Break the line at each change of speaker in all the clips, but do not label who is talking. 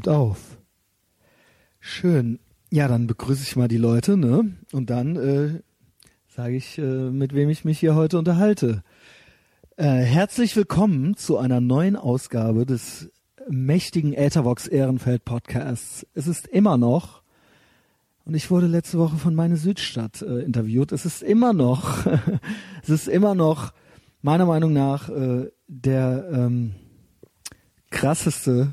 nimmt auf. Schön. Ja, dann begrüße ich mal die Leute, ne? Und dann sage ich, mit wem ich mich hier heute unterhalte. Herzlich willkommen zu einer neuen Ausgabe des mächtigen Äthervox Ehrenfeld Podcasts. Es ist immer noch, und ich wurde letzte Woche von Meine Südstadt interviewt, es ist immer noch meiner Meinung nach der krasseste,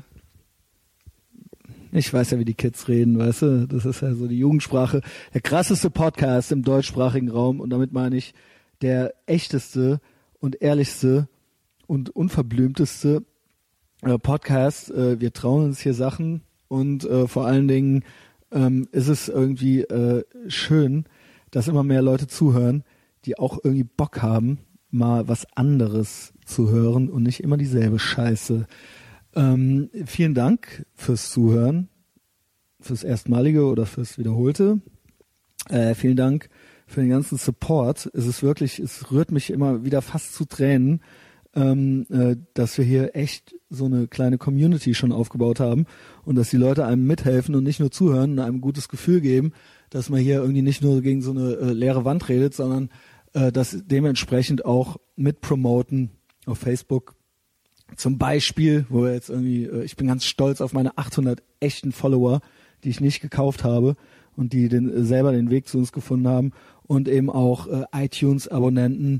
ich weiß ja, wie die Kids reden, weißt du, das ist ja so die Jugendsprache, der krasseste Podcast im deutschsprachigen Raum, und damit meine ich der echteste und ehrlichste und unverblümteste Podcast. Wir trauen uns hier Sachen, und vor allen Dingen ist es irgendwie schön, dass immer mehr Leute zuhören, die auch irgendwie Bock haben, mal was anderes zu hören und nicht immer dieselbe Scheiße. Vielen Dank fürs Zuhören, fürs Erstmalige oder fürs Wiederholte. Vielen Dank für den ganzen Support. Es rührt mich immer wieder fast zu Tränen, dass wir hier echt so eine kleine Community schon aufgebaut haben und dass die Leute einem mithelfen und nicht nur zuhören und einem ein gutes Gefühl geben, dass man hier irgendwie nicht nur gegen so eine leere Wand redet, sondern das dementsprechend auch mitpromoten auf Facebook. Zum Beispiel, wo wir jetzt irgendwie, ich bin ganz stolz auf meine 800 echten Follower, die ich nicht gekauft habe und die selber den Weg zu uns gefunden haben, und eben auch iTunes-Abonnenten,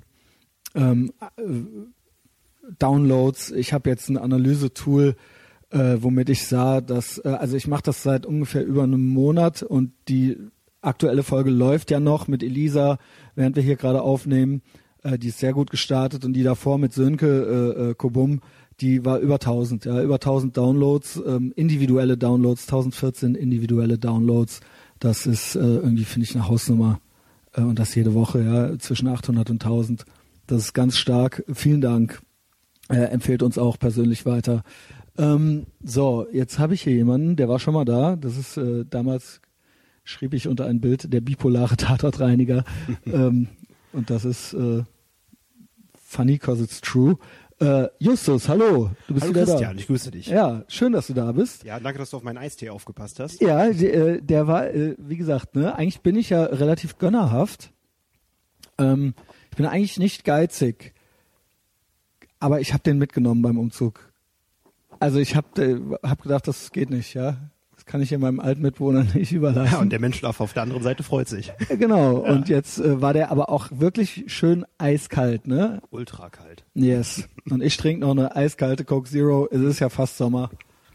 Downloads. Ich habe jetzt ein Analysetool, womit ich sah, dass, also ich mache das seit ungefähr über einem Monat, und die aktuelle Folge läuft ja noch mit Elisa, während wir hier gerade aufnehmen. Die ist sehr gut gestartet, und die davor mit Sönke Kobum, die war über 1000, ja, über 1000 Downloads, individuelle Downloads, 1014 individuelle Downloads. Das ist irgendwie, finde ich, eine Hausnummer, und das jede Woche, ja, zwischen 800 und 1000. Das ist ganz stark. Vielen Dank. Empfehlt uns auch persönlich weiter. So, jetzt habe ich hier jemanden, der war schon mal da. Das ist damals, schrieb ich unter ein Bild, der bipolare Tatortreiniger. Und das ist funny, cause it's true. Justus, hallo, du bist
hallo
wieder
Christian,
da.
Ich grüße dich.
Ja, schön, dass du da bist.
Ja, danke, dass du auf meinen Eistee aufgepasst hast.
Ja, der war, wie gesagt, ne, eigentlich bin ich ja relativ gönnerhaft. Ich bin eigentlich nicht geizig, aber ich habe den mitgenommen beim Umzug. Also ich hab gedacht, das geht nicht, ja. Das kann ich in meinem alten Mitwohner nicht überlassen.
Ja, und der Mensch auf der anderen Seite freut sich.
Genau,
Ja.
Und jetzt war der aber auch wirklich schön eiskalt, ne?
Ultra kalt.
Yes. Und ich trinke noch eine eiskalte Coke Zero. Es ist ja fast Sommer.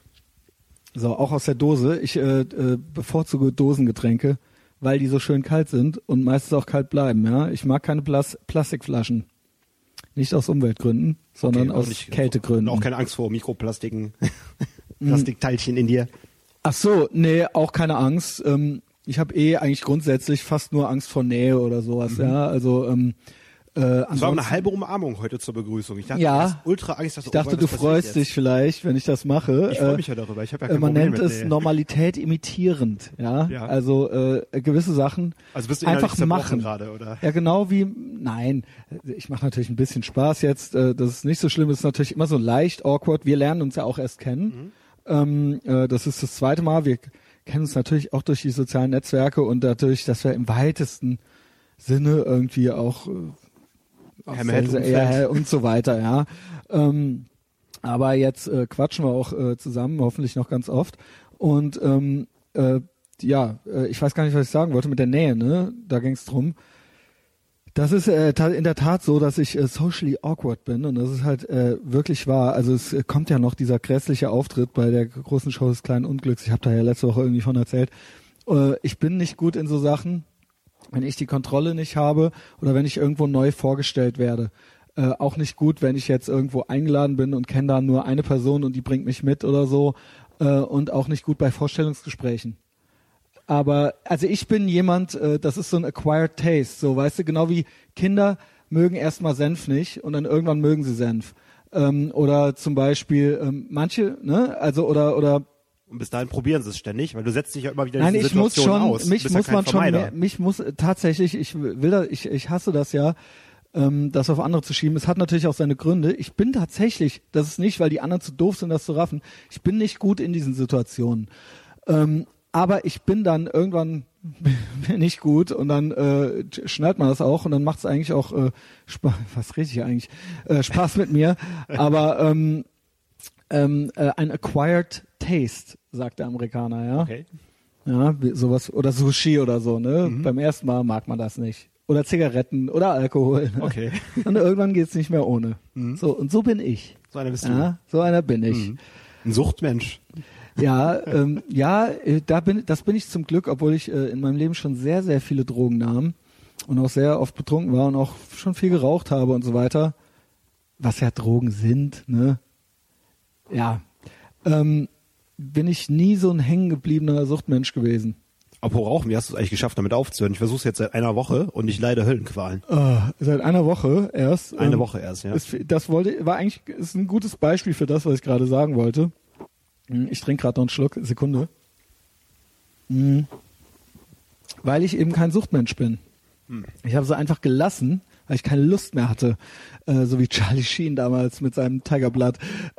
So, auch aus der Dose. Ich bevorzuge Dosengetränke, weil die so schön kalt sind und meistens auch kalt bleiben, ja. Ich mag keine Plastikflaschen. Nicht aus Umweltgründen, sondern aus Kältegründen.
Und auch keine Angst vor Mikroplastiken, Plastikteilchen in dir.
Ach so, nee, auch keine Angst. Ich habe eigentlich grundsätzlich fast nur Angst vor Nähe oder sowas, ja. Also
Es war eine halbe Umarmung heute zur Begrüßung. Ich dachte,
ja,
du hast ultra Angst, dass
ich dachte, du freust dich vielleicht, wenn ich das mache.
Ich freue mich ja darüber. Ich habe ja kein
Man
Problem
nennt
mit
es
Nähe.
Normalität imitierend, ja.
Ja.
Also gewisse Sachen
Also bist du
einfach
innerlich
machen
gerade, oder?
Ja, genau wie, nein, ich mache natürlich ein bisschen Spaß jetzt, das ist nicht so schlimm, es ist natürlich immer so leicht awkward, wir lernen uns ja auch erst kennen, das ist das zweite Mal, wir kennen uns natürlich auch durch die sozialen Netzwerke und dadurch, dass wir im weitesten Sinne irgendwie auch und so weiter, ja. Aber jetzt quatschen wir auch zusammen, hoffentlich noch ganz oft. Und ich weiß gar nicht, was ich sagen wollte mit der Nähe, ne? Da ging es drum. Das ist in der Tat so, dass ich socially awkward bin, und das ist halt wirklich wahr. Also es kommt ja noch dieser grässliche Auftritt bei der großen Show des kleinen Unglücks. Ich habe da ja letzte Woche irgendwie von erzählt. Ich bin nicht gut in so Sachen, wenn ich die Kontrolle nicht habe oder wenn ich irgendwo neu vorgestellt werde. Auch nicht gut, wenn ich jetzt irgendwo eingeladen bin und kenne da nur eine Person und die bringt mich mit oder so. Und auch nicht gut bei Vorstellungsgesprächen. Aber, also ich bin jemand, das ist so ein acquired taste, so, weißt du, genau wie Kinder mögen erstmal Senf nicht und dann irgendwann mögen sie Senf. Oder zum Beispiel manche, ne, also oder
Und bis dahin probieren sie es ständig, weil du setzt dich ja immer wieder
nein,
in diese Situation aus.
Mich muss man schon mehr, mich muss tatsächlich, ich hasse das ja, das auf andere zu schieben. Es hat natürlich auch seine Gründe. Ich bin tatsächlich, das ist nicht, weil die anderen zu doof sind, das zu raffen, ich bin nicht gut in diesen Situationen. Aber ich bin dann irgendwann nicht gut und dann schnallt man das auch und dann macht es eigentlich auch was rede ich eigentlich? Spaß mit mir. Aber ein acquired taste, sagt der Amerikaner, ja.
Okay.
Ja, sowas oder Sushi oder so, ne? Beim ersten Mal mag man das nicht. Oder Zigaretten oder Alkohol. Ne?
Okay.
Und irgendwann geht's nicht mehr ohne. So, und so bin ich.
So einer bist du.
Ja, so einer bin ich.
Ein Suchtmensch.
Ja, das bin ich zum Glück, obwohl ich in meinem Leben schon sehr, sehr viele Drogen nahm und auch sehr oft betrunken war und auch schon viel geraucht habe und so weiter. Was ja Drogen sind, ne? Ja. Bin ich nie so ein hängengebliebener Suchtmensch gewesen.
Apropos Rauchen, wie hast du es eigentlich geschafft, damit aufzuhören? Ich versuche es jetzt seit einer Woche und ich leide Höllenqualen.
Seit einer Woche erst.
Eine Woche erst, ja.
Ist ein gutes Beispiel für das, was ich gerade sagen wollte. Ich trinke gerade noch einen Schluck, Sekunde. Weil ich eben kein Suchtmensch bin. Ich habe es einfach gelassen, weil ich keine Lust mehr hatte. So wie Charlie Sheen damals mit seinem Tiger Blood.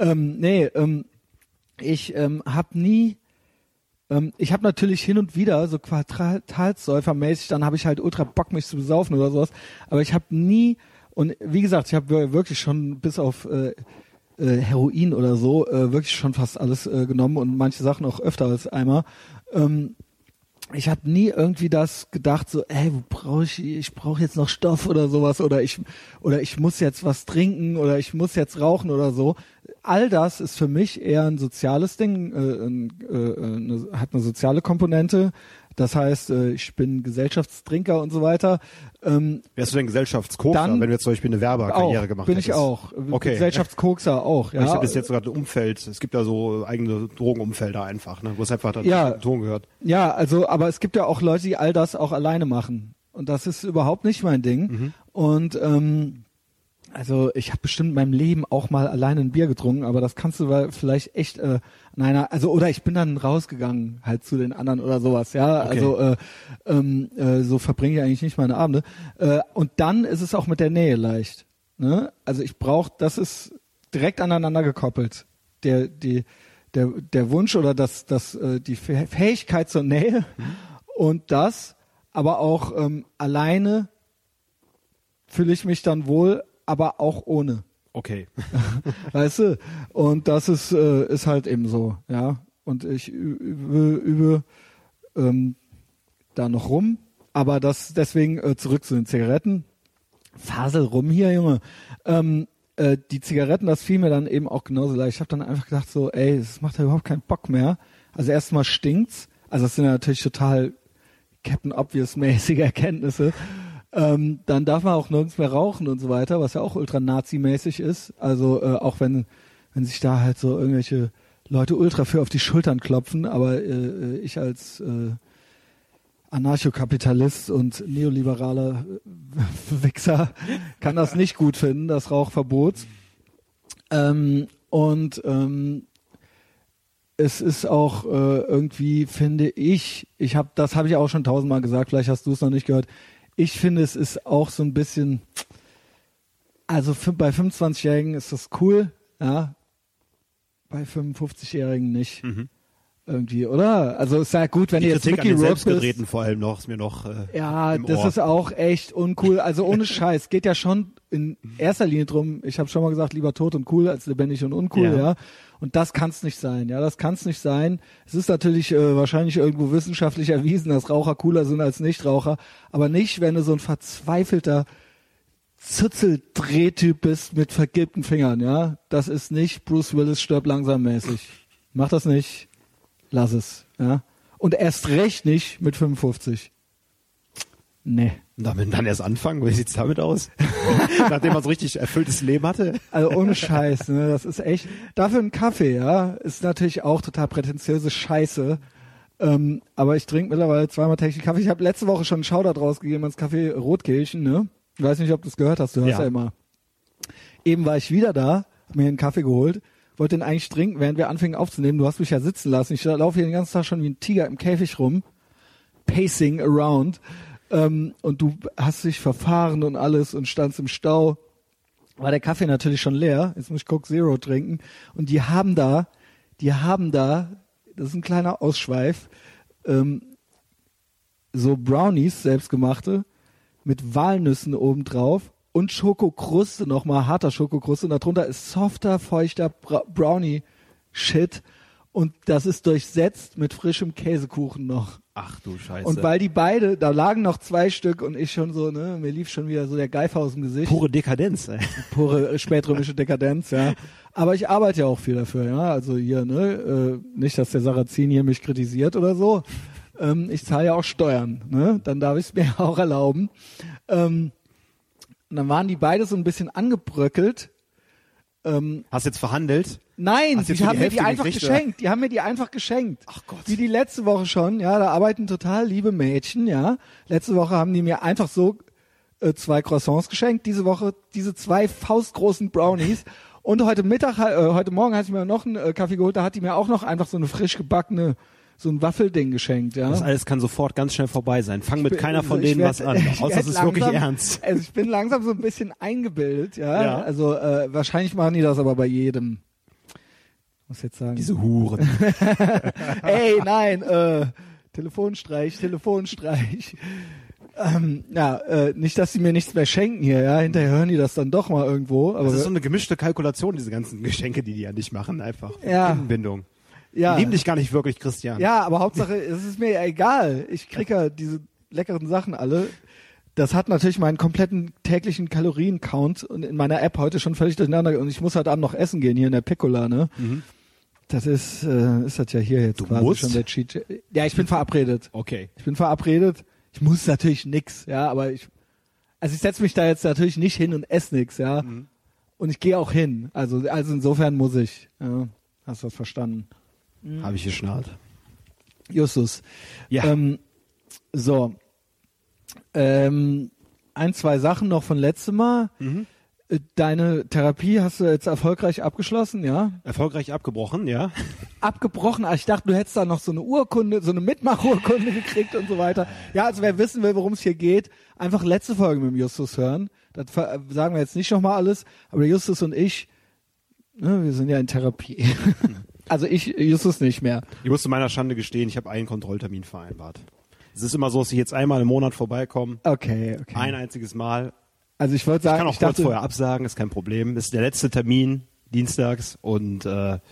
Ich habe nie, ich habe natürlich hin und wieder so Quartalsäufermäßig, dann habe ich halt ultra Bock, mich zu besaufen oder sowas, aber ich habe nie, und wie gesagt, ich habe wirklich schon bis auf Heroin oder so wirklich schon fast alles genommen und manche Sachen auch öfter als einmal. Ich habe nie irgendwie das gedacht, so, ich brauche jetzt noch Stoff oder sowas oder ich muss jetzt was trinken oder ich muss jetzt rauchen oder so. All das ist für mich eher ein soziales Ding, hat eine soziale Komponente. Das heißt, ich bin Gesellschaftstrinker und so weiter.
Wärst du denn Gesellschaftskokser, wenn du jetzt zum Beispiel eine Werbekarriere gemacht hättest?
Bin ich auch.
Okay.
Gesellschaftskokser auch, ja.
Ich habe bis jetzt sogar ein Umfeld, es gibt ja so eigene Drogenumfelder einfach, ne, wo es einfach dann Ton gehört.
Ja, also, aber es gibt ja auch Leute, die all das auch alleine machen. Und das ist überhaupt nicht mein Ding. Und also ich habe bestimmt in meinem Leben auch mal alleine ein Bier getrunken, aber das kannst du vielleicht echt oder ich bin dann rausgegangen halt zu den anderen oder sowas, ja. Okay. Also so verbringe ich eigentlich nicht meine Abende. Und dann ist es auch mit der Nähe leicht. Ne? Also das ist direkt aneinander gekoppelt. Der Wunsch oder die Fähigkeit zur Nähe und das, aber auch alleine fühle ich mich dann wohl, aber auch ohne.
Okay.
Weißt du? Und das ist halt eben so, ja. Und ich übe da noch rum, aber deswegen zurück zu den Zigaretten. Fasel rum hier, Junge. Die Zigaretten, das fiel mir dann eben auch genauso leicht. Ich habe dann einfach gedacht so, das macht ja überhaupt keinen Bock mehr. Also erstmal stinkt's. Also das sind ja natürlich total Captain Obvious-mäßige Erkenntnisse. Dann darf man auch nirgends mehr rauchen und so weiter, was ja auch ultra Nazi-mäßig ist. Also auch wenn sich da halt so irgendwelche Leute ultra für auf die Schultern klopfen, aber ich als Anarchokapitalist und neoliberaler Wichser kann das nicht gut finden, das Rauchverbot. Es ist auch irgendwie, finde ich, das habe ich auch schon 1000-mal gesagt, vielleicht hast du es noch nicht gehört. Ich finde, es ist auch so ein bisschen, also bei 25-Jährigen ist das cool, ja, bei 55-Jährigen nicht. Irgendwie, oder? Also es ist ja gut, wenn ihr jetzt Mickey Rourke
Selbstgedrehten vor allem noch, ist mir noch
ja,
im
das
Ohr.
ist auch echt uncool. Also ohne Scheiß, geht ja schon in erster Linie drum, ich habe schon mal gesagt, lieber tot und cool als lebendig und uncool, ja. Und das kann es nicht sein, ja, das kann es nicht sein. Es ist natürlich wahrscheinlich irgendwo wissenschaftlich erwiesen, dass Raucher cooler sind als Nichtraucher, aber nicht, wenn du so ein verzweifelter Zützeldrehtyp bist mit vergilbten Fingern, ja. Das ist nicht Bruce Willis stirbt langsam mäßig. Mach das nicht. Lass es, ja. Und erst recht nicht mit 55. Nee.
Damit dann erst anfangen? Wie sieht's damit aus? Nachdem man so richtig erfülltes Leben hatte?
Also ohne Scheiß, ne, das ist echt, dafür ein Kaffee, ja, ist natürlich auch total prätentiöse Scheiße. Aber ich trinke mittlerweile 2-mal täglich Kaffee. Ich habe letzte Woche schon einen Shoutout rausgegeben ans Café Rotkirchen, ne? Ich weiß nicht, ob du es gehört hast, du hörst ja immer. Eben war ich wieder da, hab mir einen Kaffee geholt, wollte den eigentlich trinken, während wir anfingen aufzunehmen. Du hast mich ja sitzen lassen. Ich laufe hier den ganzen Tag schon wie ein Tiger im Käfig rum, pacing around. und du hast dich verfahren und alles und standst im Stau, war der Kaffee natürlich schon leer. Jetzt muss ich Coke Zero trinken. Und die haben da, das ist ein kleiner Ausschweif, so Brownies, selbstgemachte, mit Walnüssen obendrauf und Schokokruste, nochmal harter Schokokruste. Und darunter ist softer, feuchter Brownie-Shit. Und das ist durchsetzt mit frischem Käsekuchen noch.
Ach du Scheiße.
Und weil die beide, da lagen noch 2 Stück und ich schon so, ne, mir lief schon wieder so der Geifer aus dem Gesicht.
Pure Dekadenz, ey.
Pure spätrömische Dekadenz, ja. Aber ich arbeite ja auch viel dafür, ja. Also hier, ne, nicht, dass der Sarrazin hier mich kritisiert oder so. Ich zahle ja auch Steuern, ne? Dann darf ich es mir auch erlauben. Und dann waren die beide so ein bisschen angebröckelt.
Hast jetzt verhandelt?
Nein,
die
die haben mir die
Hälfte
einfach
gekriegt,
geschenkt. Die haben mir die einfach geschenkt.
Ach Gott.
Wie die letzte Woche schon, ja, da arbeiten total liebe Mädchen, ja. Letzte Woche haben die mir einfach so 2 Croissants geschenkt. Diese Woche diese 2 faustgroßen Brownies. Und heute Morgen hatte ich mir noch einen Kaffee geholt, da hat die mir auch noch einfach so eine frisch gebackene, so ein Waffelding geschenkt, ja.
Das alles kann sofort ganz schnell vorbei sein. Fang mit keiner von denen was an. Außer es ist wirklich ernst.
Also ich bin langsam so ein bisschen eingebildet, ja.
Ja.
Also wahrscheinlich machen die das aber bei jedem. Muss jetzt sagen.
Diese Huren.
Ey, nein, Telefonstreich. Nicht, dass sie mir nichts mehr schenken hier, ja. Hinterher hören die das dann doch mal irgendwo. Aber
Das ist so eine gemischte Kalkulation, diese ganzen Geschenke, die an dich machen, einfach.
Ja.
Anbindung.
ja.
Die lieben dich gar nicht wirklich, Christian.
Ja, aber Hauptsache, es ist mir ja egal. Ich krieg ja diese leckeren Sachen alle. Das hat natürlich meinen kompletten täglichen Kalorien-Count und in meiner App heute schon völlig durcheinander. Und ich muss heute Abend noch essen gehen hier in der Piccola, ne?
Mhm.
Das ist das ja hier jetzt
Du
quasi
musst?
schon der Cheat. Ja, ich bin verabredet.
Okay.
Ich bin verabredet. Ich muss natürlich nix, ja, aber ich setze mich da jetzt natürlich nicht hin und esse nix, ja.
Mhm.
Und ich gehe auch hin. Also insofern muss ich. Ja. Hast du das verstanden?
Habe ich geschnallt.
Justus.
Ja.
So. 1, 2 Sachen noch von letztem Mal.
Mhm.
Deine Therapie hast du jetzt erfolgreich abgeschlossen, ja?
Erfolgreich abgebrochen, ja.
Abgebrochen, ich dachte, du hättest da noch so eine Urkunde, so eine Mitmachurkunde gekriegt und so weiter. Ja, also wer wissen will, worum es hier geht, einfach letzte Folge mit dem Justus hören. Das sagen wir jetzt nicht nochmal alles, aber Justus und ich, ne, wir sind ja in Therapie. Also Justus nicht mehr.
Ich muss zu meiner Schande gestehen, ich habe einen Kontrolltermin vereinbart. Es ist immer so, dass ich jetzt einmal im Monat vorbeikomme.
Okay.
Ein einziges Mal.
Also ich wollte sagen,
Ich kann auch kurz vorher absagen, ist kein Problem. Das ist der letzte Termin, dienstags. Und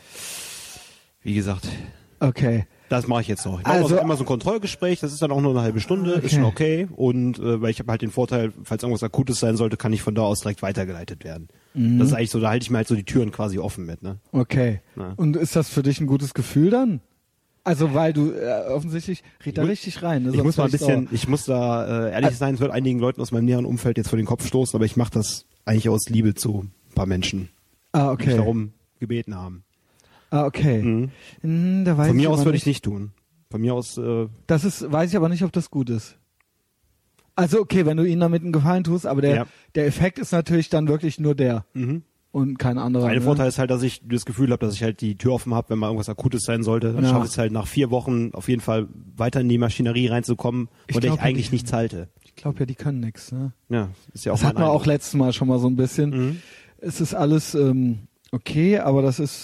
wie gesagt,
okay.
das mache ich jetzt noch. Ich mache
Also-
immer so ein Kontrollgespräch, das ist dann auch nur eine halbe Stunde, ist schon okay. Und weil ich habe halt den Vorteil, falls irgendwas Akutes sein sollte, kann ich von da aus direkt weitergeleitet werden. Das ist eigentlich so, da halte ich mir halt so die Türen quasi offen mit. Ne?
Okay.
Ja.
Und ist das für dich ein gutes Gefühl dann? Also weil du offensichtlich, red da richtig rein. Ne?
Ich
Sonst
muss mal ein
wär
bisschen,
sauer.
ich muss da ehrlich sein, es wird einigen Leuten aus meinem näheren Umfeld jetzt vor den Kopf stoßen, aber ich mache das eigentlich aus Liebe zu ein paar Menschen, die mich
Okay.
darum gebeten haben.
Okay. Da weiß
Von mir
ich
aus
aber
würde ich nicht tun. Von mir aus,
weiß ich aber nicht, ob das gut ist. Also okay, wenn du ihnen damit einen Gefallen tust, aber der Effekt ist natürlich dann wirklich nur der und kein anderer.
ein
ne?
Vorteil ist halt, dass ich das Gefühl habe, dass ich halt die Tür offen habe, wenn mal irgendwas Akutes sein sollte. Dann
Ja.
schaffe ich es halt nach 4 Wochen auf jeden Fall weiter in die Maschinerie reinzukommen, von der ich
glaub,
eigentlich
die-
nichts halte.
Ich glaube ja, die können nix. Ne?
Ja, ist ja auch
Das hatten
mein
wir auch
Eindruck.
letztes Mal schon mal so ein bisschen. Es ist alles okay, aber das ist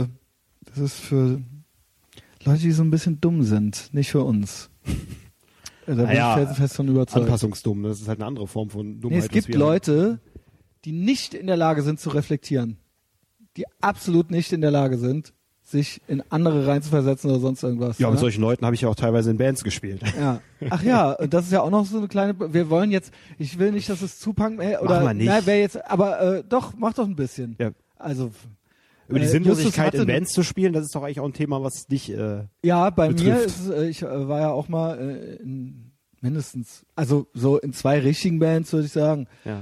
für Leute, die so ein bisschen dumm sind, nicht für uns. Da bin
Naja,
ich fest von überzeugt.
Anpassungsdumm, das ist halt eine andere Form von Dummheit.
Nee, es
als
gibt
wir-
Leute, die nicht in der Lage sind zu reflektieren. Die absolut nicht in der Lage sind, sich in andere reinzuversetzen oder sonst irgendwas.
Ja,
ne?
mit solchen Leuten habe ich ja auch teilweise in Bands gespielt.
Ja. Ach ja, und das ist ja auch noch so eine kleine. Wir wollen jetzt. Ich will nicht, dass es zu Punk oder.
Machen wir nicht.
Nein, wäre jetzt. Aber doch, mach doch ein bisschen.
Ja.
Also.
Über die
Justus
Sinnlosigkeit
hatte
in Bands zu spielen, das ist doch eigentlich auch ein Thema, was dich
Ja, bei mir
betrifft.
ist es, ich war ja auch mal in mindestens, also so in 2 richtigen Bands, würde ich sagen.
ja.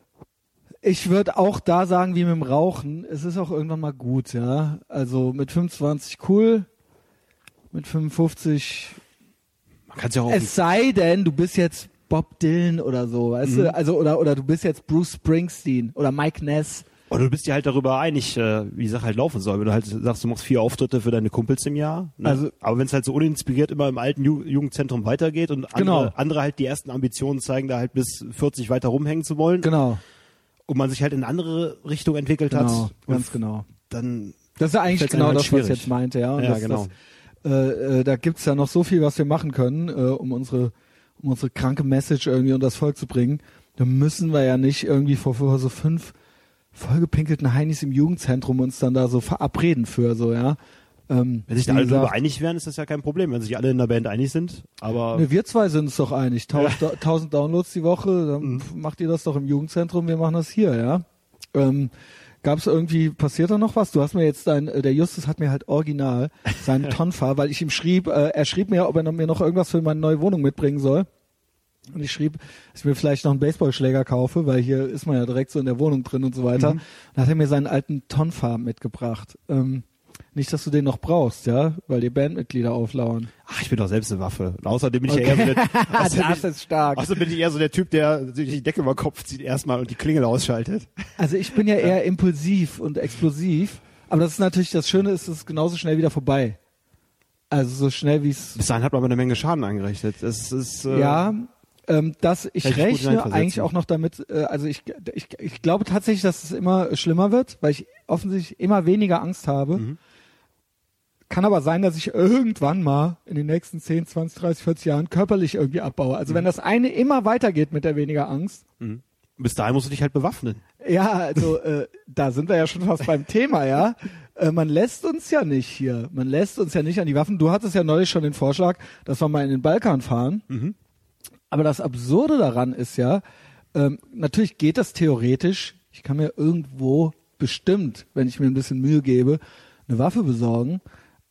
Ich würde auch da sagen, wie mit dem Rauchen, es ist auch irgendwann mal gut, ja. Also mit 25 cool, mit 55,
Man kann es ja auch
es sei denn, du bist jetzt Bob Dylan oder so, weißt du, also oder du bist jetzt Bruce Springsteen oder Mike Ness.
Oder du bist dir halt darüber einig, wie die Sache halt laufen soll. Wenn du halt sagst, du machst 4 Auftritte für deine Kumpels im Jahr. Ne?
Also,
aber wenn es halt so uninspiriert immer im alten Jugendzentrum weitergeht und andere halt die ersten Ambitionen zeigen, da halt bis 40 weiter rumhängen zu wollen.
Genau.
Und man sich halt in eine andere Richtung entwickelt hat.
Ganz genau.
Dann
das ist ja eigentlich genau
halt
das,
schwierig.
was ich jetzt meinte, ja. Und
ja, genau.
Da gibt's ja noch so viel, was wir machen können, um unsere kranke Message irgendwie unter das Volk zu bringen. Da müssen wir ja nicht irgendwie vor so 5 vollgepinkelten Heinis im Jugendzentrum uns dann da so verabreden für so, ja.
Wenn sich da alle darüber einig wären, ist das ja kein Problem, wenn sich alle in der Band einig sind. Aber
Ne, wir zwei sind uns doch einig. 1000 Downloads die Woche, dann macht ihr das doch im Jugendzentrum, wir machen das hier, ja. Gab's irgendwie, passiert da noch was? Du hast mir jetzt der Justus hat mir halt original seinen Tonfa, weil ich ihm schrieb, er schrieb mir, ob er mir noch irgendwas für meine neue Wohnung mitbringen soll. Und ich schrieb, dass ich mir vielleicht noch einen Baseballschläger kaufe, weil hier ist man ja direkt so in der Wohnung drin und so weiter. Dann hat er mir seinen alten Tonfa mitgebracht. Nicht, dass du den noch brauchst, ja, weil die Bandmitglieder auflauern.
Ach, ich bin doch selbst eine Waffe. Und außerdem bin ich ja eher so
das ist stark.
Außerdem bin ich eher so der Typ, der sich die Decke über den Kopf zieht erstmal und die Klingel ausschaltet.
Also ich bin ja eher impulsiv und explosiv, aber das ist natürlich, das Schöne ist, es ist genauso schnell wieder vorbei. Also so schnell wie es...
Bis dahin hat man aber eine Menge Schaden angerichtet. Das ist...
ich rechne eigentlich auch noch damit, also ich glaube tatsächlich, dass es immer schlimmer wird, weil ich offensichtlich immer weniger Angst habe. Kann aber sein, dass ich irgendwann mal in den nächsten 10, 20, 30, 40 Jahren körperlich irgendwie abbaue. Also wenn das eine immer weitergeht mit der weniger Angst.
Bis dahin musst du dich halt bewaffnen.
Ja, also da sind wir ja schon fast beim Thema, ja. Man lässt uns ja nicht hier. Man lässt uns ja nicht an die Waffen. Du hattest ja neulich schon den Vorschlag, dass wir mal in den Balkan fahren. Aber das Absurde daran ist ja, natürlich geht das theoretisch. Ich kann mir irgendwo bestimmt, wenn ich mir ein bisschen Mühe gebe, eine Waffe besorgen.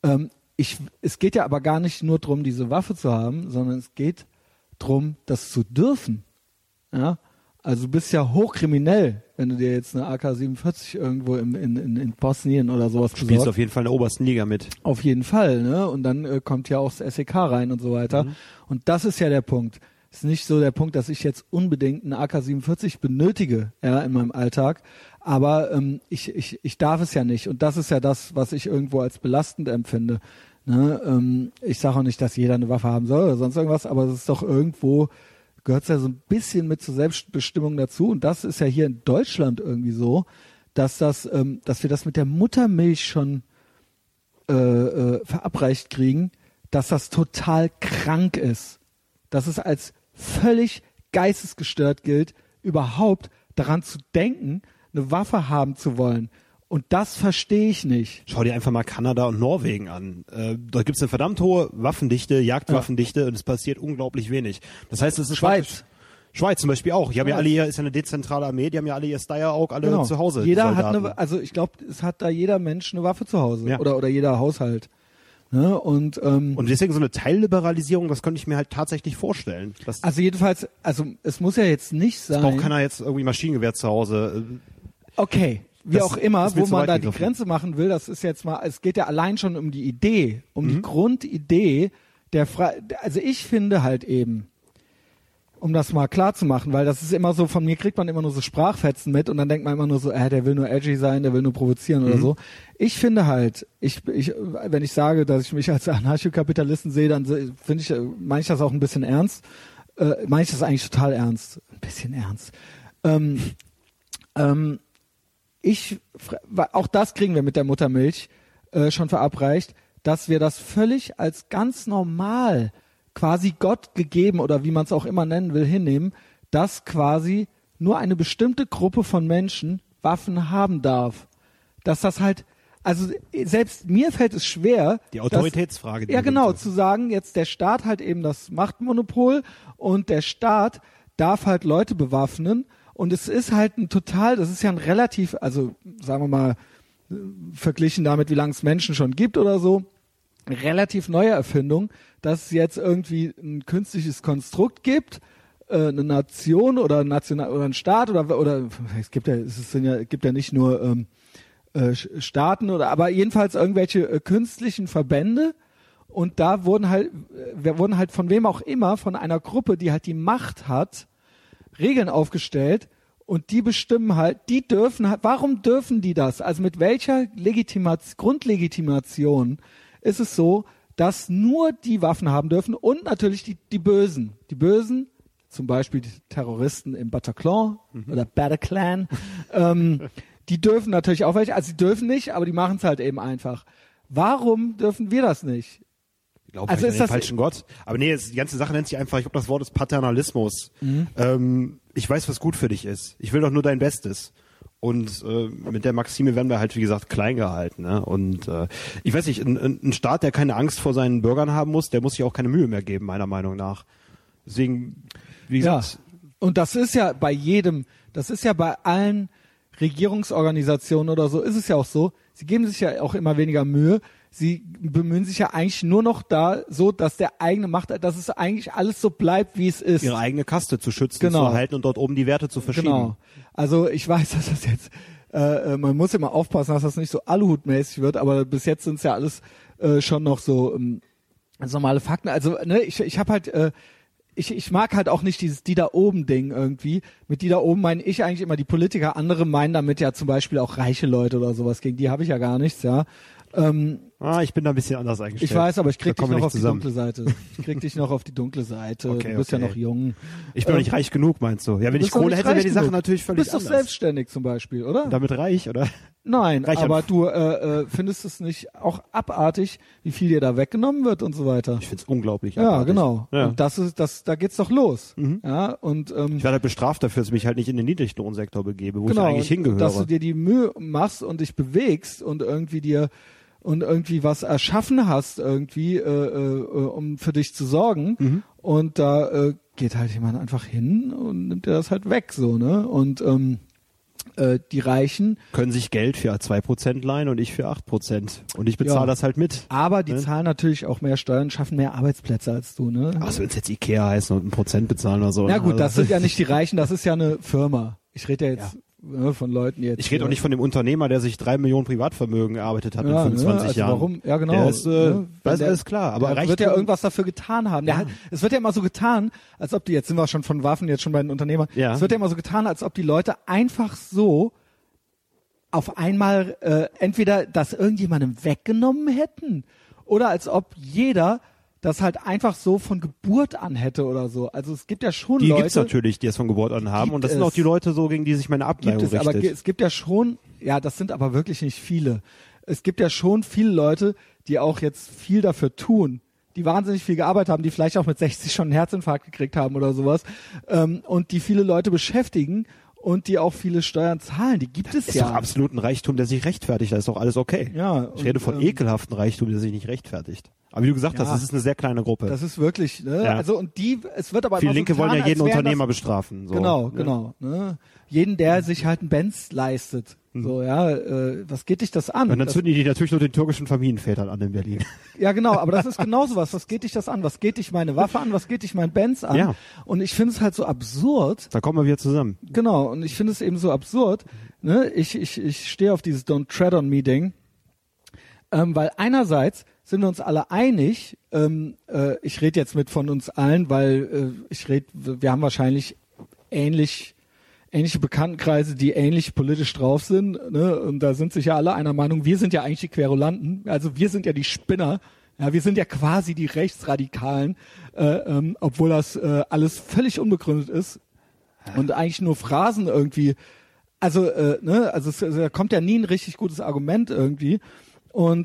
Es geht ja aber gar nicht nur darum, diese Waffe zu haben, sondern es geht darum, das zu dürfen. Ja? Also du bist ja hochkriminell, wenn du dir jetzt eine AK-47 irgendwo in Bosnien oder sowas besorgst.
Spielst auf jeden Fall in der obersten Liga mit.
Auf jeden Fall, ne? Und dann kommt ja auch das SEK rein und so weiter. Und das ist ja der Punkt. Es ist nicht so der Punkt, dass ich jetzt unbedingt eine AK-47 benötige, ja, in meinem Alltag. Aber ich darf es ja nicht. Und das ist ja das, was ich irgendwo als belastend empfinde. Ne? Ich sage auch nicht, dass jeder eine Waffe haben soll oder sonst irgendwas, aber es ist doch irgendwo, gehört es ja so ein bisschen mit zur Selbstbestimmung dazu. Und das ist ja hier in Deutschland irgendwie so, dass wir das mit der Muttermilch schon verabreicht kriegen, dass das total krank ist. Dass es als völlig geistesgestört gilt, überhaupt daran zu denken, eine Waffe haben zu wollen. Und das verstehe ich nicht.
Schau dir einfach mal Kanada und Norwegen an. Da gibt's eine verdammt hohe Waffendichte, Jagdwaffendichte, und es passiert unglaublich wenig. Das heißt, es ist
Schweiz
zum Beispiel auch. Die haben ja alle hier, ist ja eine dezentrale Armee, die haben ja alle ihr Steyr auch alle zu Hause.
Jeder hat also ich glaube, es hat da jeder Mensch eine Waffe zu Hause. Oder jeder Haushalt. Ne? Und
deswegen so eine Teilliberalisierung, das könnte ich mir halt tatsächlich vorstellen.
Also jedenfalls, es muss ja jetzt nicht sein.
Es braucht keiner jetzt irgendwie Maschinengewehr zu Hause.
Okay, wie auch immer, wo man da die Grenze machen will, das ist jetzt mal, es geht ja allein schon um die Idee, die Grundidee also ich finde halt eben, um das mal klar zu machen, weil das ist immer so, von mir kriegt man immer nur so Sprachfetzen mit und dann denkt man immer nur so, der will nur edgy sein, der will nur provozieren oder so. Ich finde halt, wenn ich sage, dass ich mich als Anarchokapitalisten sehe, dann meine ich das auch ein bisschen ernst. Meine ich das eigentlich total ernst. Ein bisschen ernst. Auch das kriegen wir mit der Muttermilch schon verabreicht, dass wir das völlig als ganz normal, quasi Gott gegeben oder wie man es auch immer nennen will, hinnehmen, dass quasi nur eine bestimmte Gruppe von Menschen Waffen haben darf. Dass das halt, also selbst mir fällt es schwer,
die Autoritätsfrage.
Ja genau, zu sagen, jetzt der Staat halt eben das Machtmonopol und der Staat darf halt Leute bewaffnen und es ist halt das ist ja ein relativ, also sagen wir mal, verglichen damit, wie lange es Menschen schon gibt oder so, relativ neue Erfindung, dass es jetzt irgendwie ein künstliches Konstrukt gibt, eine Nation oder ein Staat oder es gibt ja nicht nur Staaten aber jedenfalls irgendwelche künstlichen Verbände und da wurden halt von wem auch immer, von einer Gruppe, die halt die Macht hat, Regeln aufgestellt Und die bestimmen halt, die dürfen halt, warum dürfen die das? Also mit welcher Grundlegitimation ist es so, dass nur die Waffen haben dürfen und natürlich die Bösen. Die Bösen, zum Beispiel die Terroristen im Bataclan oder Bataclan, die dürfen natürlich auch welche, also sie dürfen nicht, aber die machen es halt eben einfach. Warum dürfen wir das nicht?
Ich glaube, also ist das den falschen Gott. Aber nee, die ganze Sache nennt sich einfach, ich glaube, das Wort ist Paternalismus. Ich weiß, was gut für dich ist. Ich will doch nur dein Bestes. Und mit der Maxime werden wir halt, wie gesagt, klein gehalten. Ne? Und ich weiß nicht, ein Staat, der keine Angst vor seinen Bürgern haben muss, der muss sich auch keine Mühe mehr geben, meiner Meinung nach. Deswegen, wie gesagt.
Ja. Und das ist ja bei allen Regierungsorganisationen oder so, ist es ja auch so, sie geben sich ja auch immer weniger Mühe. Sie bemühen sich ja eigentlich nur noch da, so dass der eigene Macht, dass es eigentlich alles so bleibt, wie es ist.
Ihre eigene Kaste zu schützen, zu erhalten und dort oben die Werte zu verschieben. Genau.
Also ich weiß, dass das jetzt, man muss immer aufpassen, dass das nicht so Aluhutmäßig wird, aber bis jetzt sind es ja alles schon noch so normale Fakten. Also ne, ich habe halt, ich mag halt auch nicht dieses die da oben Ding irgendwie. Mit die da oben meine ich eigentlich immer die Politiker. Andere meinen damit ja zum Beispiel auch reiche Leute oder sowas. Gegen die habe ich ja gar nichts, ja.
Ich bin da ein bisschen anders eingestellt.
Ich weiß, aber ich krieg dich noch auf die dunkle Seite. Ich krieg dich noch auf die dunkle Seite.
Okay,
du bist ja noch jung.
Ich bin noch nicht reich genug, meinst du? Ja, wenn ich Kohle hätte, wäre die Sache natürlich völlig anders.
Du bist doch selbstständig zum Beispiel, oder?
Und damit reich, oder?
Nein, reich aber du findest es nicht auch abartig, wie viel dir da weggenommen wird und so weiter?
Ich find's unglaublich
abartig.
Ja,
genau. Ja. Und da geht's doch los. Ja, und
ich werde halt bestraft dafür, dass ich mich halt nicht in den Niedriglohnsektor begebe, wo ich eigentlich hingehöre.
Dass du dir die Mühe machst und dich bewegst und irgendwie was erschaffen hast irgendwie, um für dich zu sorgen. Und da geht halt jemand einfach hin und nimmt dir das halt weg, so, ne? Und die Reichen
können sich Geld für 2% leihen und ich für 8%. Und ich bezahle das halt mit.
Aber die zahlen natürlich auch mehr Steuern, schaffen mehr Arbeitsplätze als du, ne?
Also wenn es jetzt Ikea heißt und 1% bezahlen oder so.
Na gut, das sind ja nicht die Reichen, das ist ja eine Firma. Ich rede ja jetzt von Leuten jetzt.
Ich rede auch nicht von dem Unternehmer, der sich 3 Millionen Privatvermögen erarbeitet hat in 25 Jahren.
Warum? Ja, genau.
Der ist, das ist alles klar. Aber
Reichtum wird ja irgendwas dafür getan haben. Es wird ja immer so getan, als ob jetzt sind wir schon von Waffen, jetzt schon bei den Unternehmern. Ja. Es wird ja immer so getan, als ob die Leute einfach so auf einmal entweder das irgendjemandem weggenommen hätten oder als ob jeder das halt einfach so von Geburt an hätte oder so. Also es gibt ja schon
Leute.
Die
gibt's natürlich, die es von Geburt an haben. Und das sind auch die Leute so, gegen die sich meine Abneigung richtet.
Aber es gibt ja schon, das sind aber wirklich nicht viele. Es gibt ja schon viele Leute, die auch jetzt viel dafür tun, die wahnsinnig viel gearbeitet haben, die vielleicht auch mit 60 schon einen Herzinfarkt gekriegt haben oder sowas, und die viele Leute beschäftigen und die auch viele Steuern zahlen. Die gibt es ja.
Das ist doch absolut ein Reichtum, der sich rechtfertigt. Da ist doch alles okay.
Ja,
ich rede von ekelhaften Reichtum, der sich nicht rechtfertigt. Aber wie du gesagt hast, das ist eine sehr kleine Gruppe.
Das ist wirklich, ne? Ja. Also es wird aber
viele
immer so
Linke
getan,
wollen ja jeden Unternehmer bestrafen. So.
Genau. Ne? Jeden, der sich halt einen Benz leistet. So, was geht dich das an?
Und dann zünden die natürlich nur den türkischen Familienvätern an in Berlin.
Ja, genau, aber das ist genauso was. Was geht dich das an? Was geht dich meine Waffe an? Was geht dich mein Benz an?
Ja.
Und ich finde es halt so absurd.
Da kommen wir wieder zusammen.
Genau, und ich finde es eben so absurd. Ne? Ich stehe auf dieses Don't Tread on Me Ding. Weil einerseits sind wir uns alle einig, ich rede jetzt mit von uns allen, weil wir haben wahrscheinlich ähnliche Bekanntenkreise, die ähnlich politisch drauf sind, ne? Und da sind sich ja alle einer Meinung, wir sind ja eigentlich die Querulanten, also wir sind ja die Spinner, ja, wir sind ja quasi die Rechtsradikalen, obwohl das alles völlig unbegründet ist und eigentlich nur Phrasen irgendwie, also da kommt ja nie ein richtig gutes Argument irgendwie und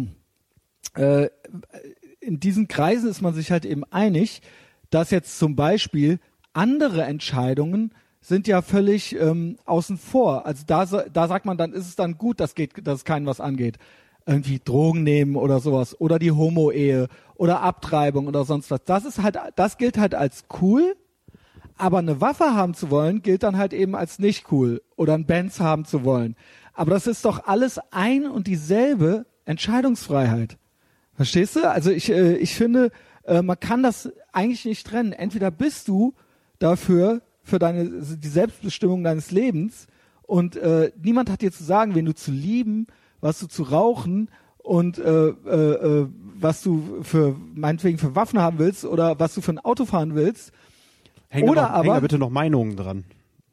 in diesen Kreisen ist man sich halt eben einig, dass jetzt zum Beispiel andere Entscheidungen sind ja völlig außen vor. Also da sagt man, dann ist es dann gut, dass es keinen was angeht. Irgendwie Drogen nehmen oder sowas. Oder die Homo-Ehe oder Abtreibung oder sonst was. Das gilt halt als cool, aber eine Waffe haben zu wollen, gilt dann halt eben als nicht cool. Oder ein Benz haben zu wollen. Aber das ist doch alles ein und dieselbe Entscheidungsfreiheit. Verstehst du? Also ich finde, man kann das eigentlich nicht trennen. Entweder bist du dafür, für die Selbstbestimmung deines Lebens und niemand hat dir zu sagen, wen du zu lieben, was du zu rauchen und was du meinetwegen für Waffen haben willst oder was du für ein Auto fahren willst.
Hängen da bitte noch Meinungen dran.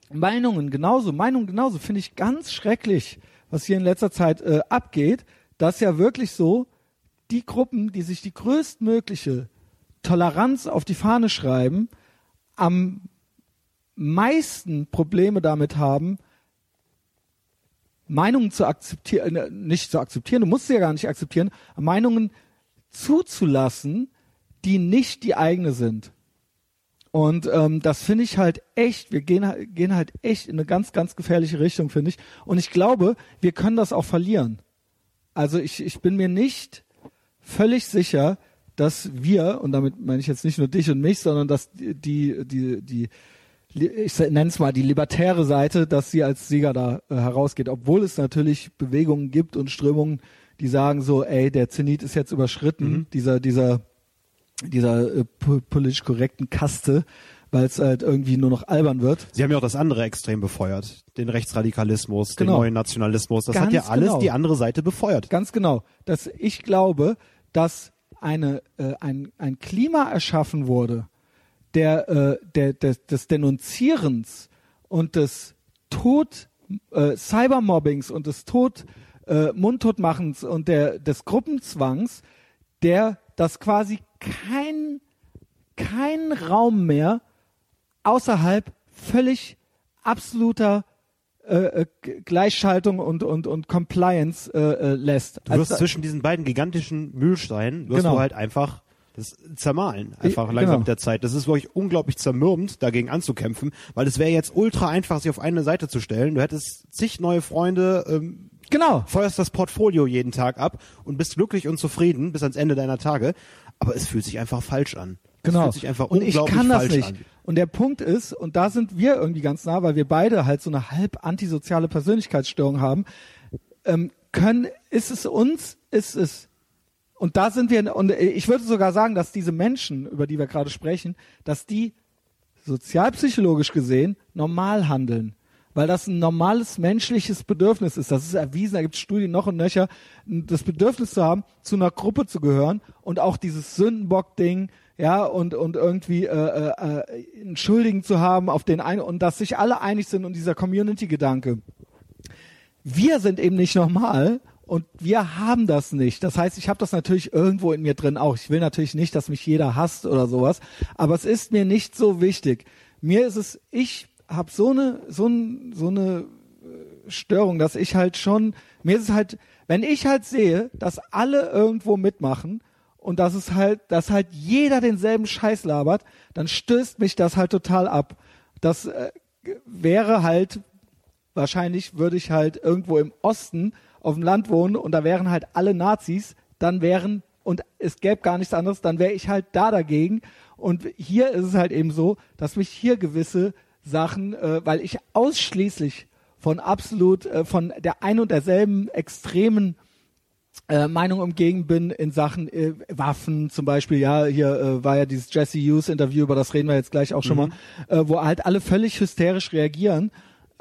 Meinungen genauso, finde ich ganz schrecklich, was hier in letzter Zeit abgeht, dass ja wirklich so die Gruppen, die sich die größtmögliche Toleranz auf die Fahne schreiben, am meisten Probleme damit haben, Meinungen zu akzeptieren, nicht zu akzeptieren, du musst sie ja gar nicht akzeptieren, Meinungen zuzulassen, die nicht die eigene sind. Und das finde ich halt echt, wir gehen halt echt in eine ganz, ganz gefährliche Richtung, finde ich. Und ich glaube, wir können das auch verlieren. Also ich bin mir nicht völlig sicher, dass wir, und damit meine ich jetzt nicht nur dich und mich, sondern dass die ich nenne es mal die libertäre Seite, dass sie als Sieger da herausgeht, obwohl es natürlich Bewegungen gibt und Strömungen, die sagen so, ey, der Zenit ist jetzt überschritten, dieser politisch korrekten Kaste, weil es halt irgendwie nur noch albern wird.
Sie haben ja auch das andere Extrem befeuert, den Rechtsradikalismus,
genau.
Den neuen Nationalismus, das
ganz
hat ja alles
genau.
Die andere Seite befeuert.
Ganz genau. Ich glaube, dass ein Klima erschaffen wurde, des Denunzierens und des Cybermobbings und des Mundtotmachens und des Gruppenzwangs, das quasi kein Raum mehr außerhalb völlig absoluter Gleichschaltung und Compliance lässt.
Du wirst zwischen diesen beiden gigantischen Mühlsteinen du halt einfach das zermahlen, einfach langsam mit der Zeit. Das ist wirklich unglaublich zermürbend, dagegen anzukämpfen, weil es wäre jetzt ultra einfach, sich auf eine Seite zu stellen. Du hättest zig neue Freunde, feuerst das Portfolio jeden Tag ab und bist glücklich und zufrieden bis ans Ende deiner Tage. Aber es fühlt sich einfach falsch an.
Genau.
Es fühlt sich einfach
und ich
unglaublich
kann das
falsch
nicht.
an.
Und der Punkt ist, und da sind wir irgendwie ganz nah, weil wir beide halt so eine halb antisoziale Persönlichkeitsstörung haben, und da sind wir, und ich würde sogar sagen, dass diese Menschen, über die wir gerade sprechen, dass die sozialpsychologisch gesehen normal handeln. Weil das ein normales menschliches Bedürfnis ist. Das ist erwiesen, da gibt es Studien noch und nöcher, das Bedürfnis zu haben, zu einer Gruppe zu gehören und auch dieses Sündenbock-Ding, ja, und irgendwie einen Schuldigen zu haben auf den einen und dass sich alle einig sind und dieser Community-Gedanke. Wir sind eben nicht normal. Und wir haben das nicht. Das heißt, ich habe das natürlich irgendwo in mir drin auch. Ich will natürlich nicht, dass mich jeder hasst oder sowas. Aber es ist mir nicht so wichtig. Ich habe so eine Störung, dass ich halt schon, mir ist es halt, wenn ich halt sehe, dass alle irgendwo mitmachen und dass halt jeder denselben Scheiß labert, dann stößt mich das halt total ab. Das wäre halt, wahrscheinlich würde ich halt irgendwo im Osten auf dem Land wohnen und da wären halt alle Nazis, und es gäbe gar nichts anderes, dann wäre ich halt da dagegen. Und hier ist es halt eben so, dass mich hier gewisse Sachen, weil ich ausschließlich von der ein und derselben extremen Meinung umgegen bin in Sachen Waffen zum Beispiel, ja, hier war ja dieses Jesse Hughes Interview, über das reden wir jetzt gleich auch schon mal, wo halt alle völlig hysterisch reagieren.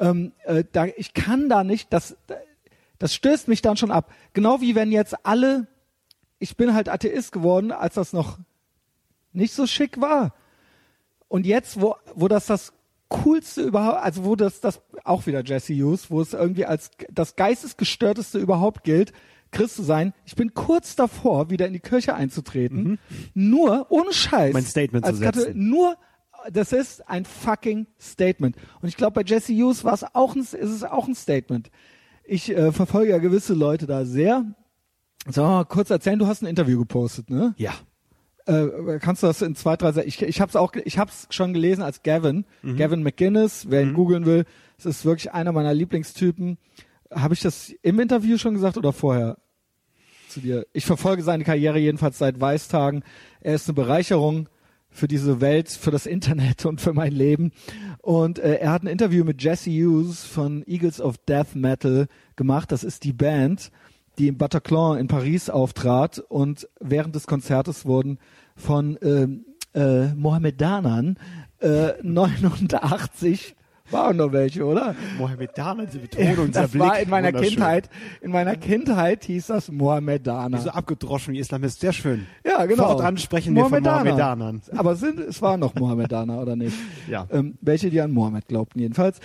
Ich kann da nicht, das stößt mich dann schon ab. Genau wie wenn jetzt ich bin halt Atheist geworden, als das noch nicht so schick war. Und jetzt, wo das Coolste überhaupt, also wo das auch wieder Jesse Hughes, wo es irgendwie als das geistesgestörteste überhaupt gilt, Christ zu sein. Ich bin kurz davor, wieder in die Kirche einzutreten. Nur, ohne Scheiß.
Mein Statement zu setzen.
Das ist ein fucking Statement. Und ich glaube, bei Jesse Hughes ist es auch ein Statement. Ich verfolge ja gewisse Leute da sehr. Sag mal kurz erzählen, du hast ein Interview gepostet, ne?
Ja.
Kannst du das in 2, 3 Sätzen? Ich hab's schon gelesen als Gavin McGinnis, wer ihn googeln will. Das ist wirklich einer meiner Lieblingstypen. Habe ich das im Interview schon gesagt oder vorher zu dir? Ich verfolge seine Karriere jedenfalls seit Weißtagen. Er ist eine Bereicherung für diese Welt, für das Internet und für mein Leben. Und er hat ein Interview mit Jesse Hughes von Eagles of Death Metal gemacht. Das ist die Band, die im Bataclan in Paris auftrat. Und während des Konzertes wurden von Mohammedanern 89 Waren noch welche, oder?
Mohammedaner, diese Betonung,
das
Blick,
war in meiner Kindheit. In meiner Kindheit hieß das Mohammedaner.
So abgedroschen wie Islamist, sehr schön.
Ja, genau.
Fortan sprechen wir von Mohammedanern.
Aber es waren noch Mohammedaner, oder nicht?
Ja.
Welche, die an Mohammed glaubten, jedenfalls.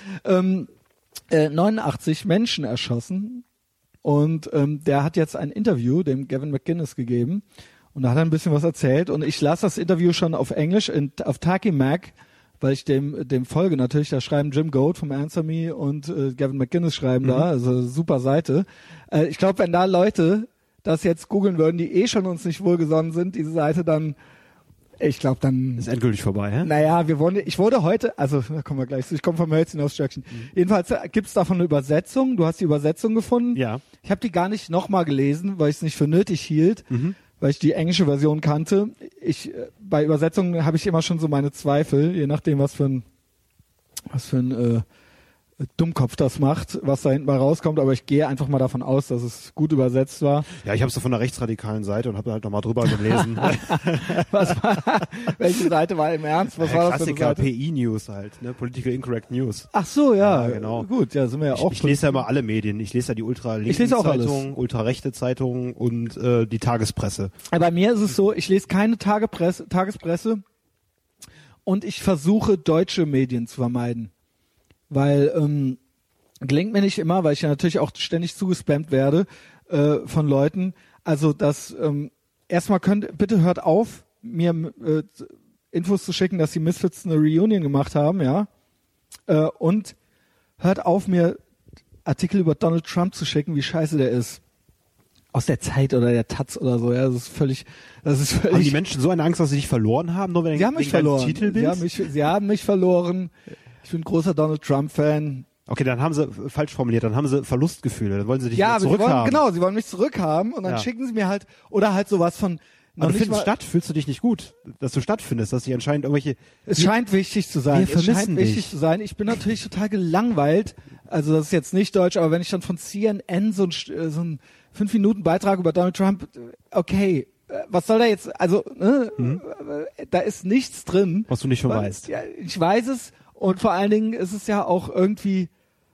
89 Menschen erschossen. Und der hat jetzt ein Interview dem Gavin McInnes gegeben. Und da hat er ein bisschen was erzählt. Und ich las das Interview schon auf Englisch, auf Taki Mac, weil ich dem folge natürlich. Da schreiben Jim Goat vom Answer Me und Gavin McInnes schreiben da. Also super Seite. Ich glaube, wenn da Leute das jetzt googeln würden, die schon uns nicht wohlgesonnen sind, diese Seite, dann ich glaube, dann
ist endgültig vorbei, hä?
Naja, ich wurde heute, also da kommen wir gleich zu, ich komme vom Hölzchen aus Stöckchen. Jedenfalls gibt's davon eine Übersetzung, du hast die Übersetzung gefunden.
Ja.
Ich habe die gar nicht nochmal gelesen, weil ich es nicht für nötig hielt, weil ich die englische Version kannte. Bei Übersetzungen habe ich immer schon so meine Zweifel, je nachdem was für ein Dummkopf das macht, was da hinten mal rauskommt, aber ich gehe einfach mal davon aus, dass es gut übersetzt war.
Ja, ich habe es von der rechtsradikalen Seite und habe halt nochmal drüber gelesen.
Welche Seite war im Ernst? Was war das für eine Seite?
PI News halt, ne? Political Incorrect News.
Ach so, ja,
genau.
Gut, ja, sind wir ja auch.
Ich lese ja immer alle Medien. Ich lese ja die ultralinken Zeitungen, ultrarechte Zeitungen und die Tagespresse.
Bei mir ist es so, ich lese keine Tagespresse und ich versuche deutsche Medien zu vermeiden. Weil gelingt mir nicht immer, weil ich ja natürlich auch ständig zugespammt werde von Leuten. Also das erstmal bitte hört auf, mir Infos zu schicken, dass die Misfits eine Reunion gemacht haben, ja. Und hört auf, mir Artikel über Donald Trump zu schicken, wie scheiße der ist. Aus der Zeit oder der Taz oder so, ja, das ist völlig.
Haben die Menschen so eine Angst, dass sie dich verloren haben, nur wenn
sie haben mich verloren.
Titelbild?
Sie haben mich verloren. Ich bin großer Donald Trump-Fan.
Okay, dann haben sie falsch formuliert, dann haben sie Verlustgefühle, dann wollen sie dich wieder zurückhaben.
Sie wollen mich zurückhaben und dann schicken sie mir halt, oder halt sowas von.
Aber du findest statt, fühlst du dich nicht gut, dass du stattfindest, dass sich anscheinend irgendwelche.
Es scheint wichtig zu sein.
Wichtig
zu sein. Ich bin natürlich total gelangweilt. Also das ist jetzt nicht deutsch, aber wenn ich dann von CNN so ein 5-Minuten-Beitrag über Donald Trump, okay, was soll da jetzt, also, da ist nichts drin.
Was du nicht schon weißt.
Ja, ich weiß es. Und vor allen Dingen ist es ja auch irgendwie,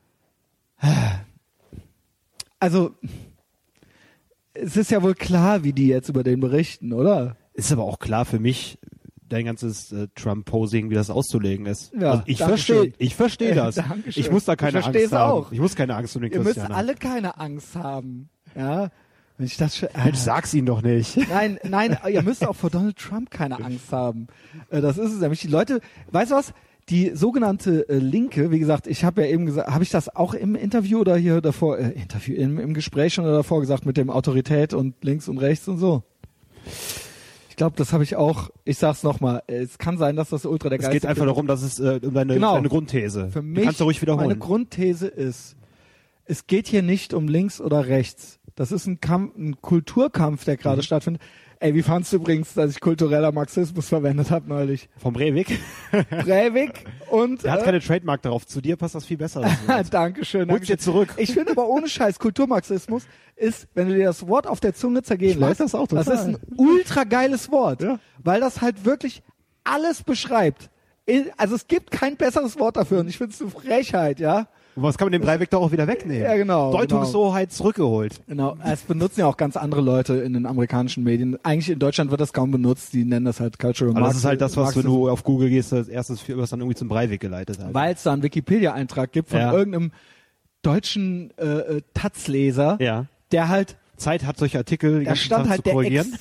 also es ist ja wohl klar, wie die jetzt über den berichten, oder?
Ist aber auch klar für mich, dein ganzes Trump-Posing, wie das auszulegen ist.
Ja,
also ich verstehe das.
Dankeschön.
Ich muss da keine Angst haben.
Auch.
Ich muss keine Angst um den
Ihr
Christian
müsst alle keine Angst haben. Ja. Wenn ich das
Mensch, sag's ihnen doch nicht.
Nein, ihr müsst auch vor Donald Trump keine Angst haben. Das ist es nämlich. Die Leute, weißt du was? Die sogenannte Linke, wie gesagt, ich habe ja eben gesagt, habe ich das auch im Interview oder hier davor, im Gespräch schon davor gesagt mit dem Autorität und links und rechts und so. Ich glaube, das habe ich auch, ich sag's nochmal, es kann sein, dass das Ultra der Geist ist.
Es geht einfach darum, dass es um deine Grundthese.
Für mich,
kannst du ruhig wiederholen.
Meine Grundthese ist, es geht hier nicht um links oder rechts. Das ist ein Kulturkampf, der gerade stattfindet. Ey, wie fandst du übrigens, dass ich kultureller Marxismus verwendet habe neulich?
Vom Breivik?
Breivik und...
Er hat keine Trademark darauf. Zu dir passt das viel besser.
Dankeschön.
Hol's dir zurück.
Ich finde aber ohne Scheiß, Kulturmarxismus ist, wenn du dir das Wort auf der Zunge zergehen lässt,
das auch total.
Das ist ein ultra geiles Wort.
Ja.
Weil das halt wirklich alles beschreibt. Also es gibt kein besseres Wort dafür und ich finde es eine Frechheit, ja.
Und was kann man dem Breivik doch auch wieder wegnehmen?
Ja, genau.
Deutungshoheit zurückgeholt.
Genau. Es benutzen ja auch ganz andere Leute in den amerikanischen Medien. Eigentlich in Deutschland wird das kaum benutzt. Die nennen das halt Cultural Marxism.
Das ist halt das, was wenn du auf Google gehst, als erstes was dann irgendwie zum Breivik geleitet hat.
Weil es da einen Wikipedia-Eintrag gibt von irgendeinem deutschen Taz-Leser, der halt
Zeit hat solche Artikel
da stand halt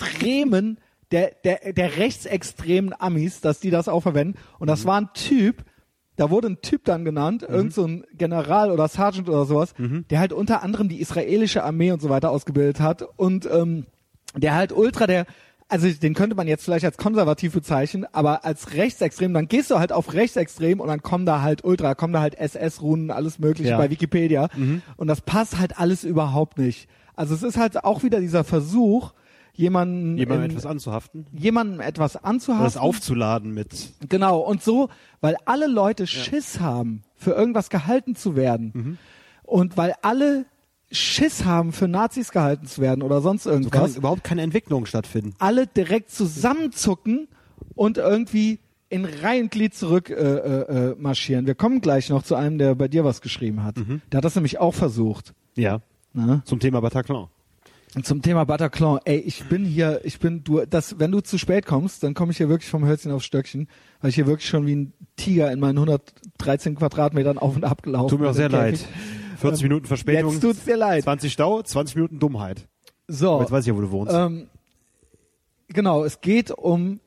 der rechtsextremen Amis, dass die das auch verwenden. Und das war ein Typ, da wurde ein Typ dann genannt, irgend so ein General oder Sergeant oder sowas, der halt unter anderem die israelische Armee und so weiter ausgebildet hat und der halt also den könnte man jetzt vielleicht als konservativ bezeichnen, aber als rechtsextrem, dann gehst du halt auf rechtsextrem und dann kommen da halt SS-Runen, alles mögliche bei Wikipedia und das passt halt alles überhaupt nicht. Also es ist halt auch wieder dieser Versuch, jemandem
etwas anzuhaften.
Das
aufzuladen mit.
Genau, und so, weil alle Leute Schiss haben, für irgendwas gehalten zu werden. Und weil alle Schiss haben, für Nazis gehalten zu werden oder sonst irgendwas.
So kann überhaupt keine Entwicklung stattfinden.
Alle direkt zusammenzucken und irgendwie in Reihe und Glied zurück marschieren. Wir kommen gleich noch zu einem, der bei dir was geschrieben hat. Der hat das nämlich auch versucht.
Ja.
Na?
Zum Thema Bataclan.
Und zum Thema Bataclan, wenn du zu spät kommst, dann komme ich hier wirklich vom Hölzchen aufs Stöckchen, weil ich hier wirklich schon wie ein Tiger in meinen 113 Quadratmetern auf und ab gelaufen bin.
Tut mir auch sehr leid. 40 Minuten Verspätung.
Jetzt tut's dir leid.
20 Stau, 20 Minuten Dummheit.
So.
Aber jetzt weiß ich ja, wo du wohnst.
Genau, es geht um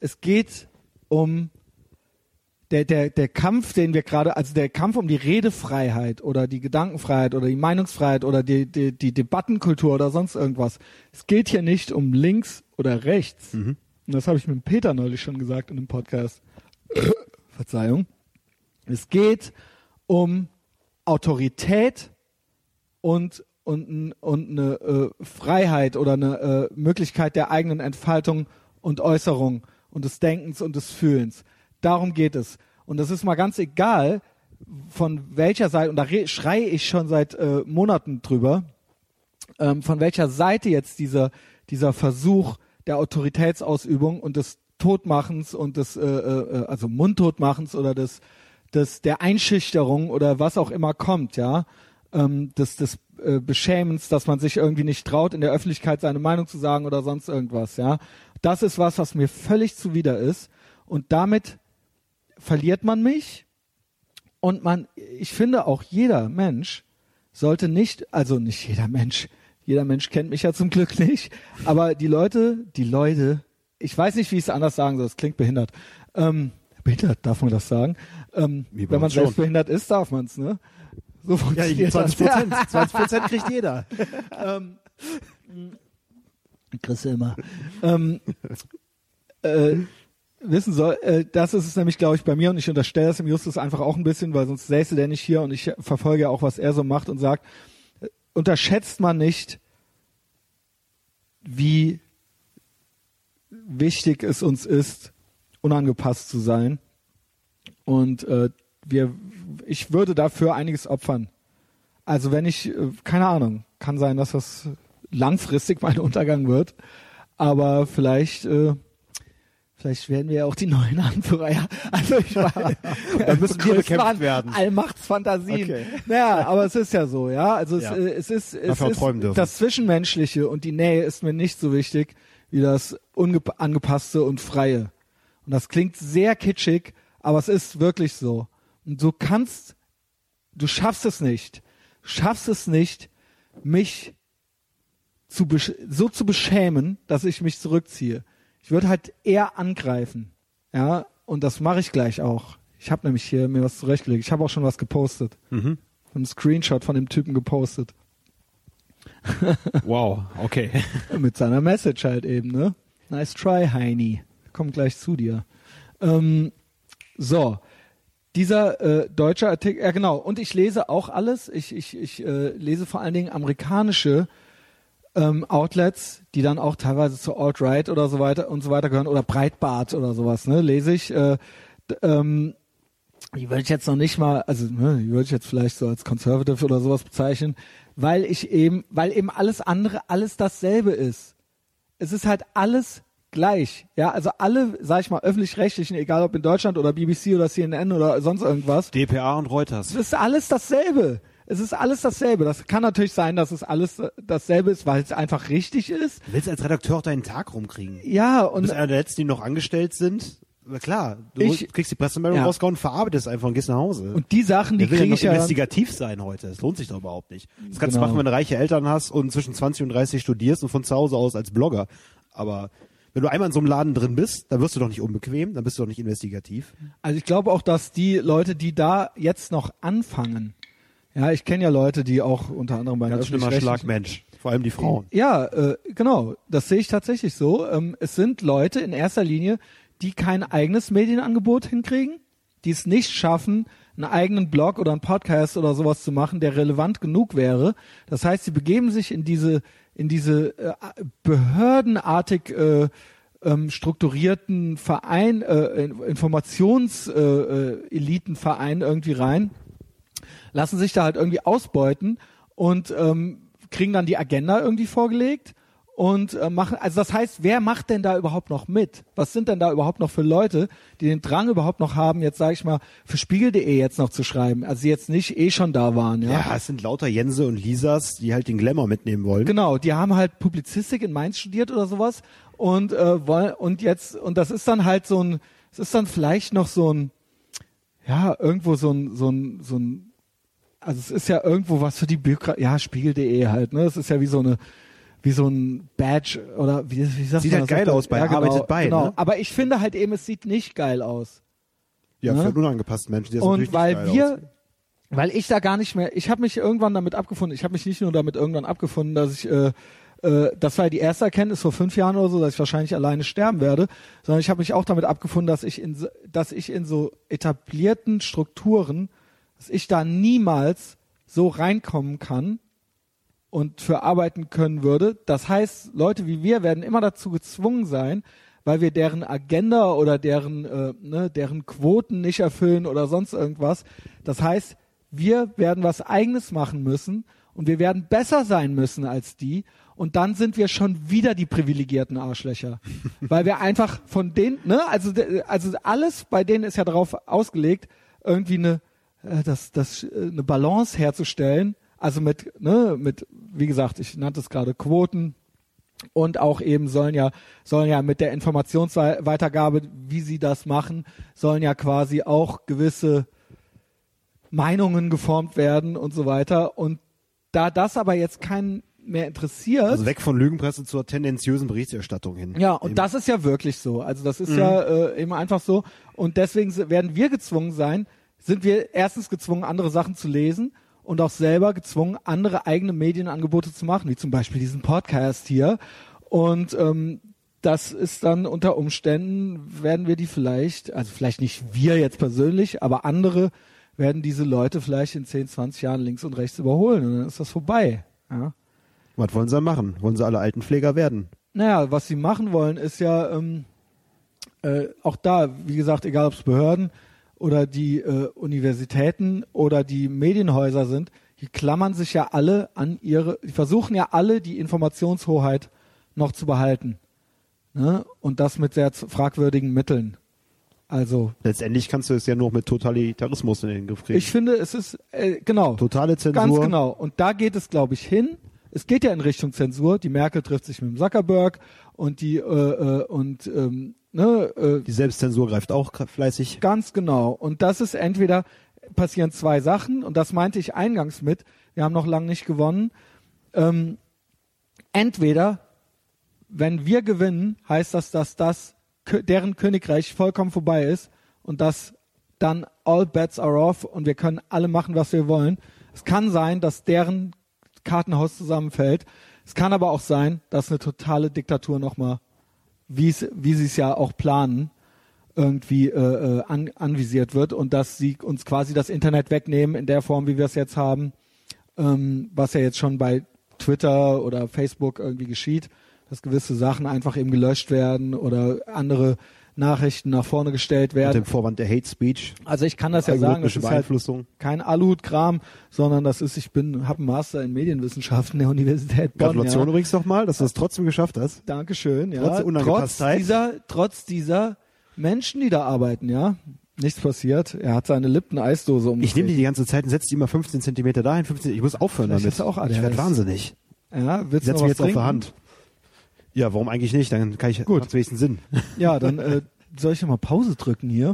der Kampf, den wir gerade, also der Kampf um die Redefreiheit oder die Gedankenfreiheit oder die Meinungsfreiheit oder die Debattenkultur oder sonst irgendwas. Es geht hier nicht um links oder rechts. Und das habe ich mit Peter neulich schon gesagt in einem Podcast. Verzeihung. Es geht um Autorität und eine Freiheit oder eine Möglichkeit der eigenen Entfaltung und Äußerung und des Denkens und des Fühlens. Darum geht es. Und das ist mal ganz egal, von welcher Seite, und da schreie ich schon seit Monaten drüber, von welcher Seite jetzt dieser Versuch der Autoritätsausübung und des Totmachens und des also Mundtotmachens oder der Einschüchterung oder was auch immer kommt, ja, des Beschämens, dass man sich irgendwie nicht traut, in der Öffentlichkeit seine Meinung zu sagen oder sonst irgendwas, ja. Das ist was mir völlig zuwider ist. Und damit verliert man mich. Und ich finde auch jeder Mensch sollte nicht, also nicht jeder Mensch kennt mich ja zum Glück nicht, aber die Leute, ich weiß nicht, wie ich es anders sagen soll, es klingt behindert. Behindert, darf man das sagen? Wenn man selbst behindert ist, darf man es, ne? So funktioniert
20%. 20% kriegt jeder.
Kriegst du immer. Wissen soll, das ist es nämlich, glaube ich, bei mir, und ich unterstelle das dem Justus einfach auch ein bisschen, weil sonst säße der nicht hier und ich verfolge ja auch, was er so macht und sagt, unterschätzt man nicht, wie wichtig es uns ist, unangepasst zu sein. Und ich würde dafür einiges opfern. Also wenn ich, keine Ahnung, kann sein, dass das langfristig mein Untergang wird, aber vielleicht werden wir ja auch die neuen Anführer. Ja. Also
dann müssen wir bekämpft werden.
Allmachtsfantasien. Okay. Naja, aber es ist ja so, ja. Also es ist das Zwischenmenschliche und die Nähe ist mir nicht so wichtig wie das Angepasste und Freie. Und das klingt sehr kitschig, aber es ist wirklich so. Und du schaffst es nicht, mich so zu beschämen, dass ich mich zurückziehe. Ich würde halt eher angreifen, ja, und das mache ich gleich auch. Ich habe nämlich hier mir was zurechtgelegt. Ich habe auch schon was gepostet. Einen Screenshot von dem Typen gepostet.
Wow, okay.
Mit seiner Message halt eben, ne? Nice try, Heini. Kommt gleich zu dir. So, dieser deutsche Artikel, ja genau, und ich lese auch alles. Ich lese vor allen Dingen amerikanische Outlets, die dann auch teilweise zu Alt-Right oder so weiter und so weiter gehören oder Breitbart oder sowas, ne, lese ich. Die würde ich jetzt noch nicht mal, also die würde ich jetzt vielleicht so als Conservative oder sowas bezeichnen, weil eben alles andere alles dasselbe ist. Es ist halt alles gleich, ja, also alle, sag ich mal, öffentlich-rechtlichen, egal ob in Deutschland oder BBC oder CNN oder sonst irgendwas.
dpa und Reuters.
Es ist alles dasselbe. Es ist alles dasselbe. Das kann natürlich sein, dass es alles dasselbe ist, weil es einfach richtig ist.
Du willst als Redakteur auch deinen Tag rumkriegen.
Ja, und.
Du bist einer der Letzten, die noch angestellt sind. Na klar, du kriegst die Pressemeldung rausgehauen, verarbeitest einfach und gehst nach Hause.
Und die Sachen, die kriege ich ja.
Investigativ sein heute. Das lohnt sich doch überhaupt nicht. Das kannst du machen, wenn du reiche Eltern hast und zwischen 20 und 30 studierst und von zu Hause aus als Blogger. Aber wenn du einmal in so einem Laden drin bist, dann wirst du doch nicht unbequem, dann bist du doch nicht investigativ.
Also ich glaube auch, dass die Leute, die da jetzt noch anfangen, ja, ich kenne ja Leute, die auch unter anderem bei
ganz schlimmer Schlagmensch, vor allem die Frauen.
Ja, genau, das sehe ich tatsächlich so. Es sind Leute in erster Linie, die kein eigenes Medienangebot hinkriegen, die es nicht schaffen, einen eigenen Blog oder einen Podcast oder sowas zu machen, der relevant genug wäre. Das heißt, sie begeben sich in diese behördenartig strukturierten Verein, Informationselitenverein irgendwie rein, lassen sich da halt irgendwie ausbeuten und kriegen dann die Agenda irgendwie vorgelegt und machen, also das heißt, wer macht denn da überhaupt noch mit? Was sind denn da überhaupt noch für Leute, die den Drang überhaupt noch haben, jetzt sage ich mal, für Spiegel.de jetzt noch zu schreiben, also die jetzt nicht schon da waren, ja?
Ja, es sind lauter Jense und Lisas, die halt den Glamour mitnehmen wollen.
Genau, die haben halt Publizistik in Mainz studiert oder sowas und wollen und das ist dann halt es ist dann vielleicht noch so ein, ja, irgendwo so ein, also es ist ja irgendwo was für die ja, Spiegel.de halt, ne? Es ist ja wie so ein Badge oder wie sagt
sieht
man
halt geil aus bei arbeitet bei,
genau.
Ne?
Aber ich finde halt eben, es sieht nicht geil aus.
Ja,
ne?
für unangepasste Menschen, die das
und
natürlich nicht geil aus.
Weil ich da gar nicht mehr, ich habe mich irgendwann damit abgefunden, ich habe mich nicht nur damit irgendwann abgefunden, dass ich das war ja die erste Erkenntnis vor 5 Jahren oder so, dass ich wahrscheinlich alleine sterben werde, sondern ich habe mich auch damit abgefunden, dass ich in so etablierten Strukturen, dass ich da niemals so reinkommen kann und für arbeiten können würde. Das heißt, Leute wie wir werden immer dazu gezwungen sein, weil wir deren Agenda oder deren Quoten nicht erfüllen oder sonst irgendwas. Das heißt, wir werden was Eigenes machen müssen und wir werden besser sein müssen als die. Und dann sind wir schon wieder die privilegierten Arschlöcher. Weil wir einfach von denen, ne, also alles bei denen ist ja darauf ausgelegt, irgendwie eine Balance herzustellen. Also mit, wie gesagt, ich nannte es gerade Quoten und auch eben sollen ja mit der Informationsweitergabe, wie sie das machen, sollen ja quasi auch gewisse Meinungen geformt werden und so weiter. Und da das aber jetzt keinen mehr interessiert.
Also weg von Lügenpresse zur tendenziösen Berichterstattung hin.
Ja, und das ist ja wirklich so. Also das ist ja immer einfach so. Und deswegen werden wir gezwungen sein, sind wir erstens gezwungen, andere Sachen zu lesen und auch selber gezwungen, andere eigene Medienangebote zu machen, wie zum Beispiel diesen Podcast hier. Und das ist dann unter Umständen, werden wir die vielleicht nicht wir jetzt persönlich, aber andere werden diese Leute vielleicht in 10, 20 Jahren links und rechts überholen und dann ist das vorbei. Ja.
Was wollen sie machen? Wollen sie alle Altenpfleger werden?
Naja, was sie machen wollen, ist ja auch da, wie gesagt, egal ob es Behörden oder die Universitäten oder die Medienhäuser sind, die klammern sich ja alle die versuchen ja alle die Informationshoheit noch zu behalten. Ne? Und das mit sehr fragwürdigen Mitteln. Also
letztendlich kannst du es ja nur mit Totalitarismus in den Griff kriegen.
Ich finde, es ist, genau.
Totale Zensur.
Ganz genau. Und da geht es, glaube ich, hin. Es geht ja in Richtung Zensur. Die Merkel trifft sich mit dem Zuckerberg und die
Selbstzensur greift auch fleißig.
Ganz genau. Und das ist passieren 2 Sachen und das meinte ich eingangs mit. Wir haben noch lange nicht gewonnen. Entweder, wenn wir gewinnen, heißt das, dass deren Königreich vollkommen vorbei ist und dass dann all bets are off und wir können alle machen, was wir wollen. Es kann sein, dass deren Kartenhaus zusammenfällt. Es kann aber auch sein, dass eine totale Diktatur nochmal, wie sie es ja auch planen, irgendwie anvisiert wird und dass sie uns quasi das Internet wegnehmen in der Form, wie wir es jetzt haben, was ja jetzt schon bei Twitter oder Facebook irgendwie geschieht, dass gewisse Sachen einfach eben gelöscht werden oder andere Nachrichten nach vorne gestellt werden.
Mit dem Vorwand der Hate Speech.
Also ich kann das ja sagen, das ist halt kein Aluhutkram, sondern das ist, habe einen Master in Medienwissenschaften der Universität Bonn.
Gratulation übrigens nochmal, dass du es trotzdem geschafft hast.
Dankeschön, ja.
Trotz der Unangepasstheit.
Trotz dieser Menschen, die da arbeiten, ja. Nichts passiert. Er hat seine Lipton-Eisdose umgedreht.
Ich nehme die ganze Zeit und setze die immer 15 Zentimeter dahin, 15. Ich muss aufhören
Vielleicht
damit.
ist auch ADHS.
Ich werde wahnsinnig.
Ja, willst du
setz
noch
mich
was
jetzt auf der Hand. Ja, warum eigentlich nicht? Dann kann ich,
gut.
Macht's wenigstens Sinn.
Ja, dann soll ich nochmal Pause drücken hier?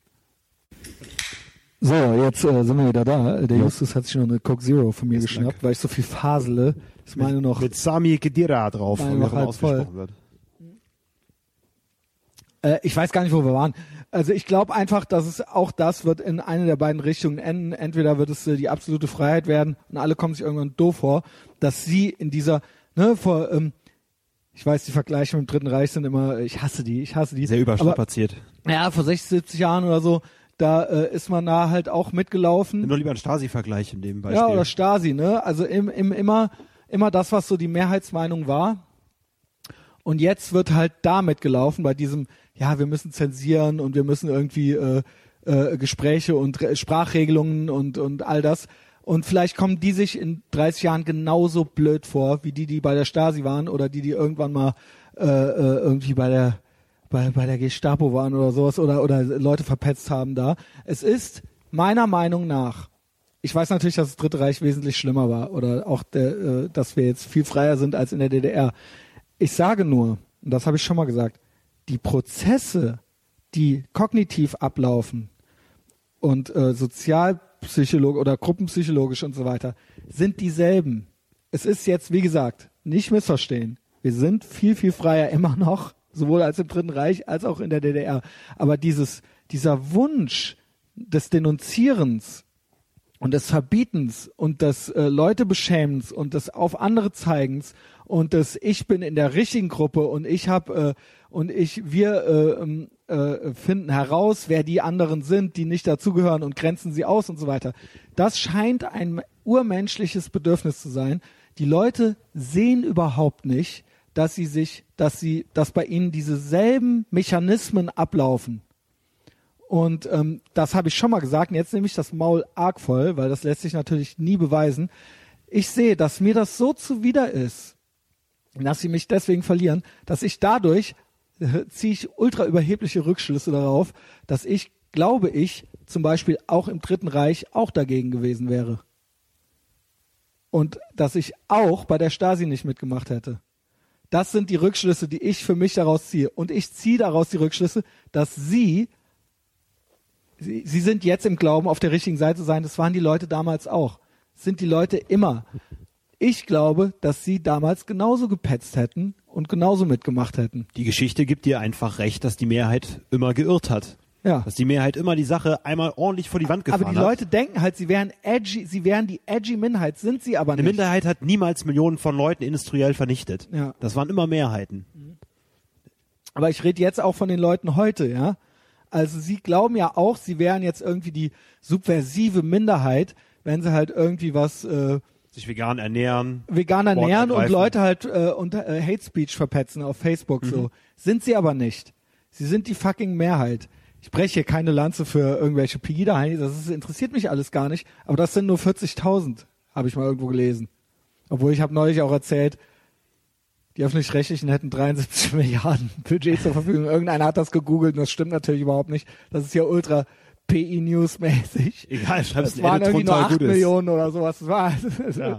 So, jetzt sind wir wieder da. Der Justus hat sich noch eine Coke Zero von mir geschnappt, weil ich so viel fasele. Ist meine noch
mit Sami Khedira drauf,
wie auch immer ausgesprochen wird. Ich weiß gar nicht, wo wir waren. Also ich glaube einfach, dass es auch das wird in eine der beiden Richtungen enden. Entweder wird es die absolute Freiheit werden und alle kommen sich irgendwann doof vor, dass sie in dieser, ich weiß, die Vergleiche mit dem Dritten Reich sind immer, ich hasse die.
Sehr überstrapaziert.
Ja, vor 60, 70 Jahren oder so, da ist man da halt auch mitgelaufen.
Nimm doch lieber einen Stasi-Vergleich in dem Beispiel.
Ja, oder Stasi, ne? Also immer das, was so die Mehrheitsmeinung war. Und jetzt wird halt da mitgelaufen bei diesem, ja, wir müssen zensieren und wir müssen irgendwie Gespräche und Sprachregelungen und all das. Und vielleicht kommen die sich in 30 Jahren genauso blöd vor, wie die bei der Stasi waren oder die irgendwann mal irgendwie bei der Gestapo waren oder sowas oder Leute verpetzt haben da. Es ist meiner Meinung nach, ich weiß natürlich, dass das Dritte Reich wesentlich schlimmer war oder auch, dass wir jetzt viel freier sind als in der DDR. Ich sage nur, und das habe ich schon mal gesagt, die Prozesse, die kognitiv ablaufen und sozialpsychologisch oder gruppenpsychologisch und so weiter, sind dieselben. Es ist jetzt, wie gesagt, nicht missverstehen. Wir sind viel, viel freier immer noch, sowohl als im Dritten Reich als auch in der DDR. Aber dieser Wunsch des Denunzierens und des Verbietens und des Leute beschämens und des auf andere zeigens und des ich bin in der richtigen Gruppe und wir finden heraus, wer die anderen sind, die nicht dazugehören und grenzen sie aus und so weiter. Das scheint ein urmenschliches Bedürfnis zu sein. Die Leute sehen überhaupt nicht, dass bei ihnen dieselben Mechanismen ablaufen. Und das habe ich schon mal gesagt, und jetzt nehme ich das Maul arg voll, weil das lässt sich natürlich nie beweisen. Ich sehe, dass mir das so zuwider ist, dass sie mich deswegen verlieren, dass ich dadurch ziehe ich ultra überhebliche Rückschlüsse darauf, dass ich, glaube ich, zum Beispiel auch im Dritten Reich auch dagegen gewesen wäre. Und dass ich auch bei der Stasi nicht mitgemacht hätte. Das sind die Rückschlüsse, die ich für mich daraus ziehe. Und ich ziehe daraus die Rückschlüsse, dass Sie sind jetzt im Glauben, auf der richtigen Seite sein. Das waren die Leute damals auch. Das sind die Leute immer. Ich glaube, dass Sie damals genauso gepetzt hätten und genauso mitgemacht hätten.
Die Geschichte gibt dir einfach recht, dass die Mehrheit immer geirrt hat.
Ja.
Dass die Mehrheit immer die Sache einmal ordentlich vor die Wand gefahren hat.
Aber die Leute denken halt, sie wären die edgy Minderheit, sind sie aber nicht.
Eine Minderheit hat niemals Millionen von Leuten industriell vernichtet.
Ja.
Das waren immer Mehrheiten.
Aber ich rede jetzt auch von den Leuten heute, ja. Also sie glauben ja auch, sie wären jetzt irgendwie die subversive Minderheit, wenn sie halt irgendwie was
sich vegan ernähren
und Leute halt Hate Speech verpetzen auf Facebook so. Sind sie aber nicht. Sie sind die fucking Mehrheit. Ich breche hier keine Lanze für irgendwelche Pegida-Heinis, interessiert mich alles gar nicht, aber das sind nur 40.000, habe ich mal irgendwo gelesen. Obwohl ich habe neulich auch erzählt, die Öffentlich-Rechtlichen hätten 73 Milliarden Budget zur Verfügung. Irgendeiner hat das gegoogelt und das stimmt natürlich überhaupt nicht. Das ist ja ultra PI-News-mäßig.
Egal,
das waren irgendwie nur 8 Millionen oder sowas. Das war,
ja.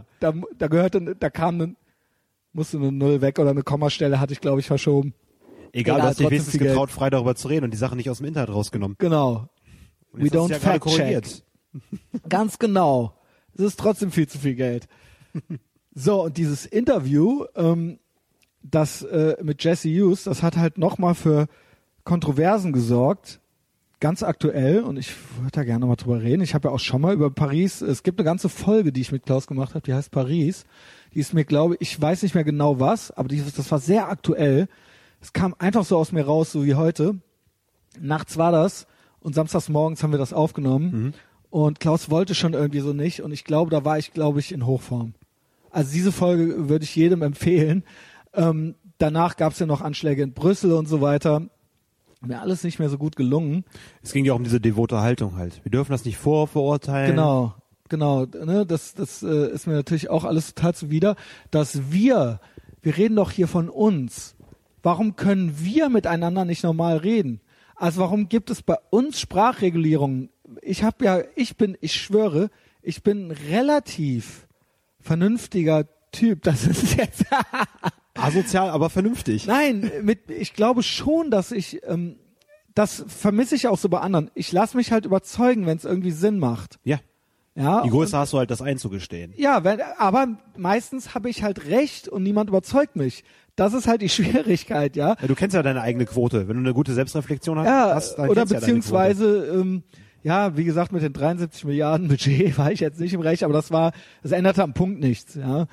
musste eine Null weg oder eine Kommastelle hatte ich, glaube ich, verschoben.
Egal, du hast dich wenigstens getraut, frei darüber zu reden und die Sache nicht aus dem Internet rausgenommen.
Genau. We don't fact check. Ganz genau. Es ist trotzdem viel zu viel Geld. So, und dieses Interview, das mit Jesse Hughes, das hat halt nochmal für Kontroversen gesorgt. Ganz aktuell, und ich würde da gerne mal drüber reden. Ich habe ja auch schon mal über Paris, es gibt eine ganze Folge, die ich mit Klaus gemacht habe, die heißt Paris. Die ist mir, glaube ich weiß nicht mehr genau was, aber das war sehr aktuell. Es kam einfach so aus mir raus, so wie heute. Nachts war das und samstags morgens haben wir das aufgenommen. Und Klaus wollte schon irgendwie so nicht und ich glaube, da war ich, in Hochform. Also diese Folge würde ich jedem empfehlen. Danach gab es ja noch Anschläge in Brüssel und so weiter. Mir alles nicht mehr so gut gelungen.
Es ging ja auch um diese devote Haltung halt. Wir dürfen das nicht vorverurteilen.
Genau. Ne, das ist mir natürlich auch alles total zuwider, dass wir reden doch hier von uns. Warum können wir miteinander nicht normal reden? Also warum gibt es bei uns Sprachregulierungen? Ich schwöre, ich bin ein relativ vernünftiger Typ. Das ist jetzt
asozial, aber vernünftig.
Nein, ich glaube schon, dass das vermisse ich auch so bei anderen. Ich lasse mich halt überzeugen, wenn es irgendwie Sinn macht.
Ja. Die Größe hast du halt, das einzugestehen.
Ja, aber meistens habe ich halt recht und niemand überzeugt mich. Das ist halt die Schwierigkeit, ja.
Du kennst ja deine eigene Quote. Wenn du eine gute Selbstreflexion hast, dann
oder
kennst
beziehungsweise, wie gesagt, mit den 73 Milliarden Budget war ich jetzt nicht im Recht, aber das änderte am Punkt nichts, ja.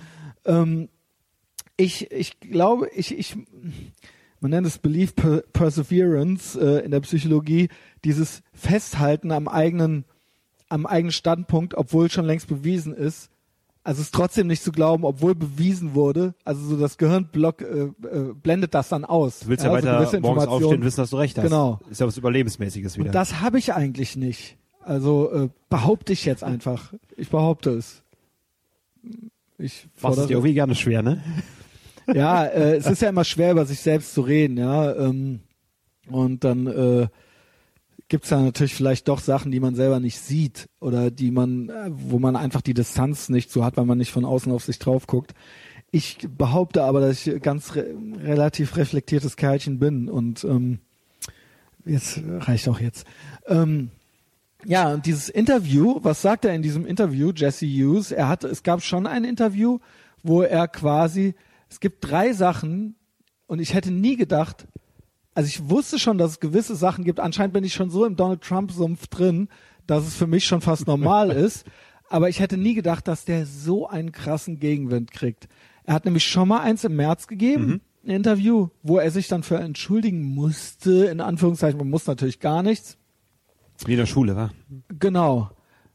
Ich glaube, man nennt es Belief Perseverance in der Psychologie, dieses Festhalten am eigenen Standpunkt, obwohl schon längst bewiesen ist. Also es ist trotzdem nicht zu glauben, obwohl bewiesen wurde. Also so das Gehirn blendet das dann aus.
Du willst ja weiter morgens aufstehen und wissen, dass du recht hast.
Genau.
Ist ja was Überlebensmäßiges wieder.
Und das habe ich eigentlich nicht. Also behaupte ich jetzt einfach. Ich behaupte es.
Machst es dir irgendwie gerne schwer, ne?
Ja, es ist ja immer schwer, über sich selbst zu reden, ja. Und dann gibt's da natürlich vielleicht doch Sachen, die man selber nicht sieht oder wo man einfach die Distanz nicht so hat, weil man nicht von außen auf sich drauf guckt. Ich behaupte aber, dass ich ganz relativ reflektiertes Kerlchen bin und jetzt reicht auch jetzt. Ja, und dieses Interview, was sagt er in diesem Interview, Jesse Hughes? Es gab schon ein Interview, wo er quasi, es gibt 3 Sachen und ich hätte nie gedacht, also ich wusste schon, dass es gewisse Sachen gibt, anscheinend bin ich schon so im Donald Trump-Sumpf drin, dass es für mich schon fast normal ist, aber ich hätte nie gedacht, dass der so einen krassen Gegenwind kriegt. Er hat nämlich schon mal eins im März gegeben, ein Interview, wo er sich dann für entschuldigen musste, in Anführungszeichen, man muss natürlich gar nichts.
Wie in der Schule, wa?
Genau.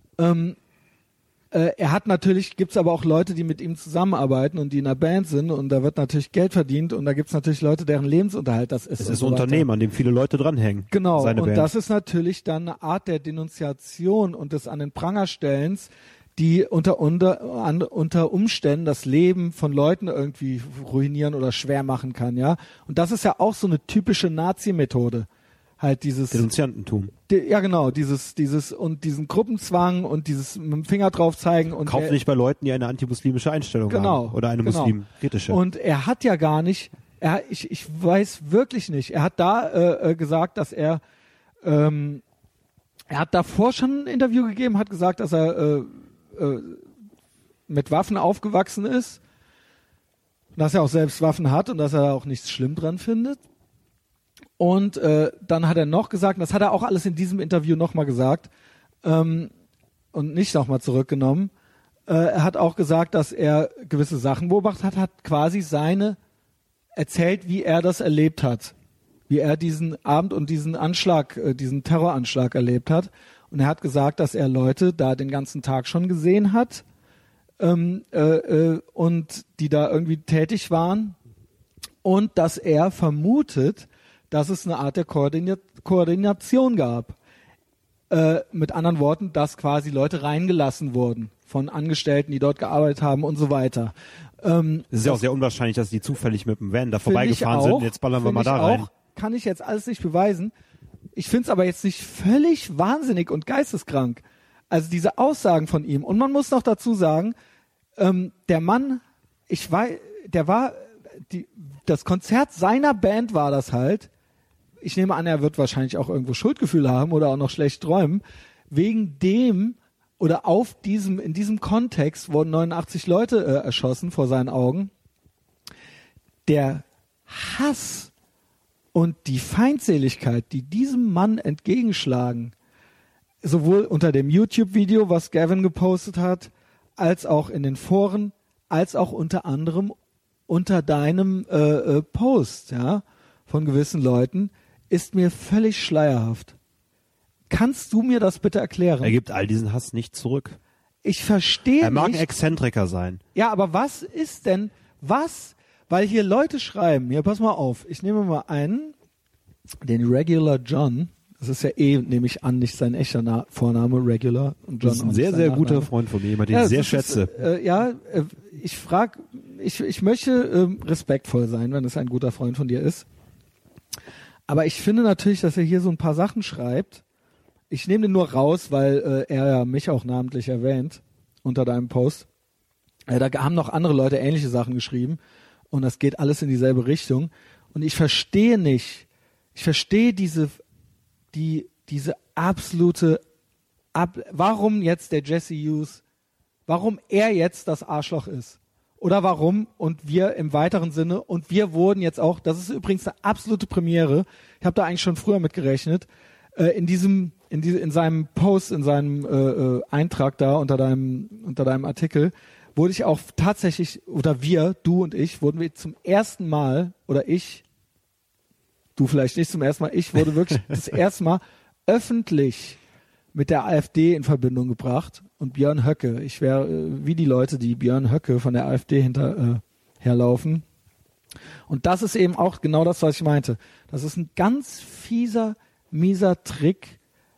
Er hat natürlich, gibt's aber auch Leute, die mit ihm zusammenarbeiten und die in einer Band sind und da wird natürlich Geld verdient und da gibt's natürlich Leute, deren Lebensunterhalt das ist.
Es ist ein Unternehmen, an dem viele Leute dranhängen.
Genau,
seine
und
Band.
Das ist natürlich dann eine Art der Denunziation und des an den Pranger Stellens, die unter Umständen das Leben von Leuten irgendwie ruinieren oder schwer machen kann, ja. Und das ist ja auch so eine typische Nazi-Methode. Halt dieses
Denunziantentum.
Ja, genau, dieses und diesen Gruppenzwang und dieses mit dem Finger drauf zeigen und
Kauf nicht bei Leuten, die eine antimuslimische Einstellung haben oder eine muslimkritische.
Und er hat ja gar nicht, ich weiß wirklich nicht. Er hat da gesagt, dass er hat davor schon ein Interview gegeben, hat gesagt, dass er mit Waffen aufgewachsen ist, dass er auch selbst Waffen hat und dass er da auch nichts schlimm dran findet. Und dann hat er noch gesagt, das hat er auch alles in diesem Interview nochmal gesagt und nicht nochmal zurückgenommen. Er hat auch gesagt, dass er gewisse Sachen beobachtet hat quasi erzählt, wie er das erlebt hat. Wie er diesen Abend und diesen Anschlag, diesen Terroranschlag erlebt hat. Und er hat gesagt, dass er Leute da den ganzen Tag schon gesehen hat und die da irgendwie tätig waren. Und dass er vermutet, dass es eine Art der Koordination gab. Mit anderen Worten, dass quasi Leute reingelassen wurden von Angestellten, die dort gearbeitet haben und so weiter.
Es ist ja auch sehr unwahrscheinlich, dass die zufällig mit dem Van da vorbeigefahren sind und jetzt ballern wir mal da rein.
Kann ich jetzt alles nicht beweisen. Ich finde es aber jetzt nicht völlig wahnsinnig und geisteskrank. Also diese Aussagen von ihm. Und man muss noch dazu sagen, der Mann, das Konzert seiner Band war das halt. Ich nehme an, er wird wahrscheinlich auch irgendwo Schuldgefühle haben oder auch noch schlecht träumen. Wegen dem oder in diesem Kontext wurden 89 Leute erschossen vor seinen Augen. Der Hass und die Feindseligkeit, die diesem Mann entgegenschlagen, sowohl unter dem YouTube-Video, was Gavin gepostet hat, als auch in den Foren, als auch unter anderem unter deinem Post, ja, von gewissen Leuten, ist mir völlig schleierhaft. Kannst du mir das bitte erklären?
Er gibt all diesen Hass nicht zurück.
Ich verstehe nicht.
Er mag ein Exzentriker sein.
Ja, aber was ist denn, weil hier Leute schreiben, hier pass mal auf, ich nehme mal einen, den Regular John, das ist ja nehme ich an, nicht sein echter Vorname, Regular. Und John
das ist ein sehr, sehr guter Freund von mir, den ich sehr schätze.
Ich möchte respektvoll sein, wenn es ein guter Freund von dir ist. Aber ich finde natürlich, dass er hier so ein paar Sachen schreibt. Ich nehme den nur raus, weil er ja mich auch namentlich erwähnt unter deinem Post. Da haben noch andere Leute ähnliche Sachen geschrieben und das geht alles in dieselbe Richtung. Und ich verstehe diese absolute, warum jetzt der Jesse Hughes, warum er jetzt das Arschloch ist. Oder warum und wir im weiteren Sinne und wir wurden jetzt auch, das ist übrigens eine absolute Premiere, ich habe da eigentlich schon früher mit gerechnet, in seinem Post, in seinem Eintrag da unter deinem Artikel, wurde ich auch tatsächlich, oder du und ich, wurden wir zum ersten Mal, oder ich, du vielleicht nicht zum ersten Mal, ich wurde wirklich das erste Mal öffentlich mit der AfD in Verbindung gebracht und Björn Höcke. Ich wäre wie die Leute, die Björn Höcke von der AfD hinterherlaufen. Und das ist eben auch genau das, was ich meinte. Das ist ein ganz mieser Trick,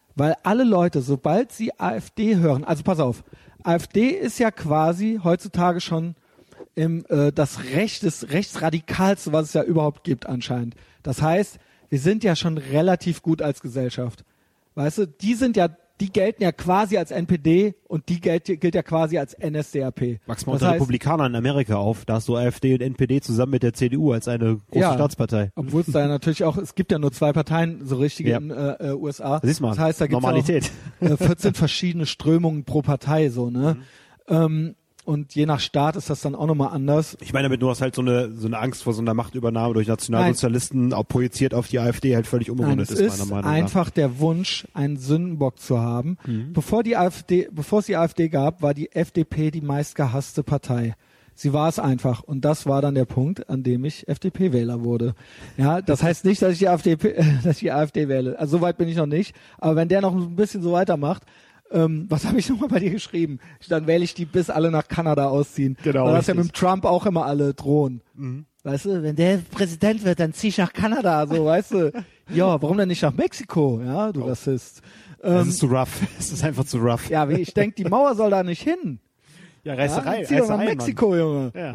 Weil alle Leute, sobald sie AfD hören, also pass auf, AfD ist ja quasi heutzutage schon das Rechtsradikalste, was es ja überhaupt gibt anscheinend. Das heißt, wir sind ja schon relativ gut als Gesellschaft. Weißt du, die gelten ja quasi als NPD und die gilt ja quasi als NSDAP.
Wachs mal unter Republikaner in Amerika auf, da hast du AfD und NPD zusammen mit der CDU als eine große Staatspartei.
Obwohl es da natürlich auch, es gibt ja nur 2 Parteien, so richtige in USA.
Siehst mal,
das heißt, da gibt es 14 verschiedene Strömungen pro Partei, so, ne? Und je nach Staat ist das dann auch nochmal anders.
Ich meine damit nur, dass halt so eine Angst vor so einer Machtübernahme durch Nationalsozialisten auch projiziert auf die AfD halt völlig unbegründet ist, meiner Meinung nach.
Es ist einfach der Wunsch, einen Sündenbock zu haben. Bevor es die AfD gab, war die FDP die meistgehasste Partei. Sie war es einfach. Und das war dann der Punkt, an dem ich FDP-Wähler wurde. Ja, das heißt nicht, dass ich die AfD wähle. Also so weit bin ich noch nicht. Aber wenn der noch ein bisschen so weitermacht, was habe ich nochmal bei dir geschrieben? Dann wähle ich die, bis alle nach Kanada ausziehen.
Genau.
Weil das ja mit Trump auch immer alle drohen. Weißt du, wenn der Präsident wird, dann zieh ich nach Kanada, so, weißt du. Ja, warum denn nicht nach Mexiko? Ja, du Rassist.
Das ist zu rough. Es ist einfach zu rough.
Ja, ich denke, die Mauer soll da nicht hin.
Ja, Reißerei.
Zieh doch nach Mexiko, Junge.
Ja.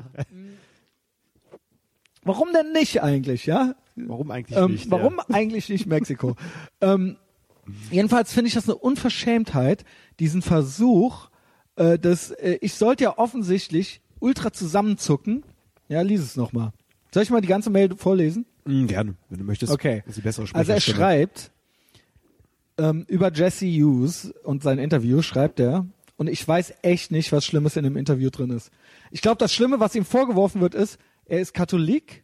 Warum denn nicht eigentlich, ja?
Warum eigentlich nicht?
Warum eigentlich nicht Mexiko? Jedenfalls finde ich das eine Unverschämtheit, diesen Versuch, ich sollte ja offensichtlich ultra zusammenzucken. Ja, lies es nochmal. Soll ich mal die ganze Mail vorlesen?
Gerne, wenn du möchtest.
Okay.
Also
er schreibt über Jesse Hughes und sein Interview schreibt er, und ich weiß echt nicht, was Schlimmes in dem Interview drin ist. Ich glaube, das Schlimme, was ihm vorgeworfen wird, ist, er ist Katholik,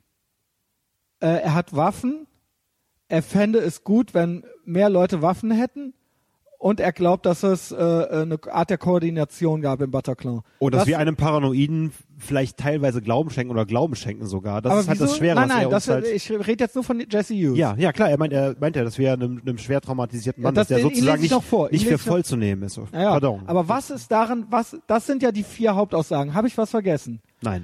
er hat Waffen, er fände es gut, wenn mehr Leute Waffen hätten, und er glaubt, dass es eine Art der Koordination gab im Bataclan.
Und dass wir einem Paranoiden vielleicht teilweise Glauben schenken sogar. Das ist halt das Schwere.
Nein, ich rede jetzt nur von Jesse Hughes.
Ja, klar, er meint ja, dass wir einem schwer traumatisierten Mann, der sozusagen nicht für voll zu nehmen ist.
Ja, pardon. Aber was ist daran, das sind ja die 4 Hauptaussagen. Habe ich was vergessen?
Nein.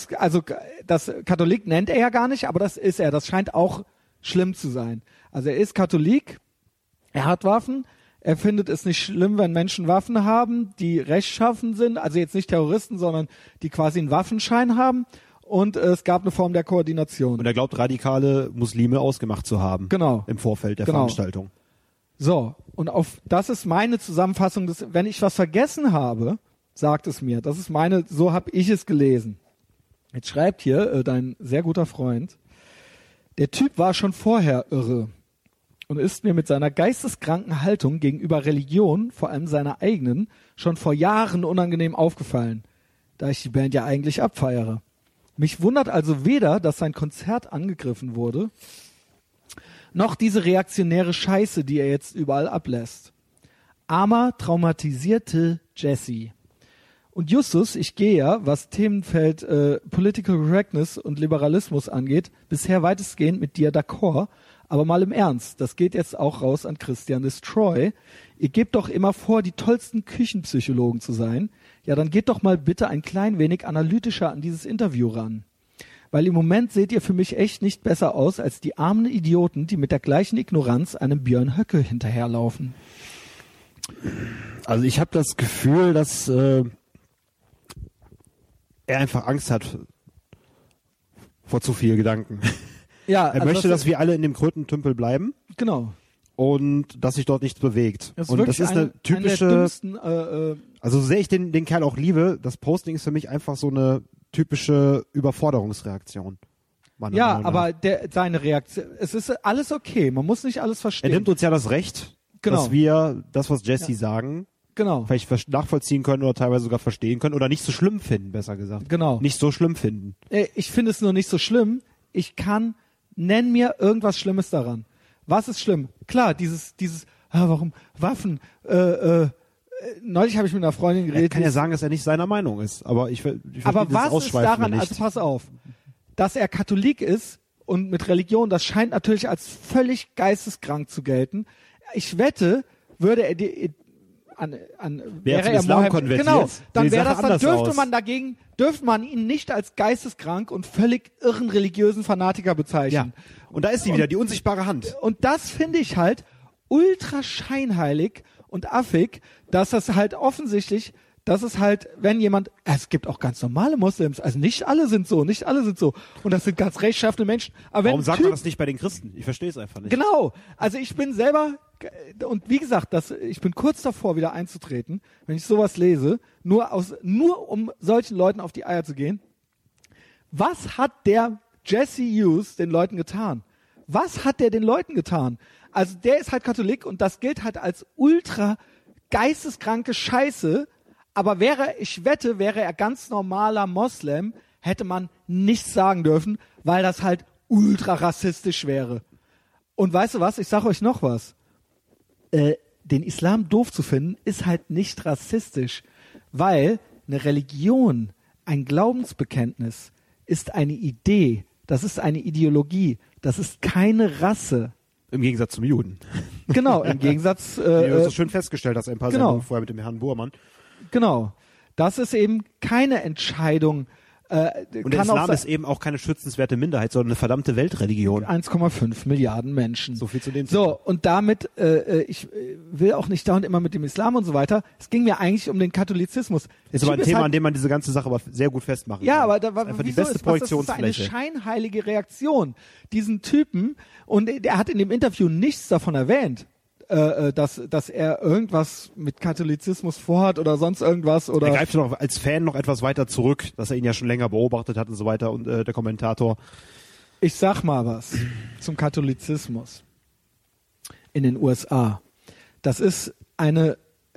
Das Katholik nennt er ja gar nicht, aber das ist er. Das scheint auch schlimm zu sein. Also er ist Katholik, er hat Waffen, er findet es nicht schlimm, wenn Menschen Waffen haben, die rechtschaffen sind, also jetzt nicht Terroristen, sondern die quasi einen Waffenschein haben, und es gab eine Form der Koordination.
Und er glaubt, radikale Muslime ausgemacht zu haben.
Genau.
Im Vorfeld der Veranstaltung.
So, und das ist meine Zusammenfassung, wenn ich was vergessen habe, sagt es mir. So habe ich es gelesen. Jetzt schreibt hier dein sehr guter Freund, der Typ war schon vorher irre und ist mir mit seiner geisteskranken Haltung gegenüber Religion, vor allem seiner eigenen, schon vor Jahren unangenehm aufgefallen, da ich die Band ja eigentlich abfeiere. Mich wundert also weder, dass sein Konzert angegriffen wurde, noch diese reaktionäre Scheiße, die er jetzt überall ablässt. Armer, traumatisierte Jesse. Und Justus, ich gehe ja, was Themenfeld Political Correctness und Liberalismus angeht, bisher weitestgehend mit dir d'accord, aber mal im Ernst, das geht jetzt auch raus an Christian Destroy. Ihr gebt doch immer vor, die tollsten Küchenpsychologen zu sein. Ja, dann geht doch mal bitte ein klein wenig analytischer an dieses Interview ran. Weil im Moment seht ihr für mich echt nicht besser aus als die armen Idioten, die mit der gleichen Ignoranz einem Björn Höcke hinterherlaufen.
Also ich habe das Gefühl, dass er einfach Angst hat vor zu viel Gedanken.
Ja,
er möchte, dass wir alle in dem Krötentümpel bleiben.
Genau.
Und dass sich dort nichts bewegt.
Das
und das ist eine typische,
dümmsten,
also so sehr ich den Kerl auch liebe, das Posting ist für mich einfach so eine typische Überforderungsreaktion.
Ja, aber seine Reaktion, es ist alles okay, man muss nicht alles verstehen.
Er nimmt uns ja das Recht, dass wir das, was Jesse sagen, vielleicht nachvollziehen können oder teilweise sogar verstehen können oder nicht so schlimm finden, besser gesagt.
Genau.
Nicht so schlimm finden.
Ich finde es nur nicht so schlimm. Nenn mir irgendwas Schlimmes daran. Was ist schlimm? Klar, warum Waffen? Neulich habe ich mit einer Freundin geredet.
Er kann ja sagen, dass er nicht seiner Meinung ist, aber ich
aber was ist daran, also pass auf, dass er Katholik ist und mit Religion, das scheint natürlich als völlig geisteskrank zu gelten. Ich wette, würde er
wäre er Islam konvertiert,
genau, dann wäre das, dann dürfte man ihn nicht als geisteskrank und völlig irren religiösen Fanatiker bezeichnen.
Ja. Und da ist sie wieder, die unsichtbare Hand.
Und das finde ich halt ultra scheinheilig und affig, dass das halt offensichtlich, dass es halt, wenn jemand, es gibt auch ganz normale Moslems, also nicht alle sind so, und das sind ganz rechtschaffene Menschen. Aber
warum sagt man das nicht bei den Christen? Ich verstehe es einfach nicht.
Genau, also ich bin selber, und wie gesagt, ich bin kurz davor, wieder einzutreten, wenn ich sowas lese, nur um solchen Leuten auf die Eier zu gehen. Was hat der Jesse Hughes den Leuten getan? Was hat der den Leuten getan? Also der ist halt Katholik und das gilt halt als ultra geisteskranke Scheiße, aber wäre er ganz normaler Moslem, hätte man nichts sagen dürfen, weil das halt ultra rassistisch wäre. Und weißt du was, ich sag euch noch was. Den Islam doof zu finden, ist halt nicht rassistisch, weil eine Religion, ein Glaubensbekenntnis ist eine Idee, das ist eine Ideologie, das ist keine Rasse.
Im Gegensatz zum Juden.
Genau, im Gegensatz...
Wie du so schön festgestellt hast, ein paar Sendungen vorher mit dem Herrn Burmann.
Genau. Das ist eben keine Entscheidung.
Und der Islam ist eben auch keine schützenswerte Minderheit, sondern eine verdammte Weltreligion.
1,5 Milliarden Menschen.
So viel zu dem
Thema. So, und damit, ich will auch nicht dauernd immer mit dem Islam und so weiter. Es ging mir eigentlich um den Katholizismus.
Das ist aber ein Thema, an dem man diese ganze Sache aber sehr gut festmachen kann.
Ja, aber da war
einfach die beste Projektionsfläche.
Das ist eine scheinheilige Reaktion. Diesen Typen, und er hat in dem Interview nichts davon erwähnt, dass er irgendwas mit Katholizismus vorhat oder sonst irgendwas. Oder
er greift noch als Fan noch etwas weiter zurück, dass er ihn ja schon länger beobachtet hat und so weiter und der Kommentator.
Ich sag mal was zum Katholizismus in den USA. Das ist eine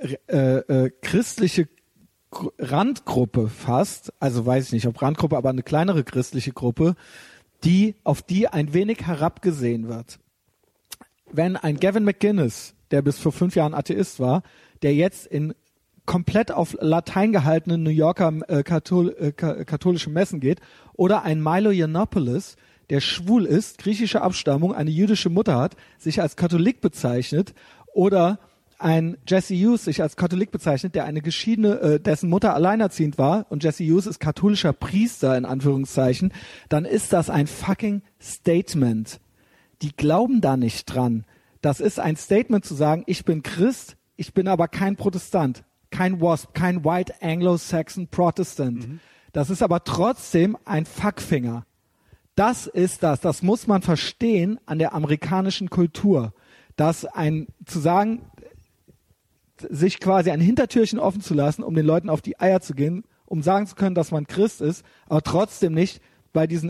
christliche Randgruppe fast, also weiß ich nicht, ob Randgruppe, aber eine kleinere christliche Gruppe, auf die ein wenig herabgesehen wird. Wenn ein Gavin McInnes, der bis vor 5 Jahren Atheist war, der jetzt in komplett auf Latein gehaltenen New Yorker katholische Messen geht, oder ein Milo Yiannopoulos, der schwul ist, griechischer Abstammung, eine jüdische Mutter hat, sich als Katholik bezeichnet, oder ein Jesse Hughes sich als Katholik bezeichnet, der eine geschiedene, dessen Mutter alleinerziehend war, und Jesse Hughes ist katholischer Priester in Anführungszeichen, dann ist das ein fucking Statement. Die glauben da nicht dran. Das ist ein Statement zu sagen, ich bin Christ, ich bin aber kein Protestant, kein WASP, kein White Anglo-Saxon Protestant. Mhm. Das ist aber trotzdem ein Fuckfinger. Das ist das. Das muss man verstehen an der amerikanischen Kultur. Zu sagen, sich quasi ein Hintertürchen offen zu lassen, um den Leuten auf die Eier zu gehen, um sagen zu können, dass man Christ ist, aber trotzdem nicht bei diesen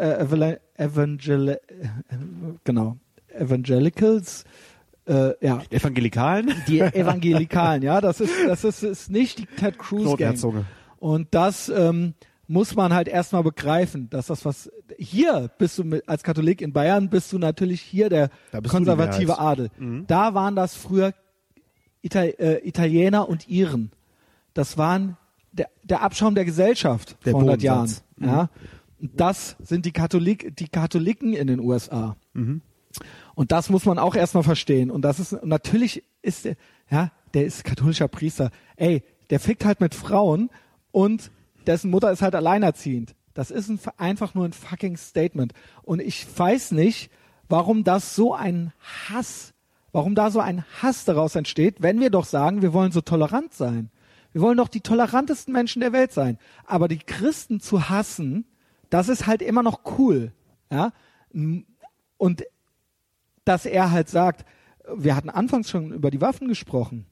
Evangelicals, ja.
Evangelikalen?
Die Evangelikalen, ja, das ist nicht die Ted Cruz Gang. Und das muss man halt erstmal begreifen, dass das hier bist du als Katholik in Bayern, bist du natürlich hier der konservative Adel. Mhm. Da waren das früher Italiener und Iren. Das waren der Abschaum der Gesellschaft vor 100 Jahren. Mhm. Ja. Das sind die Katholiken in den USA. Mhm. Und das muss man auch erstmal verstehen. Und natürlich ist der ist katholischer Priester. Ey, der fickt halt mit Frauen und dessen Mutter ist halt alleinerziehend. Das ist einfach nur ein fucking Statement. Und ich weiß nicht, warum da so ein Hass daraus entsteht, wenn wir doch sagen, wir wollen so tolerant sein. Wir wollen doch die tolerantesten Menschen der Welt sein. Aber die Christen zu hassen, das ist halt immer noch cool, ja. Und dass er halt sagt, wir hatten anfangs schon über die Waffen gesprochen,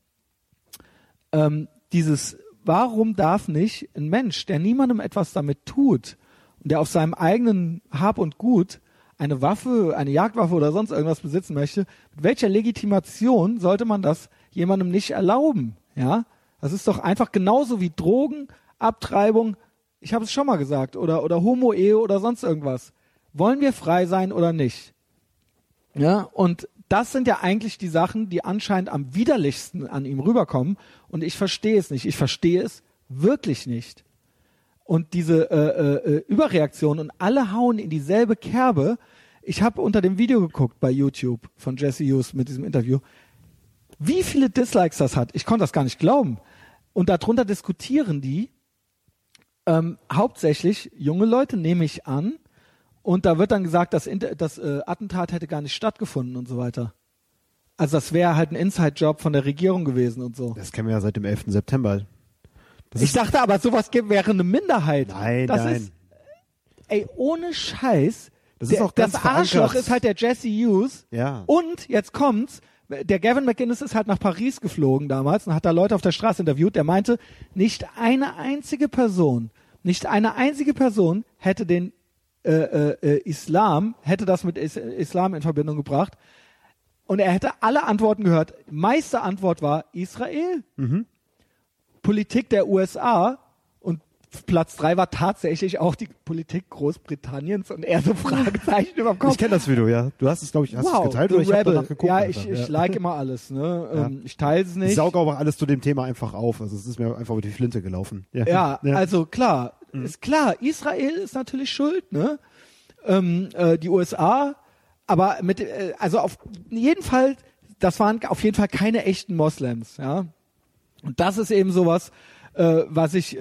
warum darf nicht ein Mensch, der niemandem etwas damit tut und der auf seinem eigenen Hab und Gut eine Waffe, eine Jagdwaffe oder sonst irgendwas besitzen möchte, mit welcher Legitimation sollte man das jemandem nicht erlauben, ja? Das ist doch einfach genauso wie Drogen, Abtreibung, ich habe es schon mal gesagt, oder Homo-Ehe oder sonst irgendwas. Wollen wir frei sein oder nicht? Ja, und das sind ja eigentlich die Sachen, die anscheinend am widerlichsten an ihm rüberkommen. Und ich verstehe es nicht. Ich verstehe es wirklich nicht. Und diese Überreaktion und alle hauen in dieselbe Kerbe. Ich habe unter dem Video geguckt bei YouTube von Jesse Hughes mit diesem Interview, wie viele Dislikes das hat. Ich konnte das gar nicht glauben. Und darunter diskutieren die hauptsächlich junge Leute, nehme ich an. Und da wird dann gesagt, das Attentat hätte gar nicht stattgefunden und so weiter. Also das wäre halt ein Inside-Job von der Regierung gewesen und so.
Das kennen wir ja seit dem 11. September.
Ich dachte aber, sowas wäre eine Minderheit.
Nein,
das
nein.
Ist, ey, ohne Scheiß.
Das ist auch ganz
das Arschloch
verankert.
ist halt der Jesse Hughes.
Ja.
Und jetzt kommt's. Der Gavin McInnes ist halt nach Paris geflogen damals und hat da Leute auf der Straße interviewt. Der meinte, nicht eine einzige Person hätte den hätte das mit Islam in Verbindung gebracht. Und er hätte alle Antworten gehört. Meiste Antwort war Israel. Politik der USA. Und Platz 3 war tatsächlich auch die Politik Großbritanniens und er so Fragezeichen über dem Kopf.
Ich kenne das Video, ja. Du hast es, glaube ich, hast es geteilt oder ich habe danach geguckt.
Ja, ich like immer alles. Ne? Ich teile es nicht.
Ich sauge auch alles zu dem Thema einfach auf. Also es ist mir einfach über die Flinte gelaufen.
Ja. Also klar, ist klar, Israel ist natürlich schuld, ne? Die USA, aber also auf jeden Fall, das waren auf jeden Fall keine echten Moslems, ja. Und das ist eben sowas, was ich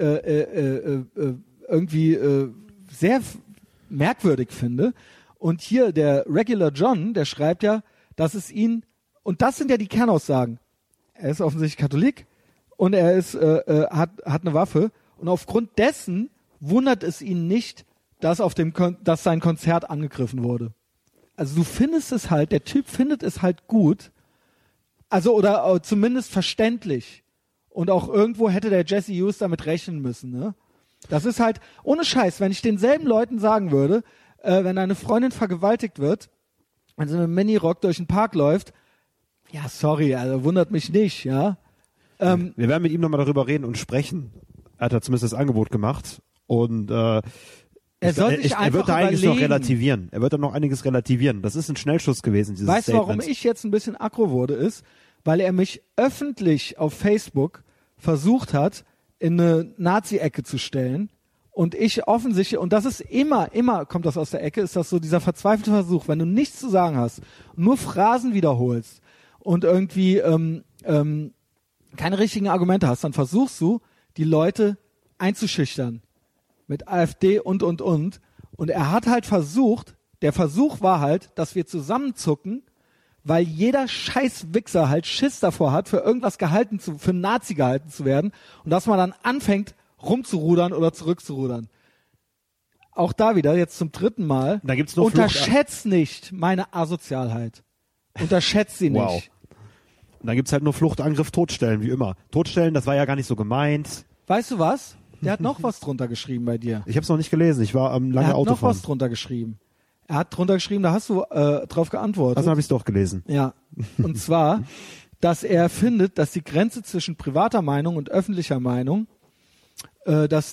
irgendwie sehr merkwürdig finde. Und hier der Regular John, der schreibt ja, dass es ihn, und das sind ja die Kernaussagen. Er ist offensichtlich Katholik und er ist hat eine Waffe und aufgrund dessen wundert es ihn nicht, dass dass sein Konzert angegriffen wurde. Also du findest es halt, der Typ findet es halt gut, also oder zumindest verständlich. Und auch irgendwo hätte der Jesse Hughes damit rechnen müssen, ne? Das ist halt, ohne Scheiß, wenn ich denselben Leuten sagen würde, wenn eine Freundin vergewaltigt wird, wenn sie mit einem Minirock durch den Park läuft, ja, sorry, also wundert mich nicht, ja.
Wir werden mit ihm nochmal darüber reden und sprechen. Er hat da zumindest das Angebot gemacht und er wird da einiges noch relativieren. Er wird da noch einiges relativieren. Das ist ein Schnellschuss gewesen, dieses
Weißt du,
Statement.
warum ich jetzt ein bisschen aggro wurde, ist, weil er mich öffentlich auf Facebook versucht hat, in eine Nazi-Ecke zu stellen. Und ich offensichtlich, und das ist immer kommt das aus der Ecke, ist das so dieser verzweifelte Versuch, wenn du nichts zu sagen hast, nur Phrasen wiederholst und irgendwie keine richtigen Argumente hast, dann versuchst du, die Leute einzuschüchtern mit AfD und. Und er hat halt versucht, der Versuch war halt, dass wir zusammenzucken, weil jeder scheiß Wichser halt Schiss davor hat, für irgendwas für einen Nazi gehalten zu werden und dass man dann anfängt, rumzurudern oder zurückzurudern. Auch da wieder, jetzt zum 3. Mal,
da gibt's noch
unterschätzt nicht meine Asozialheit. Unterschätzt sie nicht.
Wow. Und dann gibt's halt nur Fluchtangriff, Totstellen, wie immer. Totstellen, das war ja gar nicht so gemeint.
Weißt du was? Der hat noch was drunter geschrieben bei dir.
Ich habe es noch nicht gelesen, ich war am lange Autofahren.
Er hat noch was drunter geschrieben. Er hat drunter geschrieben, da hast du drauf geantwortet.
Also habe ich es doch gelesen.
Ja, und zwar, dass er findet, dass die Grenze zwischen privater Meinung und öffentlicher Meinung, dass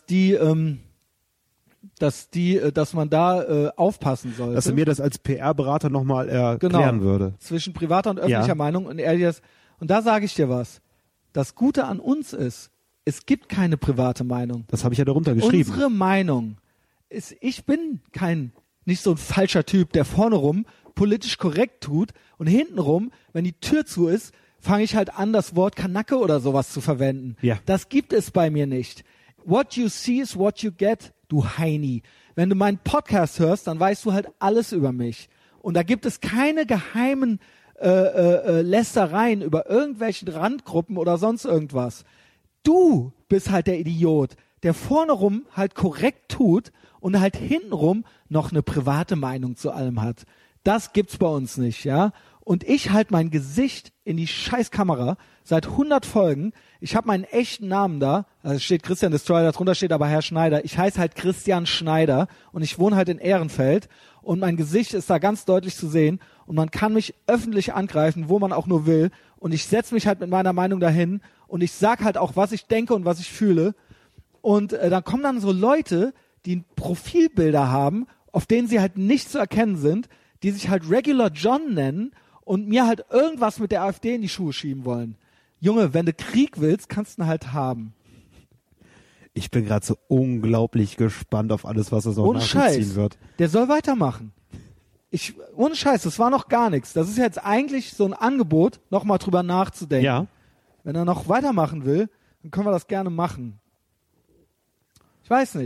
man da aufpassen sollte.
Dass er mir das als PR-Berater nochmal erklären würde.
Zwischen privater und öffentlicher Meinung und und da sage ich dir was. Das Gute an uns ist, es gibt keine private Meinung.
Das habe ich ja darunter geschrieben.
Unsere Meinung ist, ich bin nicht so ein falscher Typ, der vorne rum politisch korrekt tut und hintenrum, wenn die Tür zu ist, fange ich halt an, das Wort Kanacke oder sowas zu verwenden.
Ja.
Das gibt es bei mir nicht. What you see is what you get, du Heini. Wenn du meinen Podcast hörst, dann weißt du halt alles über mich. Und da gibt es keine geheimen Lästereien über irgendwelchen Randgruppen oder sonst irgendwas. Du bist halt der Idiot, der vorne rum halt korrekt tut und halt hintenrum noch eine private Meinung zu allem hat. Das gibt's bei uns nicht, ja. Und ich halt mein Gesicht in die scheiß Kamera seit 100 Folgen. Ich habe meinen echten Namen da. Also steht Christian Destroyer, darunter steht aber Herr Schneider. Ich heiße halt Christian Schneider und ich wohne halt in Ehrenfeld. Und mein Gesicht ist da ganz deutlich zu sehen. Und man kann mich öffentlich angreifen, wo man auch nur will. Und ich setze mich halt mit meiner Meinung dahin. Und ich sag halt auch, was ich denke und was ich fühle. Und dann kommen dann so Leute, die Profilbilder haben, auf denen sie halt nicht zu erkennen sind, die sich halt Regular John nennen und mir halt irgendwas mit der AfD in die Schuhe schieben wollen. Junge, wenn du Krieg willst, kannst du ihn halt haben.
Ich bin gerade so unglaublich gespannt auf alles, was er so nachziehen wird.
Der soll weitermachen. Ohne Scheiß, das war noch gar nichts. Das ist jetzt eigentlich so ein Angebot, nochmal drüber nachzudenken.
Ja.
Wenn er noch weitermachen will, dann können wir das gerne machen. Ich weiß nicht.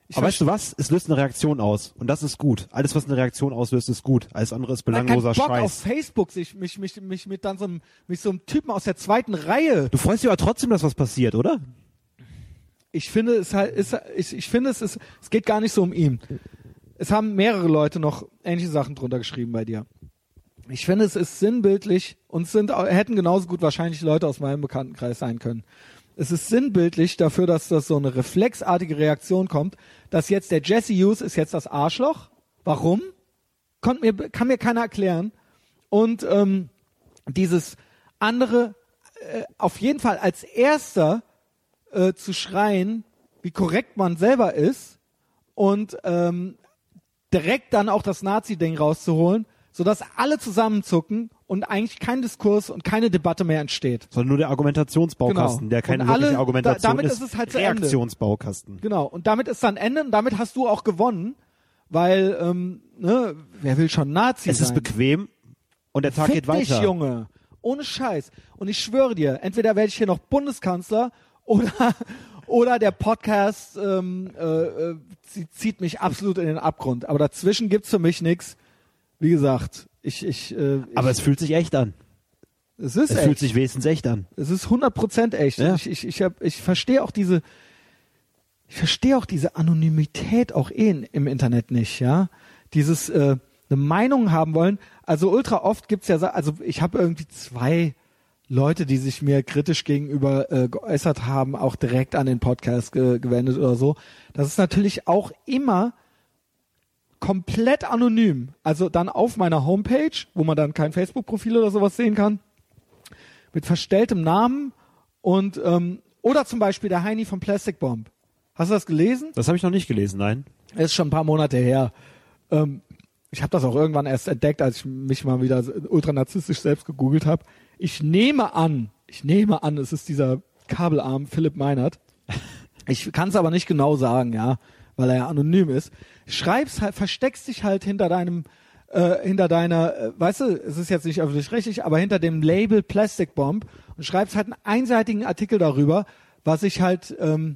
Aber weißt du was? Es löst eine Reaktion aus. Und das ist gut. Alles, was eine Reaktion auslöst, ist gut. Alles andere ist belangloser
Scheiß.
Scheiß.
Auf Facebook mich mit so einem Typen aus der zweiten Reihe.
Du freust dich aber trotzdem, dass was passiert, oder?
Ich finde es geht gar nicht so um ihn. Es haben mehrere Leute noch ähnliche Sachen drunter geschrieben bei dir. Ich finde, es ist sinnbildlich und hätten genauso gut wahrscheinlich Leute aus meinem Bekanntenkreis sein können. Es ist sinnbildlich dafür, dass das so eine reflexartige Reaktion kommt, dass jetzt der Jesse Hughes ist jetzt das Arschloch. Warum? Kann mir keiner erklären. Und dieses andere auf jeden Fall als erster zu schreien, wie korrekt man selber ist und direkt dann auch das Nazi-Ding rauszuholen, sodass alle zusammenzucken und eigentlich kein Diskurs und keine Debatte mehr entsteht.
Sondern nur der Argumentationsbaukasten, der keine wirkliche Argumentation
damit
ist.
Es halt
Reaktionsbaukasten.
Genau, und damit ist dann Ende und damit hast du auch gewonnen, weil, wer will schon Nazi sein?
Es ist bequem und der Tag geht weiter.
Fick dich, Junge. Ohne Scheiß. Und ich schwöre dir, entweder werde ich hier noch Bundeskanzler oder der Podcast zieht mich absolut in den Abgrund. Aber dazwischen gibt's für mich nichts. Wie gesagt,
aber es fühlt sich echt an.
Es
fühlt sich wenigstens echt an.
Es ist 100% echt.
Ja.
Ich verstehe auch diese Anonymität auch im Internet nicht, ja. Dieses eine Meinung haben wollen. Also ultra oft gibt's ja, also ich habe irgendwie 2 Leute, die sich mir kritisch gegenüber geäußert haben, auch direkt an den Podcast gewendet oder so. Das ist natürlich auch immer komplett anonym. Also dann auf meiner Homepage, wo man dann kein Facebook-Profil oder sowas sehen kann, mit verstelltem Namen und oder zum Beispiel der Heini von Plastic Bomb. Hast du das gelesen?
Das habe ich noch nicht gelesen, nein.
Das ist schon ein paar Monate her. Ich habe das auch irgendwann erst entdeckt, als ich mich mal wieder ultra narzisstisch selbst gegoogelt habe. Ich nehme an, es ist dieser Kabelarm Philipp Meinert. Ich kann es aber nicht genau sagen, ja, weil er ja anonym ist. Schreibst halt, versteckst dich halt hinter deiner, weißt du, es ist jetzt nicht öffentlich-rechtlich, aber hinter dem Label Plastic Bomb und schreibst halt einen einseitigen Artikel darüber, dass ich halt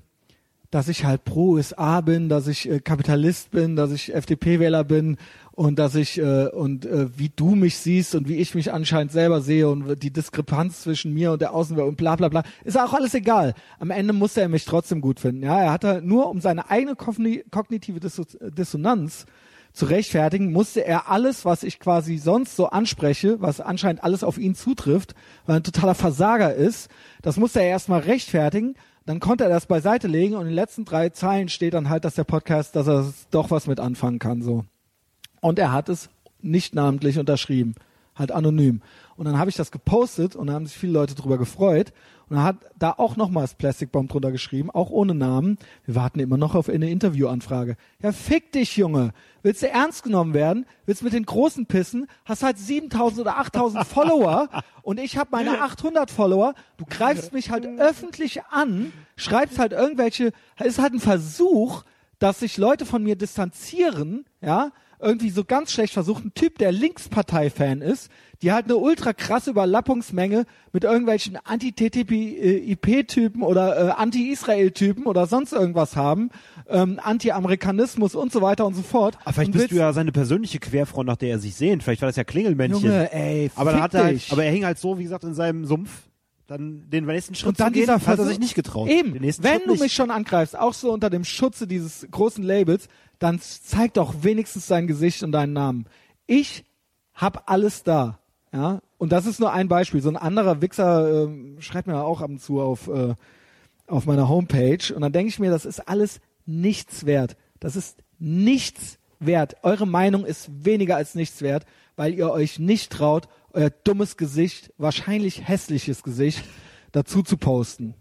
pro USA bin, dass ich Kapitalist bin, dass ich FDP-Wähler bin und dass ich wie du mich siehst und wie ich mich anscheinend selber sehe und die Diskrepanz zwischen mir und der Außenwelt und bla bla bla, ist auch alles egal. Am Ende musste er mich trotzdem gut finden. Ja, er hatte nur, um seine eigene kognitive Dissonanz zu rechtfertigen, musste er alles, was ich quasi sonst so anspreche, was anscheinend alles auf ihn zutrifft, weil er ein totaler Versager ist, das musste er erstmal rechtfertigen. Dann konnte er das beiseite legen und in den letzten 3 Zeilen steht dann halt, dass der Podcast, dass er doch was mit anfangen kann, so. Und er hat es nicht namentlich unterschrieben, halt anonym. Und dann habe ich das gepostet und da haben sich viele Leute drüber gefreut. Und er hat da auch nochmals Plastic Bomb drunter geschrieben, auch ohne Namen. Wir warten immer noch auf eine Interviewanfrage. Ja, fick dich, Junge. Willst du ernst genommen werden? Willst du mit den Großen pissen? Hast halt 7.000 oder 8.000 Follower und ich habe meine 800 Follower. Du greifst mich halt öffentlich an, schreibst halt ist halt ein Versuch, dass sich Leute von mir distanzieren, ja, irgendwie so ganz schlecht versucht, ein Typ, der Linkspartei-Fan ist, die halt eine ultra krasse Überlappungsmenge mit irgendwelchen Anti-TTIP-Typen oder Anti-Israel-Typen oder sonst irgendwas haben, Anti-Amerikanismus und so weiter und so fort.
Aber vielleicht bist du ja seine persönliche Querfront, nach der er sich sehnt. Vielleicht war das ja Klingelmännchen.
Junge, ey,
aber er hing halt so, wie gesagt, in seinem Sumpf. Dann den nächsten Schritt zu gehen, hat er sich nicht getraut.
Eben, wenn du mich schon angreifst, auch so unter dem Schutze dieses großen Labels, dann zeig doch wenigstens dein Gesicht und deinen Namen. Ich hab alles da, ja. Und das ist nur ein Beispiel. So ein anderer Wichser schreibt mir auch ab und zu auf meiner Homepage und dann denke ich mir, das ist alles nichts wert. Das ist nichts wert. Eure Meinung ist weniger als nichts wert, weil ihr euch nicht traut, euer dummes Gesicht, wahrscheinlich hässliches Gesicht, dazu zu posten.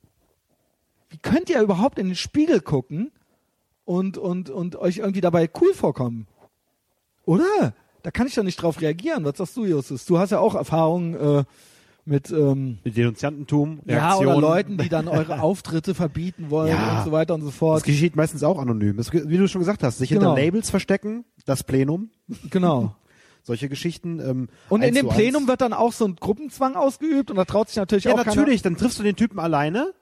Wie könnt ihr überhaupt in den Spiegel gucken und euch irgendwie dabei cool vorkommen? Oder? Da kann ich doch nicht drauf reagieren. Was sagst du, Justus? Du hast ja auch Erfahrungen mit
Denunziantentum, Reaktionen.
Ja, oder Leuten, die dann eure Auftritte verbieten wollen und so weiter und so fort.
Das geschieht meistens auch anonym. Das, wie du schon gesagt hast, sich hinter Labels verstecken, das Plenum.
Genau.
Solche Geschichten.
Und in dem Plenum wird dann auch so ein Gruppenzwang ausgeübt und da traut sich natürlich auch keiner.
Ja, natürlich. Dann triffst du den Typen alleine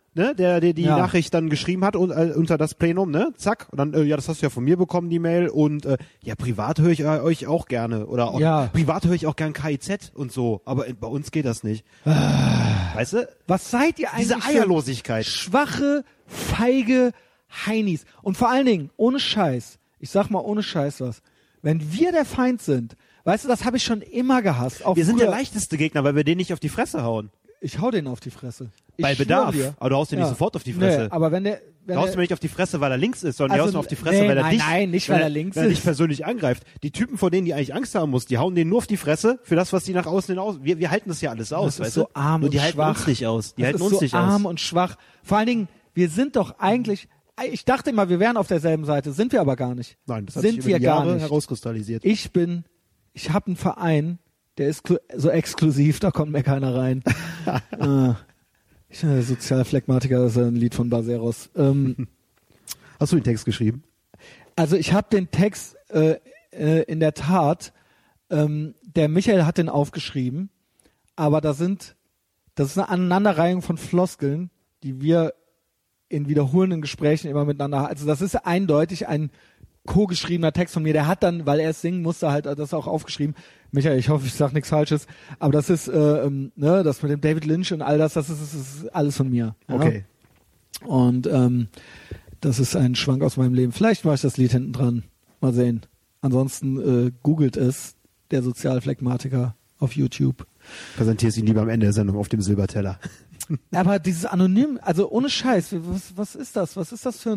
ne, der die Nachricht dann geschrieben hat und unter das Plenum, ne, zack, und dann, das hast du ja von mir bekommen, die Mail, und privat höre ich euch auch gerne, oder auch, privat höre ich auch gern KIZ und so, aber bei uns geht das nicht. Weißt du?
Was seid ihr eigentlich?
Diese Eierlosigkeit.
Schwache, feige Heinis. Und vor allen Dingen, ohne Scheiß, ich sag mal ohne Scheiß was, wenn wir der Feind sind, weißt du, das habe ich schon immer gehasst. Auch
wir sind der leichteste Gegner, weil wir den nicht auf die Fresse hauen.
Ich hau den auf die Fresse.
Bei Bedarf. Aber du haust den nicht sofort auf die Fresse.
Nee, aber wenn der
du haust mir nicht auf die Fresse, weil er links ist, sondern du haust ihn auf die Fresse, weil er dich...
Nein, nicht weil er links ist.
Weil er dich persönlich angreift. Die Typen, vor denen die eigentlich Angst haben musst, die hauen denen nur auf die Fresse für das, was die nach außen hin aus... Wir halten das ja alles aus,
das ist so arm und
die
schwach.
Halten uns nicht aus. Die halten uns nicht aus.
so arm und schwach. Vor allen Dingen, wir sind doch eigentlich... Ich dachte immer, wir wären auf derselben Seite. Sind wir aber gar nicht.
Nein, das hat sich über die Jahre herauskristallisiert.
Ich habe einen Verein, der ist so exklusiv, da kommt mir keiner rein. Ich bin Sozialphlegmatiker, das ist ein Lied von Baseros.
Hast du den Text geschrieben?
Also ich habe den Text in der Tat, der Michael hat den aufgeschrieben, aber das ist eine Aneinanderreihung von Floskeln, die wir in wiederholenden Gesprächen immer miteinander, also das ist eindeutig ein co-geschriebener Text von mir, der hat dann, weil er es singen musste, halt das auch aufgeschrieben. Michael, ich hoffe, ich sage nichts Falsches, aber das ist, das mit dem David Lynch und all das ist alles von mir. Ja?
Okay.
Und das ist ein Schwank aus meinem Leben. Vielleicht mache ich das Lied hinten dran. Mal sehen. Ansonsten googelt es, der Sozialphlegmatiker auf YouTube.
Präsentierst ihn lieber am Ende der Sendung auf dem Silberteller.
Aber dieses Anonym, also ohne Scheiß, was ist das? Was ist das für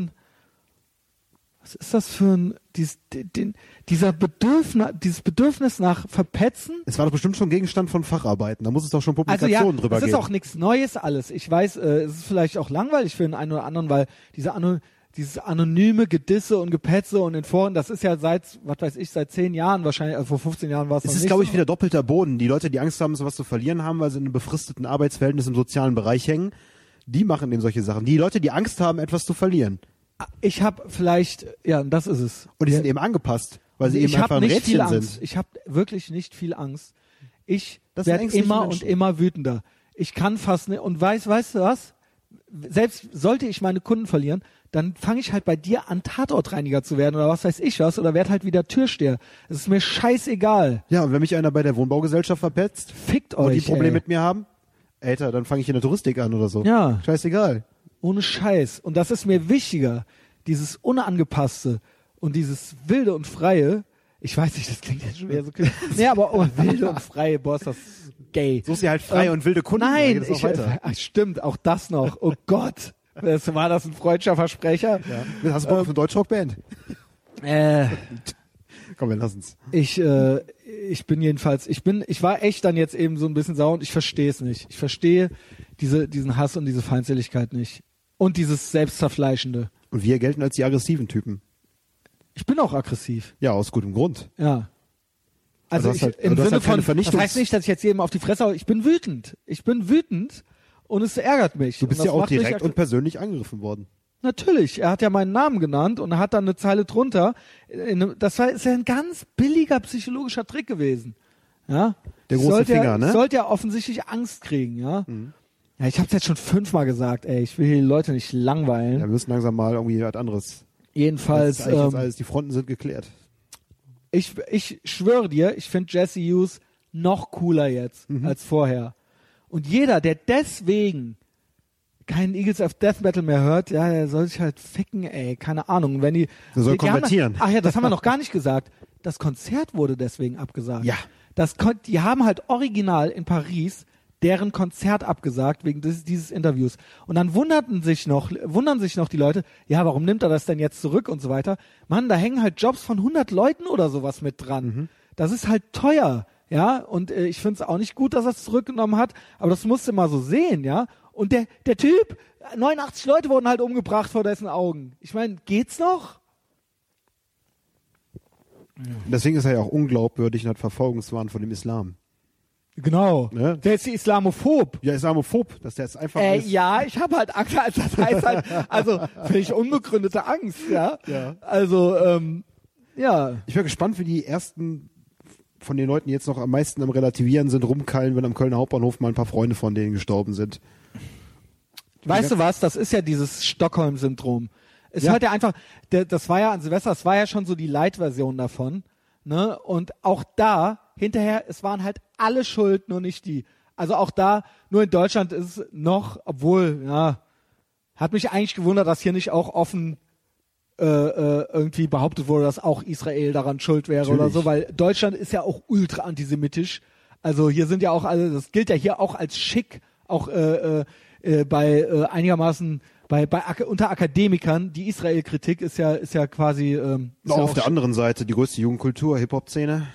ein dieses Bedürfnis nach Verpetzen?
Es war doch bestimmt schon Gegenstand von Facharbeiten. Da muss es doch schon Publikationen drüber geben.
Es ist auch nichts Neues alles. Ich weiß, es ist vielleicht auch langweilig für den einen oder anderen, weil dieses anonyme Gedisse und Gepetze und in Foren, das ist ja seit 10 Jahren wahrscheinlich, also vor 15 Jahren war es noch nicht.
Es ist, glaube ich, wieder doppelter Boden. Die Leute, die Angst haben, sowas zu verlieren haben, weil sie in einem befristeten Arbeitsverhältnis im sozialen Bereich hängen, die machen eben solche Sachen. Die Leute, die Angst haben, etwas zu verlieren.
Ich habe vielleicht, das ist es.
Und die sind eben angepasst, weil sie eben einfach ein Rädchen sind.
Ich habe wirklich nicht viel Angst. Ich werde immer und immer wütender. Ich kann fast nicht, und weißt du was? Selbst sollte ich meine Kunden verlieren, dann fange ich halt bei dir an, Tatortreiniger zu werden oder was weiß ich was, oder werde halt wieder Türsteher. Es ist mir scheißegal.
Ja, und wenn mich einer bei der Wohnbaugesellschaft verpetzt,
fickt euch,
und die Probleme mit mir haben, Alter, dann fange ich in der Touristik an oder so.
Ja.
Scheißegal.
Ohne Scheiß. Und das ist mir wichtiger. Dieses Unangepasste und dieses Wilde und Freie. Ich weiß nicht, das klingt jetzt schon wieder so... Nee, aber wilde und freie, Boss, das ist gay.
So ist ja halt freie und wilde Kunden.
Nein, stimmt, auch das noch. Oh Gott. War das ein freudscher Versprecher?
Ja. Hast du Bock auf eine Deutschrock-Band? Komm, wir lassen's.
Ich bin jedenfalls, ich war echt dann jetzt eben so ein bisschen sauer und ich verstehe es nicht. Ich verstehe diesen Hass und diese Feindseligkeit nicht. Und dieses Selbstzerfleischende.
Und wir gelten als die aggressiven Typen.
Ich bin auch aggressiv.
Ja, aus gutem Grund.
Ja. Also im Sinne von, das heißt nicht, dass ich jetzt jedem auf die Fresse haue. Ich bin wütend. Und es ärgert mich.
Du bist ja auch direkt und persönlich angegriffen worden.
Natürlich. Er hat ja meinen Namen genannt und er hat dann eine Zeile drunter. Ist ja ein ganz billiger psychologischer Trick gewesen. Ja.
Der große Finger, ne?
Ich sollte ja offensichtlich Angst kriegen, ja. Mhm. Ja, ich habe es jetzt schon 5-mal gesagt, ey. Ich will hier die Leute nicht langweilen.
Ja, wir müssen langsam mal irgendwie was anderes.
Jedenfalls.
Das ist jetzt alles, die Fronten sind geklärt.
Ich schwöre dir, ich finde Jesse Hughes noch cooler jetzt als vorher. Und jeder, der deswegen keinen Eagles of Death Metal mehr hört, ja, der soll sich halt ficken, ey, keine Ahnung. Wenn der
soll konvertieren.
Ach ja, das haben wir noch gar nicht gesagt. Das Konzert wurde deswegen abgesagt.
Ja.
Die haben halt original in Paris deren Konzert abgesagt wegen dieses Interviews. Und dann wundern sich noch die Leute, ja, warum nimmt er das denn jetzt zurück und so weiter. Mann, da hängen halt Jobs von 100 Leuten oder sowas mit dran. Mhm. Das ist halt teuer, ja. Und ich finde es auch nicht gut, dass er es zurückgenommen hat, aber das musst du mal so sehen, ja. Und der Typ, 89 Leute wurden halt umgebracht vor dessen Augen. Ich meine, geht's noch?
Deswegen ist er ja auch unglaubwürdig und hat Verfolgungswahn von dem Islam.
Genau.
Ne?
Der ist Islamophob.
Ja, Islamophob, dass der es einfach ist.
Ja, ich habe halt Angst, das heißt halt, also völlig unbegründete Angst, ja. Also, ja.
Ich bin gespannt, wie die ersten von den Leuten, die jetzt noch am meisten am Relativieren sind, rumkallen, wenn am Kölner Hauptbahnhof mal ein paar Freunde von denen gestorben sind.
Weißt du was? Das ist ja dieses Stockholm-Syndrom. Es hört ja einfach, das war ja an Silvester, das war ja schon so die Light-Version davon, ne? Und auch da, hinterher, es waren halt alle schuld, nur nicht die. Also auch da, nur in Deutschland ist es noch, obwohl, ja, hat mich eigentlich gewundert, dass hier nicht auch offen irgendwie behauptet wurde, dass auch Israel daran schuld wäre oder so, weil Deutschland ist ja auch ultra antisemitisch. Also hier sind ja auch alle, das gilt ja hier auch als schick, auch bei einigermaßen unter Akademikern. Die Israel-Kritik ist ja quasi
auf der anderen Seite die größte Jugendkultur, Hip-Hop-Szene.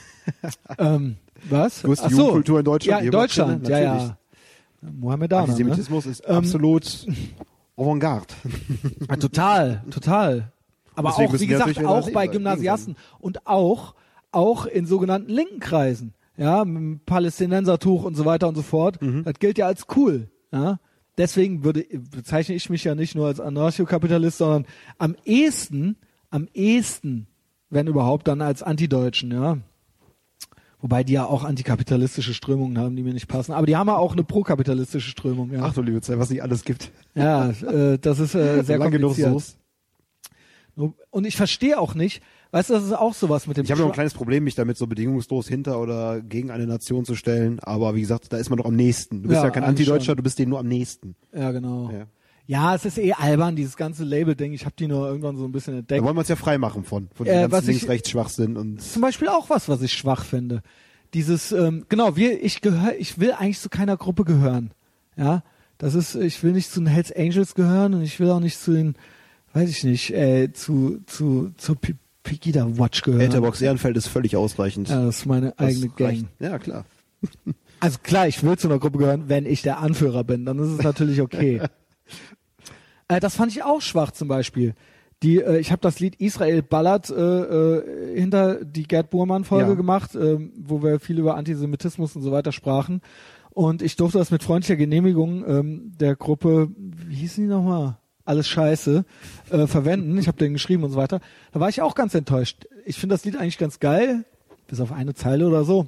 Was?
Die größte Jugendkultur in Deutschland.
Ja, in Deutschland, ja. Mohammedaner.
Antisemitismus ist absolut Avantgarde.
Ja, total. Aber
deswegen
auch, wie gesagt, auch bei Gymnasiasten und auch in sogenannten linken Kreisen. Ja, mit dem Palästinensertuch und so weiter und so fort. Das gilt ja als cool. Ja, deswegen bezeichne ich mich ja nicht nur als Anarchokapitalist, sondern am ehesten, wenn überhaupt, dann als Antideutschen. Ja, wobei die ja auch antikapitalistische Strömungen haben, die mir nicht passen. Aber die haben ja auch eine prokapitalistische Strömung. Ja.
Ach du liebe Zeit, was nicht alles gibt.
Ja, das ist sehr kompliziert.
Genug
und ich verstehe auch nicht, weißt du, das ist auch sowas mit dem...
Ich habe noch ein kleines Problem, mich damit so bedingungslos hinter oder gegen eine Nation zu stellen, aber wie gesagt, da ist man doch am nächsten. Du bist ja kein Antideutscher, du bist denen nur am nächsten.
Ja, genau. Ja, es ist albern, dieses ganze Label-Ding. Ich habe die nur irgendwann so ein bisschen entdeckt.
Da wollen wir uns ja frei machen von dem ganzen Links-Rechts-Schwachsinn. Und
zum Beispiel auch was ich schwach finde. Dieses, ich will eigentlich zu keiner Gruppe gehören. Ja, ich will nicht zu den Hells Angels gehören und ich will auch nicht zu den, weiß ich nicht, zur Pegida Watch gehören.
Etherbox Ehrenfeld ist völlig ausreichend.
Ja, das ist meine eigene Gang.
Ja, klar.
Also klar, ich will zu einer Gruppe gehören, wenn ich der Anführer bin. Dann ist es natürlich okay. Das fand ich auch schwach zum Beispiel. Ich habe das Lied Israel ballert hinter die Gerd Burmann-Folge gemacht, wo wir viel über Antisemitismus und so weiter sprachen. Und ich durfte das mit freundlicher Genehmigung der Gruppe, wie hießen die nochmal? Alles Scheiße, verwenden. Ich habe denen geschrieben und so weiter. Da war ich auch ganz enttäuscht. Ich finde das Lied eigentlich ganz geil, bis auf eine Zeile oder so.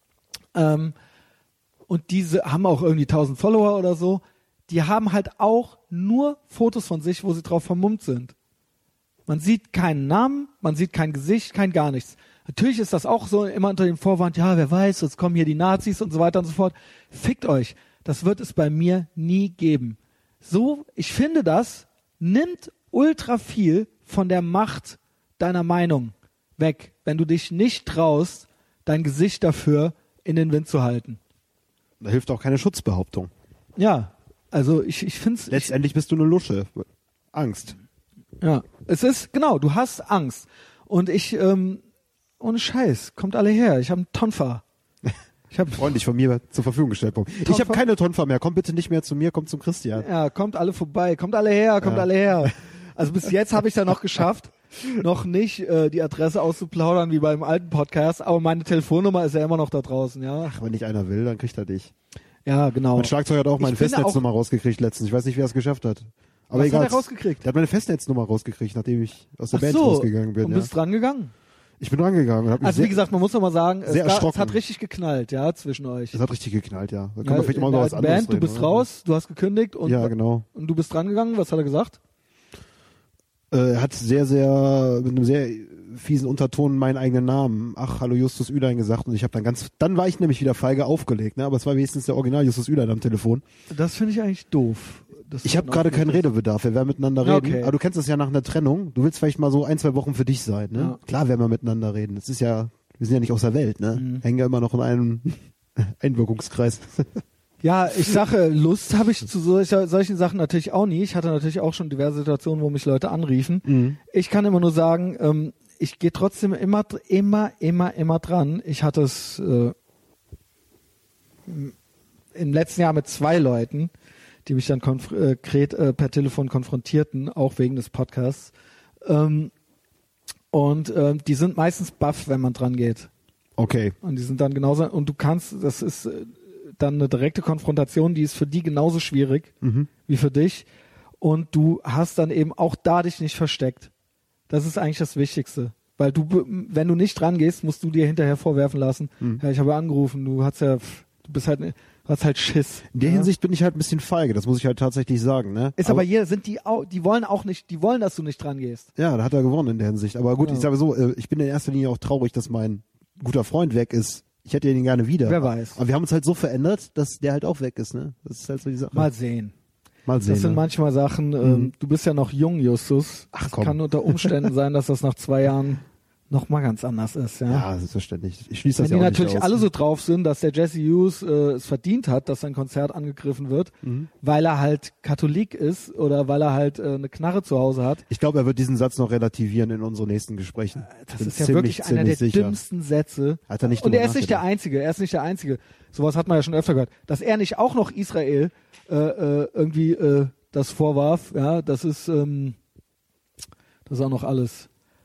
Und diese haben auch irgendwie 1000 Follower oder so. Die haben halt auch nur Fotos von sich, wo sie drauf vermummt sind. Man sieht keinen Namen, man sieht kein Gesicht, kein gar nichts. Natürlich ist das auch so immer unter dem Vorwand, ja, wer weiß, jetzt kommen hier die Nazis und so weiter und so fort. Fickt euch. Das wird es bei mir nie geben. So, ich finde, das nimmt ultra viel von der Macht deiner Meinung weg, wenn du dich nicht traust, dein Gesicht dafür in den Wind zu halten.
Da hilft auch keine Schutzbehauptung.
Ja, also ich finde es...
Letztendlich bist du eine Lusche. Angst.
Ja, es ist, genau, du hast Angst. Und ohne Scheiß, kommt alle her. Ich habe einen Tonfa.
Freundlich von mir zur Verfügung gestellt. Ich habe keine Tonfa mehr. Kommt bitte nicht mehr zu mir, kommt zum Christian.
Ja, kommt alle vorbei. Kommt alle her. Also bis jetzt habe ich da noch geschafft, noch nicht die Adresse auszuplaudern wie beim alten Podcast, aber meine Telefonnummer ist ja immer noch da draußen, ja.
Ach, wenn nicht einer will, dann kriegt er dich.
Ja, genau.
Mein Schlagzeuger hat auch meine Festnetznummer rausgekriegt letztens. Ich weiß nicht, wer es geschafft hat. Aber
was
egal.
hat er rausgekriegt?
Der hat meine Festnetznummer rausgekriegt, nachdem ich aus der Band rausgegangen bin.
Und bist dran gegangen?
Ich bin rangegangen.
Also wie gesagt, man muss noch mal sagen, es
erschrocken.
hat richtig geknallt, ja, zwischen euch.
Es hat richtig geknallt, ja. Da kann man vielleicht mal was anderes
Band, du bist raus, du hast gekündigt und,
ja, genau.
Und du bist rangegangen. Was hat er gesagt?
Er hat mit einem sehr fiesen Unterton meinen eigenen Namen, ach, hallo Justus Ülein gesagt und ich habe dann war ich nämlich wieder feige aufgelegt, ne, aber es war wenigstens der Original Justus Ülein am Telefon.
Das finde ich eigentlich doof.
Ich habe gerade keinen Redebedarf, wir werden miteinander reden,
okay.
Aber du kennst das ja nach einer Trennung, du willst vielleicht mal so 1-2 Wochen für dich sein, ne? Ja. Klar werden wir miteinander reden, wir sind ja nicht aus der Welt, ne? Hängen ja immer noch in einem Einwirkungskreis. Ja,
ich sage, Lust habe ich zu solchen Sachen natürlich auch nie. Ich hatte natürlich auch schon diverse Situationen, wo mich Leute anriefen. Mhm. Ich kann immer nur sagen, ich gehe trotzdem immer dran. Ich hatte es im letzten Jahr mit 2 Leuten, die mich dann konkret per Telefon konfrontierten, auch wegen des Podcasts. Und die sind meistens baff, wenn man dran geht.
Okay.
Und die sind dann genauso, und du kannst, das ist dann eine direkte Konfrontation, die ist für die genauso schwierig wie für dich. Und du hast dann eben auch da dich nicht versteckt. Das ist eigentlich das Wichtigste. Weil wenn du nicht dran gehst, musst du dir hinterher vorwerfen lassen, ja, ich habe angerufen, du bist halt, Du hast halt Schiss.
In der Hinsicht bin ich halt ein bisschen feige, das muss ich halt tatsächlich sagen, ne?
Aber hier sind die wollen auch nicht, die wollen, dass du nicht dran gehst.
Ja, da hat er gewonnen in der Hinsicht. Aber gut, ich sage so, ich bin in erster Linie auch traurig, dass mein guter Freund weg ist. Ich hätte ihn gerne wieder.
Wer weiß.
Aber wir haben uns halt so verändert, dass der halt auch weg ist, ne? Das ist halt so die Sache.
Mal sehen.
Das
sind manchmal Sachen, du bist ja noch jung, Justus.
Ach komm.
Kann unter Umständen sein, dass das nach 2 Jahren noch mal ganz anders ist, ja.
Ja, selbstverständlich. Ich schließe das
Wenn
ja auch
die natürlich
nicht aus.
alle so drauf sind, dass der Jesse Hughes es verdient hat, dass sein Konzert angegriffen wird, weil er halt Katholik ist oder weil er halt eine Knarre zu Hause hat.
Ich glaube, er wird diesen Satz noch relativieren in unseren nächsten Gesprächen.
Das ist ja wirklich einer der dümmsten Sätze.
Hat er nicht
Und
drüber
er ist nicht der Einzige. Er ist nicht der Einzige. Sowas hat man ja schon öfter gehört. Dass er nicht auch noch Israel irgendwie das vorwarf, ja, das ist auch noch alles.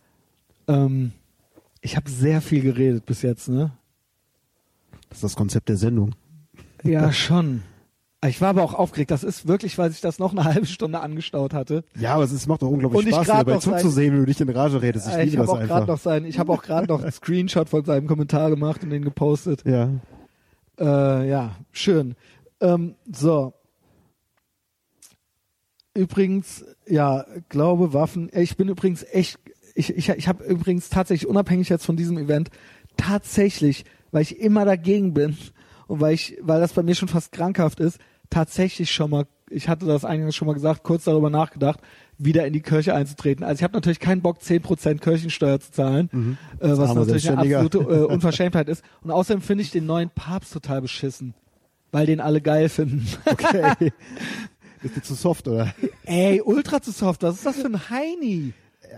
Ich habe sehr viel geredet bis jetzt, ne?
Das ist das Konzept der Sendung.
Ja, schon. Ich war aber auch aufgeregt. Das ist wirklich, weil sich das noch eine halbe Stunde angestaut hatte.
Ja, aber es macht doch unglaublich Spaß, dir dabei zuzusehen, wie du dich in Rage redest. Ich liebe das einfach.
Ich habe auch gerade noch einen Screenshot von seinem Kommentar gemacht und den gepostet.
Ja.
Ja, schön. So. Übrigens, ja, Glaube, Waffen. Ich bin übrigens echt, ich habe übrigens tatsächlich, unabhängig jetzt von diesem Event, tatsächlich, weil ich immer dagegen bin und weil das bei mir schon fast krankhaft ist, tatsächlich schon mal, ich hatte das eingangs schon mal gesagt, kurz darüber nachgedacht, wieder in die Kirche einzutreten. Also ich habe natürlich keinen Bock, 10% Kirchensteuer zu zahlen, was natürlich eine absolute Unverschämtheit ist. Und außerdem finde ich den neuen Papst total beschissen, weil den alle geil finden.
Okay. Ist dir zu soft, oder?
Ey, ultra zu soft. Was ist das für ein Heini?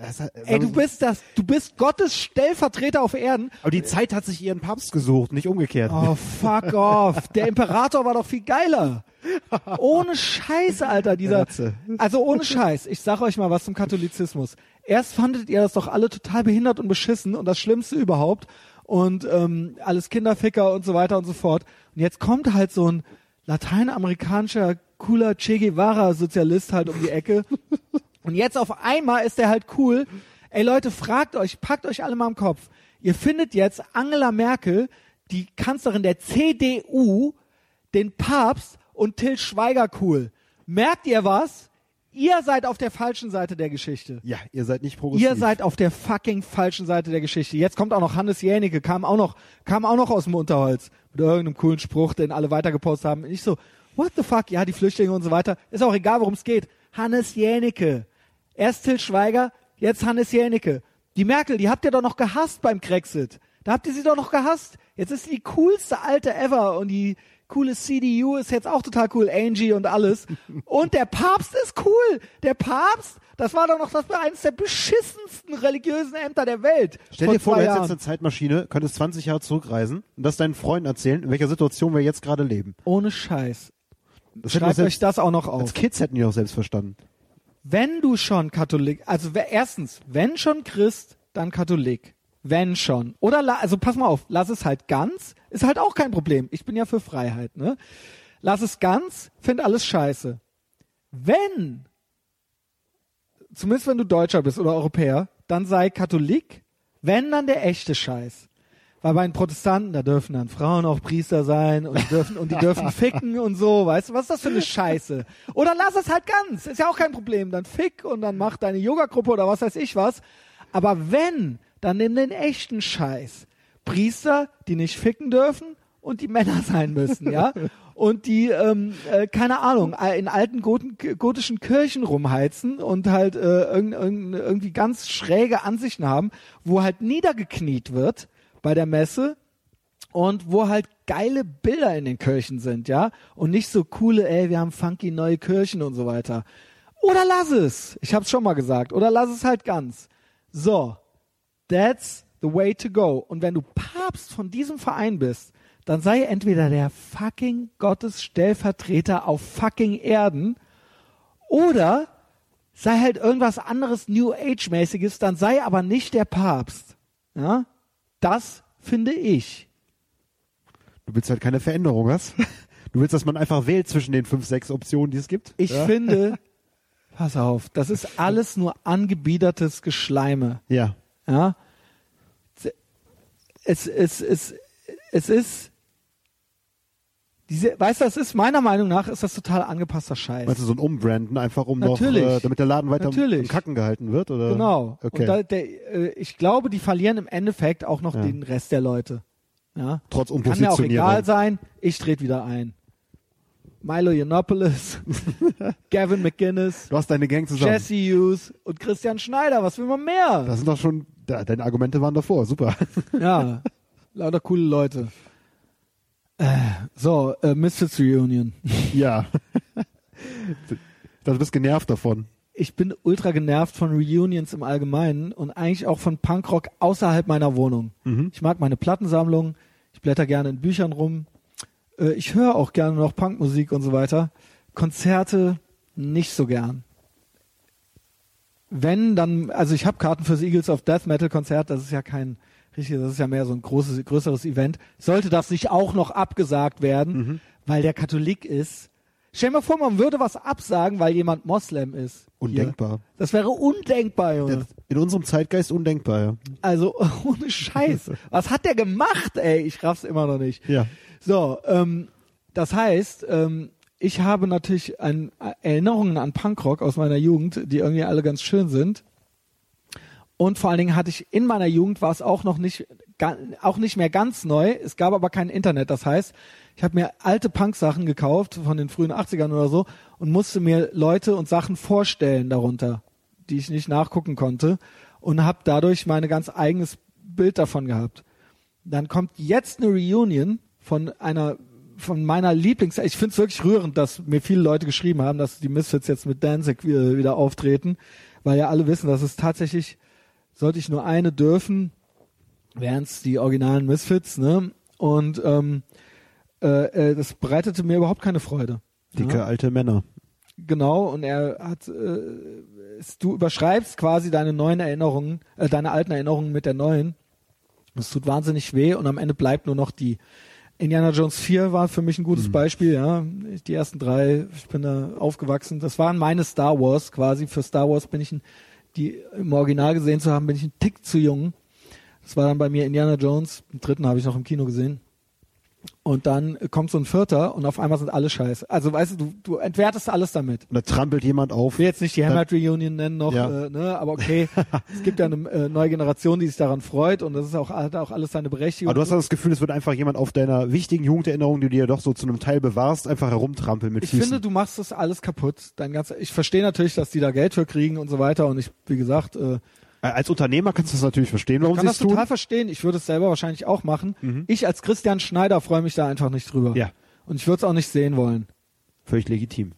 Ey, du bist Gottes Stellvertreter auf Erden.
Aber die Zeit hat sich ihren Papst gesucht, nicht umgekehrt.
Oh, fuck off. Der Imperator war doch viel geiler. Ohne Scheiß, Alter, also ohne Scheiß. Ich sag euch mal was zum Katholizismus. Erst fandet ihr das doch alle total behindert und beschissen und das Schlimmste überhaupt und alles Kinderficker und so weiter und so fort. Und jetzt kommt halt so ein lateinamerikanischer cooler Che Guevara Sozialist halt um die Ecke. Und jetzt auf einmal ist der halt cool. Ey Leute, packt euch alle mal am Kopf. Ihr findet jetzt Angela Merkel, die Kanzlerin der CDU, den Papst und Til Schweiger cool. Merkt ihr was? Ihr seid auf der falschen Seite der Geschichte.
Ja, ihr seid nicht progressiv.
Ihr seid auf der fucking falschen Seite der Geschichte. Jetzt kommt auch noch Hannes Jänicke, kam auch noch aus dem Unterholz mit irgendeinem coolen Spruch, den alle weitergepostet haben. Und ich so, what the fuck? Ja, die Flüchtlinge und so weiter. Ist auch egal, worum es geht. Hannes Jänicke. Erst Til Schweiger, jetzt Hannes Jänicke. Die Merkel, die habt ihr doch noch gehasst beim Grexit. Da habt ihr sie doch noch gehasst. Jetzt ist sie die coolste Alte ever und die coole CDU ist jetzt auch total cool, Angie und alles. Und der Papst ist cool. Der Papst, das war doch noch eines der beschissensten religiösen Ämter der Welt.
Stell dir vor, du hättest jetzt eine Zeitmaschine, könntest 20 Jahre zurückreisen und das deinen Freunden erzählen, in welcher Situation wir jetzt gerade leben.
Ohne Scheiß. Schreibt euch das auch noch auf.
Als Kids hätten die auch selbst verstanden.
Wenn du schon Katholik, also erstens, wenn schon Christ, dann Katholik. Wenn schon. Oder, also pass mal auf, lass es halt ganz, ist halt auch kein Problem. Ich bin ja für Freiheit, ne? Lass es ganz, find alles scheiße. Wenn, zumindest wenn du Deutscher bist oder Europäer, dann sei Katholik, wenn dann der echte Scheiß. Weil bei den Protestanten, da dürfen dann Frauen auch Priester sein und die dürfen ficken und so, weißt du, was ist das für eine Scheiße? Oder lass es halt ganz, ist ja auch kein Problem, dann fick und dann mach deine Yoga-Gruppe oder was weiß ich was. Aber wenn, dann nimm den echten Scheiß. Priester, die nicht ficken dürfen und die Männer sein müssen, ja? Und die, keine Ahnung, in alten gotischen Kirchen rumheizen und halt irgendwie ganz schräge Ansichten haben, wo halt niedergekniet wird bei der Messe und wo halt geile Bilder in den Kirchen sind, ja? Und nicht so coole, wir haben funky neue Kirchen und so weiter. Oder lass es. Ich hab's schon mal gesagt. Oder lass es halt ganz. So. That's the way to go. Und wenn du Papst von diesem Verein bist, dann sei entweder der fucking Gottesstellvertreter auf fucking Erden oder sei halt irgendwas anderes New Age-mäßiges, dann sei aber nicht der Papst. Ja? Das finde ich.
Du willst halt keine Veränderung, was? Du willst, dass man einfach wählt zwischen den 5, 6 Optionen, die es gibt?
Ich finde, pass auf, das ist alles nur angebiedertes Geschleime.
Ja.
Ja. Es ist Weißt du, das ist meiner Meinung nach ist das total angepasster Scheiß.
Meinst du so ein Umbranden, einfach um natürlich. Noch, damit der Laden weiter im Kacken gehalten wird? Oder?
Genau.
Okay.
Und ich glaube, die verlieren im Endeffekt auch noch den Rest der Leute. Ja?
Trotz Umpositionierung.
Kann mir auch egal sein, ich trete wieder ein. Milo Yiannopoulos, Gavin McInnes,
du hast deine Gang zusammen.
Jesse Hughes und Christian Schneider, was will man mehr?
Das sind doch schon, deine Argumente waren davor, super.
Ja, lauter coole Leute. Misfits Reunion.
Ja. Du bist genervt davon.
Ich bin ultra genervt von Reunions im Allgemeinen und eigentlich auch von Punkrock außerhalb meiner Wohnung. Mhm. Ich mag meine Plattensammlung, ich blätter gerne in Büchern rum, ich höre auch gerne noch Punkmusik und so weiter. Konzerte nicht so gern. Wenn, dann, also ich habe Karten fürs Eagles of Death Metal Konzert, das ist ja kein richtiges, das ist ja mehr so ein größeres Event. Sollte das nicht auch noch abgesagt werden, weil der Katholik ist? Stell dir mal vor, man würde was absagen, weil jemand Moslem ist.
Undenkbar.
Hier. Das wäre undenkbar, Junge.
In unserem Zeitgeist undenkbar, ja.
Also, ohne Scheiß. Was hat der gemacht, ey? Ich raff's immer noch nicht.
Ja.
So, das heißt, ich habe natürlich Erinnerungen an Punkrock aus meiner Jugend, die irgendwie alle ganz schön sind. Und vor allen Dingen hatte ich in meiner Jugend, war es auch nicht mehr ganz neu, es gab aber kein Internet. Das heißt, ich habe mir alte Punk-Sachen gekauft von den frühen 80ern oder so und musste mir Leute und Sachen vorstellen darunter, die ich nicht nachgucken konnte und habe dadurch mein ganz eigenes Bild davon gehabt. Dann kommt jetzt eine Reunion von meiner ich finde es wirklich rührend, dass mir viele Leute geschrieben haben, dass die Misfits jetzt mit Danzig wieder auftreten, weil ja alle wissen, dass es tatsächlich, sollte ich nur eine dürfen, wären es die originalen Misfits, ne? Und das bereitete mir überhaupt keine Freude.
Dicke alte Männer.
Genau, und er hat, du überschreibst quasi deine alten Erinnerungen mit der neuen. Das tut wahnsinnig weh und am Ende bleibt nur noch die. Indiana Jones 4 war für mich ein gutes Beispiel, ja. Die ersten 3, ich bin da aufgewachsen. Das waren meine Star Wars quasi. Für Star Wars die im Original gesehen zu haben, bin ich ein Tick zu jung. Das war dann bei mir Indiana Jones. Den 3. habe ich noch im Kino gesehen. Und dann kommt so ein 4. und auf einmal sind alle scheiße. Also weißt du entwertest alles damit.
Und da trampelt jemand auf.
Ich will jetzt nicht die Hammered Reunion nennen noch,
ja.
Aber okay, es gibt ja eine neue Generation, die sich daran freut und das ist hat auch alles seine Berechtigung.
Aber du hast das Gefühl, es wird einfach jemand auf deiner wichtigen Jugenderinnerung, die du dir doch so zu einem Teil bewahrst, einfach herumtrampeln mit Füßen.
Ich finde, du machst das alles kaputt. Ich verstehe natürlich, dass die da Geld für kriegen und so weiter und wie gesagt,
als Unternehmer kannst du das natürlich verstehen, warum sie es tun.
Ich kann das total verstehen. Ich würde es selber wahrscheinlich auch machen. Ich als Christian Schneider freue mich da einfach nicht drüber.
Ja.
Und ich würde es auch nicht sehen wollen.
Völlig legitim.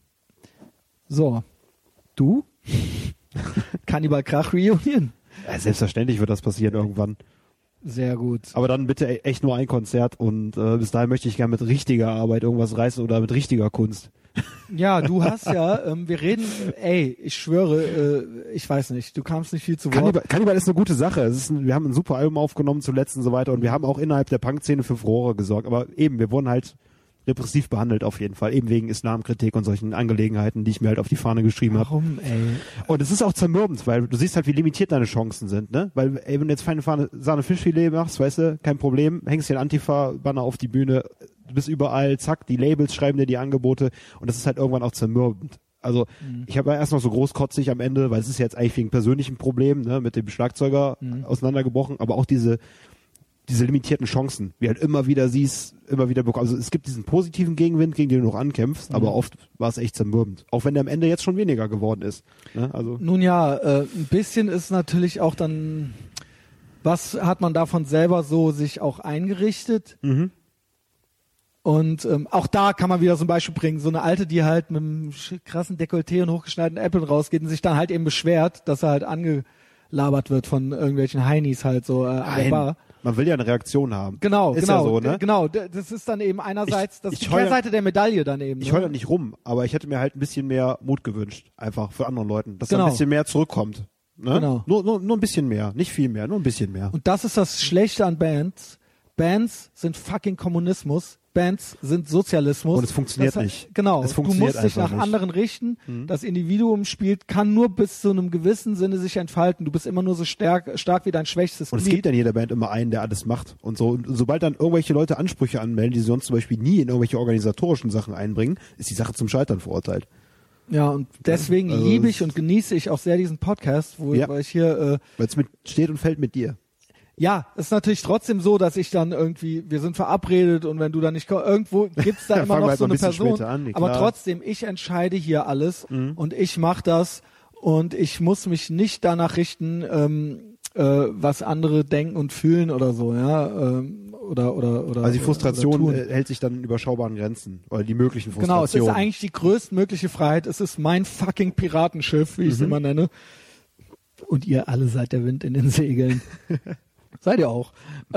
So. Du? Cannibal Krach Reunion?
Ja, selbstverständlich wird das passieren irgendwann.
Sehr gut.
Aber dann bitte echt nur ein Konzert und bis dahin möchte ich gerne mit richtiger Arbeit irgendwas reißen oder mit richtiger Kunst.
Ja, du hast wir reden, ich schwöre, ich weiß nicht, du kamst nicht viel zu Wort.
Cannibal ist eine gute Sache. Wir haben ein super Album aufgenommen zuletzt und so weiter und wir haben auch innerhalb der Punk-Szene für Furore gesorgt. Aber eben, wir wurden halt repressiv behandelt auf jeden Fall, eben wegen Islamkritik und solchen Angelegenheiten, die ich mir halt auf die Fahne geschrieben habe.
Warum, ey?
Und es ist auch zermürbend, weil du siehst halt, wie limitiert deine Chancen sind, ne? Weil, wenn du jetzt feine Sahne Fischfilet machst, weißt du, kein Problem, hängst dir ein Antifa-Banner auf die Bühne, du bist überall, zack, die Labels schreiben dir die Angebote und das ist halt irgendwann auch zermürbend. Also ich habe ja erst noch so großkotzig am Ende, weil es ist jetzt eigentlich wegen persönlichen Problemen, ne, mit dem Schlagzeuger auseinandergebrochen, aber auch diese limitierten Chancen, wie halt immer wieder siehst, immer wieder bekommst. Also es gibt diesen positiven Gegenwind, gegen den du noch ankämpfst, aber oft war es echt zermürbend. Auch wenn der am Ende jetzt schon weniger geworden ist. Ne? Also
nun ja, ein bisschen ist natürlich auch dann, was hat man davon selber so sich auch eingerichtet? Und auch da kann man wieder so ein Beispiel bringen, so eine Alte, die halt mit einem krassen Dekolleté und hochgeschneideten Äpfeln rausgeht und sich dann halt eben beschwert, dass er halt angelabert wird von irgendwelchen Heinis halt so an der Bar.
Man will ja eine Reaktion haben.
Genau,
ist
genau,
ja so, ne?
Genau. Das ist dann eben einerseits die Kehrseite der Medaille dann eben.
Ich heule nicht rum, aber ich hätte mir halt ein bisschen mehr Mut gewünscht, einfach für anderen Leuten, dass da ein bisschen mehr zurückkommt. Ne?
Genau.
Nur ein bisschen mehr, nicht viel mehr, nur ein bisschen mehr.
Und das ist das Schlechte an Bands. Bands sind fucking Kommunismus. Bands sind Sozialismus.
Und es funktioniert nicht.
Genau.
Es funktioniert
du musst dich nach
nicht.
anderen richten. Das Individuum kann nur bis zu einem gewissen Sinne sich entfalten. Du bist immer nur so stark wie dein schwächstes
Und es
Glied.
gibt ja in jeder Band immer einen, der alles macht. Und so, und sobald dann irgendwelche Leute Ansprüche anmelden, die sie sonst zum Beispiel nie in irgendwelche organisatorischen Sachen einbringen, ist die Sache zum Scheitern verurteilt.
Ja, und deswegen liebe ich und genieße ich auch sehr diesen Podcast, weil ich hier...
weil es steht und fällt mit dir.
Ja, es ist natürlich trotzdem so, dass ich dann irgendwie, wir sind verabredet und wenn du dann nicht kommst, irgendwo gibt's da immer noch so eine Person. Aber trotzdem, ich entscheide hier alles und ich mache das und ich muss mich nicht danach richten, was andere denken und fühlen oder so, ja, oder.
Also die Frustration hält sich dann in überschaubaren Grenzen oder die möglichen Frustrationen.
Genau, es ist eigentlich die größtmögliche Freiheit. Es ist mein fucking Piratenschiff, wie ich es immer nenne. Und ihr alle seid der Wind in den Segeln. Seid ihr auch.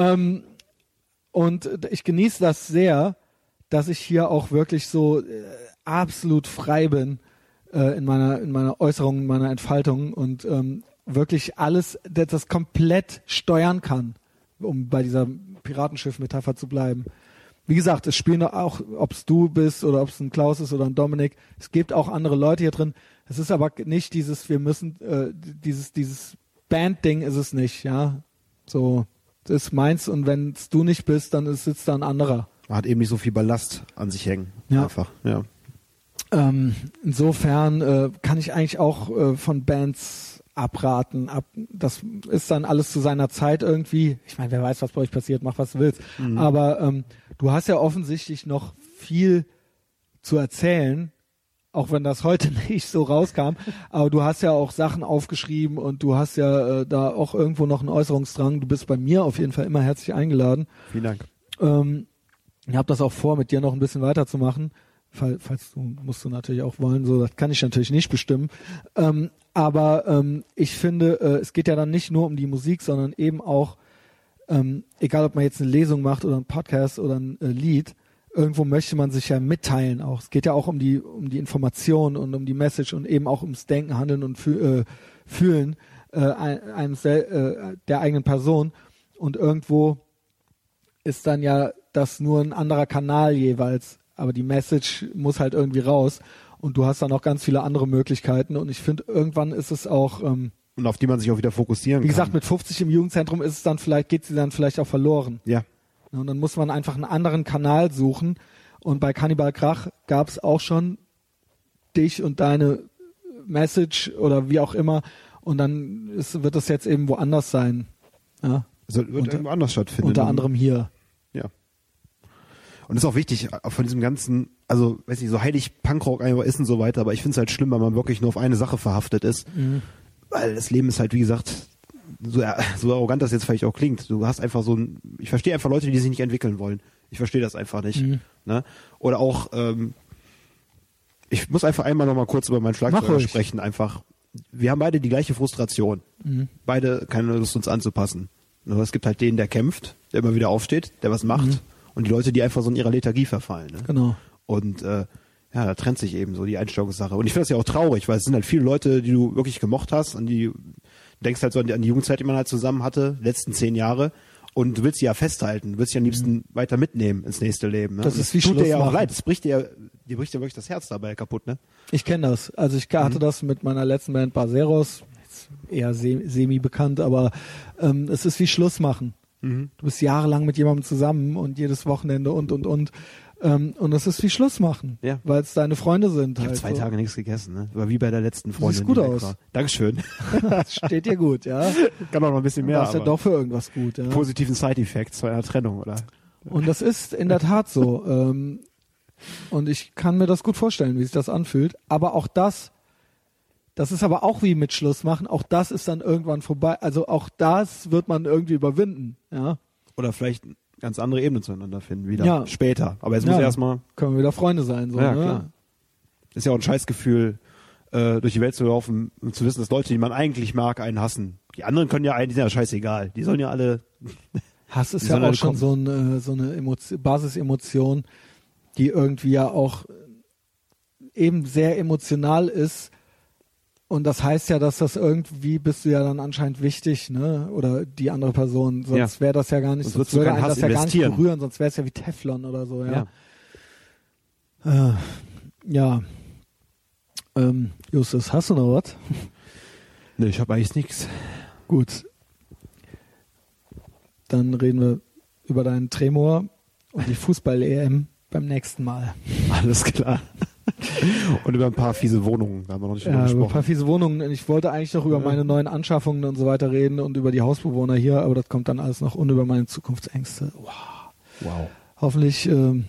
Und ich genieße das sehr, dass ich hier auch wirklich so absolut frei bin in meiner Äußerung, in meiner Entfaltung und wirklich alles, das komplett steuern kann, um bei dieser Piratenschiff-Metapher zu bleiben. Wie gesagt, es spielen auch, ob es du bist oder ob es ein Klaus ist oder ein Dominik, es gibt auch andere Leute hier drin. Es ist aber nicht wir müssen, dieses Band-Ding ist es nicht, ja. So, das ist meins und wenn es du nicht bist, dann sitzt da ein anderer.
Man hat eben nicht so viel Ballast an sich hängen.
Ja.
Einfach, ja.
Insofern kann ich eigentlich auch von Bands abraten. Das ist dann alles zu seiner Zeit irgendwie. Ich meine, wer weiß, was bei euch passiert, mach was du willst. Aber du hast ja offensichtlich noch viel zu erzählen, auch wenn das heute nicht so rauskam. Aber du hast ja auch Sachen aufgeschrieben und du hast ja da auch irgendwo noch einen Äußerungsdrang. Du bist bei mir auf jeden Fall immer herzlich eingeladen.
Vielen Dank.
Ich habe das auch vor, mit dir noch ein bisschen weiterzumachen. Falls musst du natürlich auch wollen, so das kann ich natürlich nicht bestimmen. Aber ich finde, es geht ja dann nicht nur um die Musik, sondern eben auch, egal ob man jetzt eine Lesung macht oder einen Podcast oder ein Lied, irgendwo möchte man sich ja mitteilen auch. Es geht ja auch um die Information und um die Message und eben auch ums Denken, Handeln und Fühlen der eigenen Person. Und irgendwo ist dann ja das nur ein anderer Kanal jeweils. Aber die Message muss halt irgendwie raus. Und du hast dann auch ganz viele andere Möglichkeiten. Und ich finde, irgendwann ist es auch... und
auf die man sich auch wieder fokussieren kann.
Wie gesagt, mit 50 im Jugendzentrum geht sie dann vielleicht auch verloren.
Ja.
Und dann muss man einfach einen anderen Kanal suchen. Und bei Cannibal Krach gab es auch schon dich und deine Message oder wie auch immer. Und dann wird das jetzt eben woanders sein. Ja.
Also wird irgendwo anders stattfinden.
Unter anderem hier.
Ja. Und ist auch wichtig, von diesem ganzen, also, weiß nicht, so heilig Punkrock einfach ist und so weiter, aber ich finde es halt schlimm, weil man wirklich nur auf eine Sache verhaftet ist. Weil das Leben ist halt, wie gesagt, so arrogant das jetzt vielleicht auch klingt. Du hast einfach ich verstehe einfach Leute, die sich nicht entwickeln wollen. Ich verstehe das einfach nicht. Ne? Oder auch, ich muss einfach einmal noch mal kurz über meinen Schlagzeuger sprechen, einfach. Wir haben beide die gleiche Frustration. Beide keine Lust, uns anzupassen. Nur es gibt halt den, der kämpft, der immer wieder aufsteht, der was macht. Und die Leute, die einfach so in ihrer Lethargie verfallen. Ne?
Genau.
Und da trennt sich eben so die Einstellungssache. Und ich finde das ja auch traurig, weil es sind halt viele Leute, die du wirklich gemocht hast, du denkst halt so an die Jugendzeit, die man halt zusammen hatte, letzten 10 Jahre. Und du willst sie ja festhalten, du willst sie am liebsten weiter mitnehmen ins nächste Leben. Ne?
Das ist wie
tut dir ja auch
machen.
leid, dir bricht ja wirklich das Herz dabei kaputt, ne?
Ich kenne das. Also ich hatte das mit meiner letzten Band Barceros, eher semi-bekannt, aber es ist wie Schluss machen. Du bist jahrelang mit jemandem zusammen und jedes Wochenende und es ist wie Schluss machen, weil es deine Freunde sind.
Ich habe 2 Tage nichts gegessen, ne? War wie bei der letzten Freundin.
Sieht gut aus.
War. Dankeschön.
Das steht dir gut, ja.
Kann auch noch ein bisschen mehr.
Du warst ja doch für irgendwas gut, ja.
Positiven Side-Effects bei einer Trennung, oder?
Und das ist in der Tat so. Und ich kann mir das gut vorstellen, wie sich das anfühlt. Aber auch das ist aber auch wie mit Schluss machen. Auch das ist dann irgendwann vorbei. Also auch das wird man irgendwie überwinden, ja.
Oder vielleicht ganz andere Ebenen zueinander finden, wieder später. Aber jetzt muss erstmal...
Können wir wieder Freunde sein, so,
ja,
ne?
Klar. Ist ja auch ein Scheißgefühl, durch die Welt zu laufen und zu wissen, dass Leute, die man eigentlich mag, einen hassen. Die anderen können die sind ja scheißegal. Die sollen ja alle...
Hass ist ja auch schon so eine Basisemotion, die irgendwie ja auch eben sehr emotional ist, Und das heißt ja, dass das irgendwie bist du ja dann anscheinend wichtig, ne? Oder die andere Person. Sonst wäre das ja gar nicht, sonst würde einen das ja gar nicht berühren, sonst wäre es ja wie Teflon oder so, ja. Justus, hast du noch was?
Ne, ich habe eigentlich nichts.
Gut. Dann reden wir über deinen Tremor und die Fußball-EM beim nächsten Mal.
Alles klar. Und über ein paar fiese Wohnungen, da haben wir noch nicht drüber gesprochen.
Über ein paar fiese Wohnungen. Ich wollte eigentlich noch über meine neuen Anschaffungen und so weiter reden und über die Hausbewohner hier, aber das kommt dann alles noch und über meine Zukunftsängste. Wow. Hoffentlich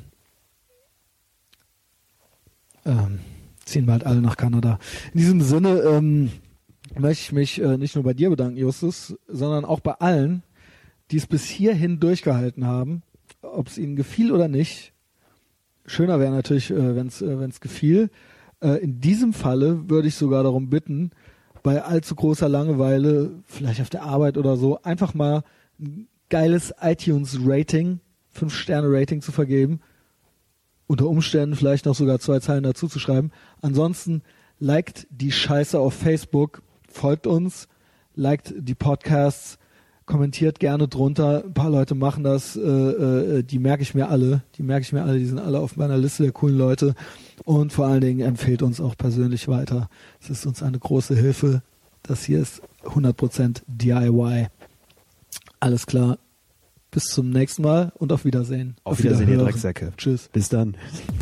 ziehen wir halt alle nach Kanada. In diesem Sinne möchte ich mich nicht nur bei dir bedanken, Justus, sondern auch bei allen, die es bis hierhin durchgehalten haben, ob es ihnen gefiel oder nicht. Schöner wäre natürlich, wenn es gefiel. In diesem Falle würde ich sogar darum bitten, bei allzu großer Langeweile, vielleicht auf der Arbeit oder so, einfach mal ein geiles iTunes-Rating, 5-Sterne-Rating zu vergeben. Unter Umständen vielleicht noch sogar 2 Zeilen dazu zu schreiben. Ansonsten liked die Scheiße auf Facebook, folgt uns, liked die Podcasts, kommentiert gerne drunter. Ein paar Leute machen das, die merke ich mir alle. Die sind alle auf meiner Liste der coolen Leute. Und vor allen Dingen empfehlt uns auch persönlich weiter. Es ist uns eine große Hilfe. Das hier ist 100% DIY. Alles klar. Bis zum nächsten Mal und auf Wiedersehen.
Auf Wiedersehen, ihr Drecksäcke.
Tschüss.
Bis dann.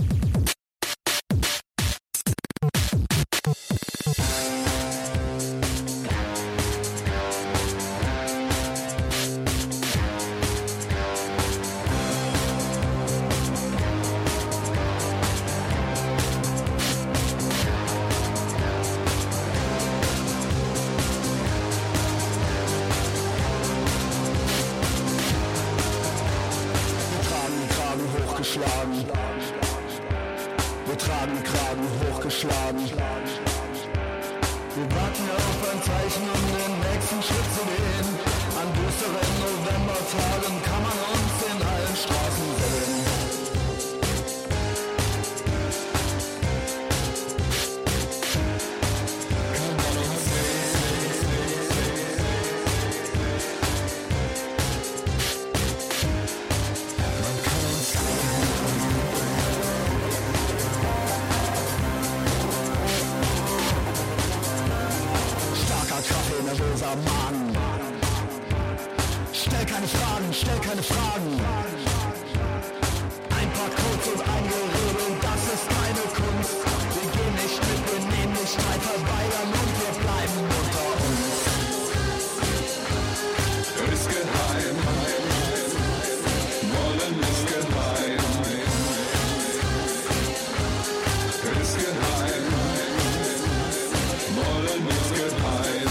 Wir tragen Kragen hochgeschlagen. Wir warten auf ein Zeichen, um den nächsten Schritt zu gehen. An düsteren Novembertagen kann man uns in allen Straßen sehen. Mann. Stell keine Fragen. Ein paar Codes und ein Gerede, das ist meine Kunst. Wir gehen nicht mit Benehmlichkeit, verweigern und wir bleiben unter uns. Ist geheim, wollen ist geheim. Ist geheim, wollen ist geheim.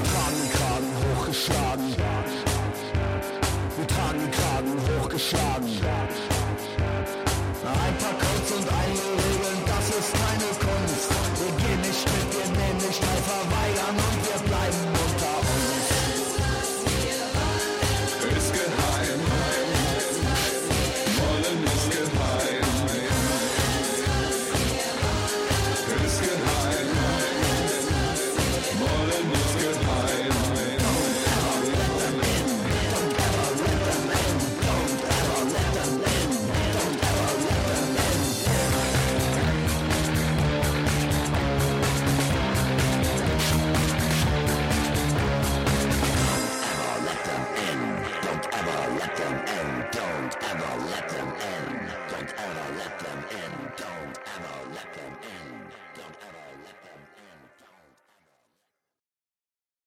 Wir tragen Kragen hochgeschlagen.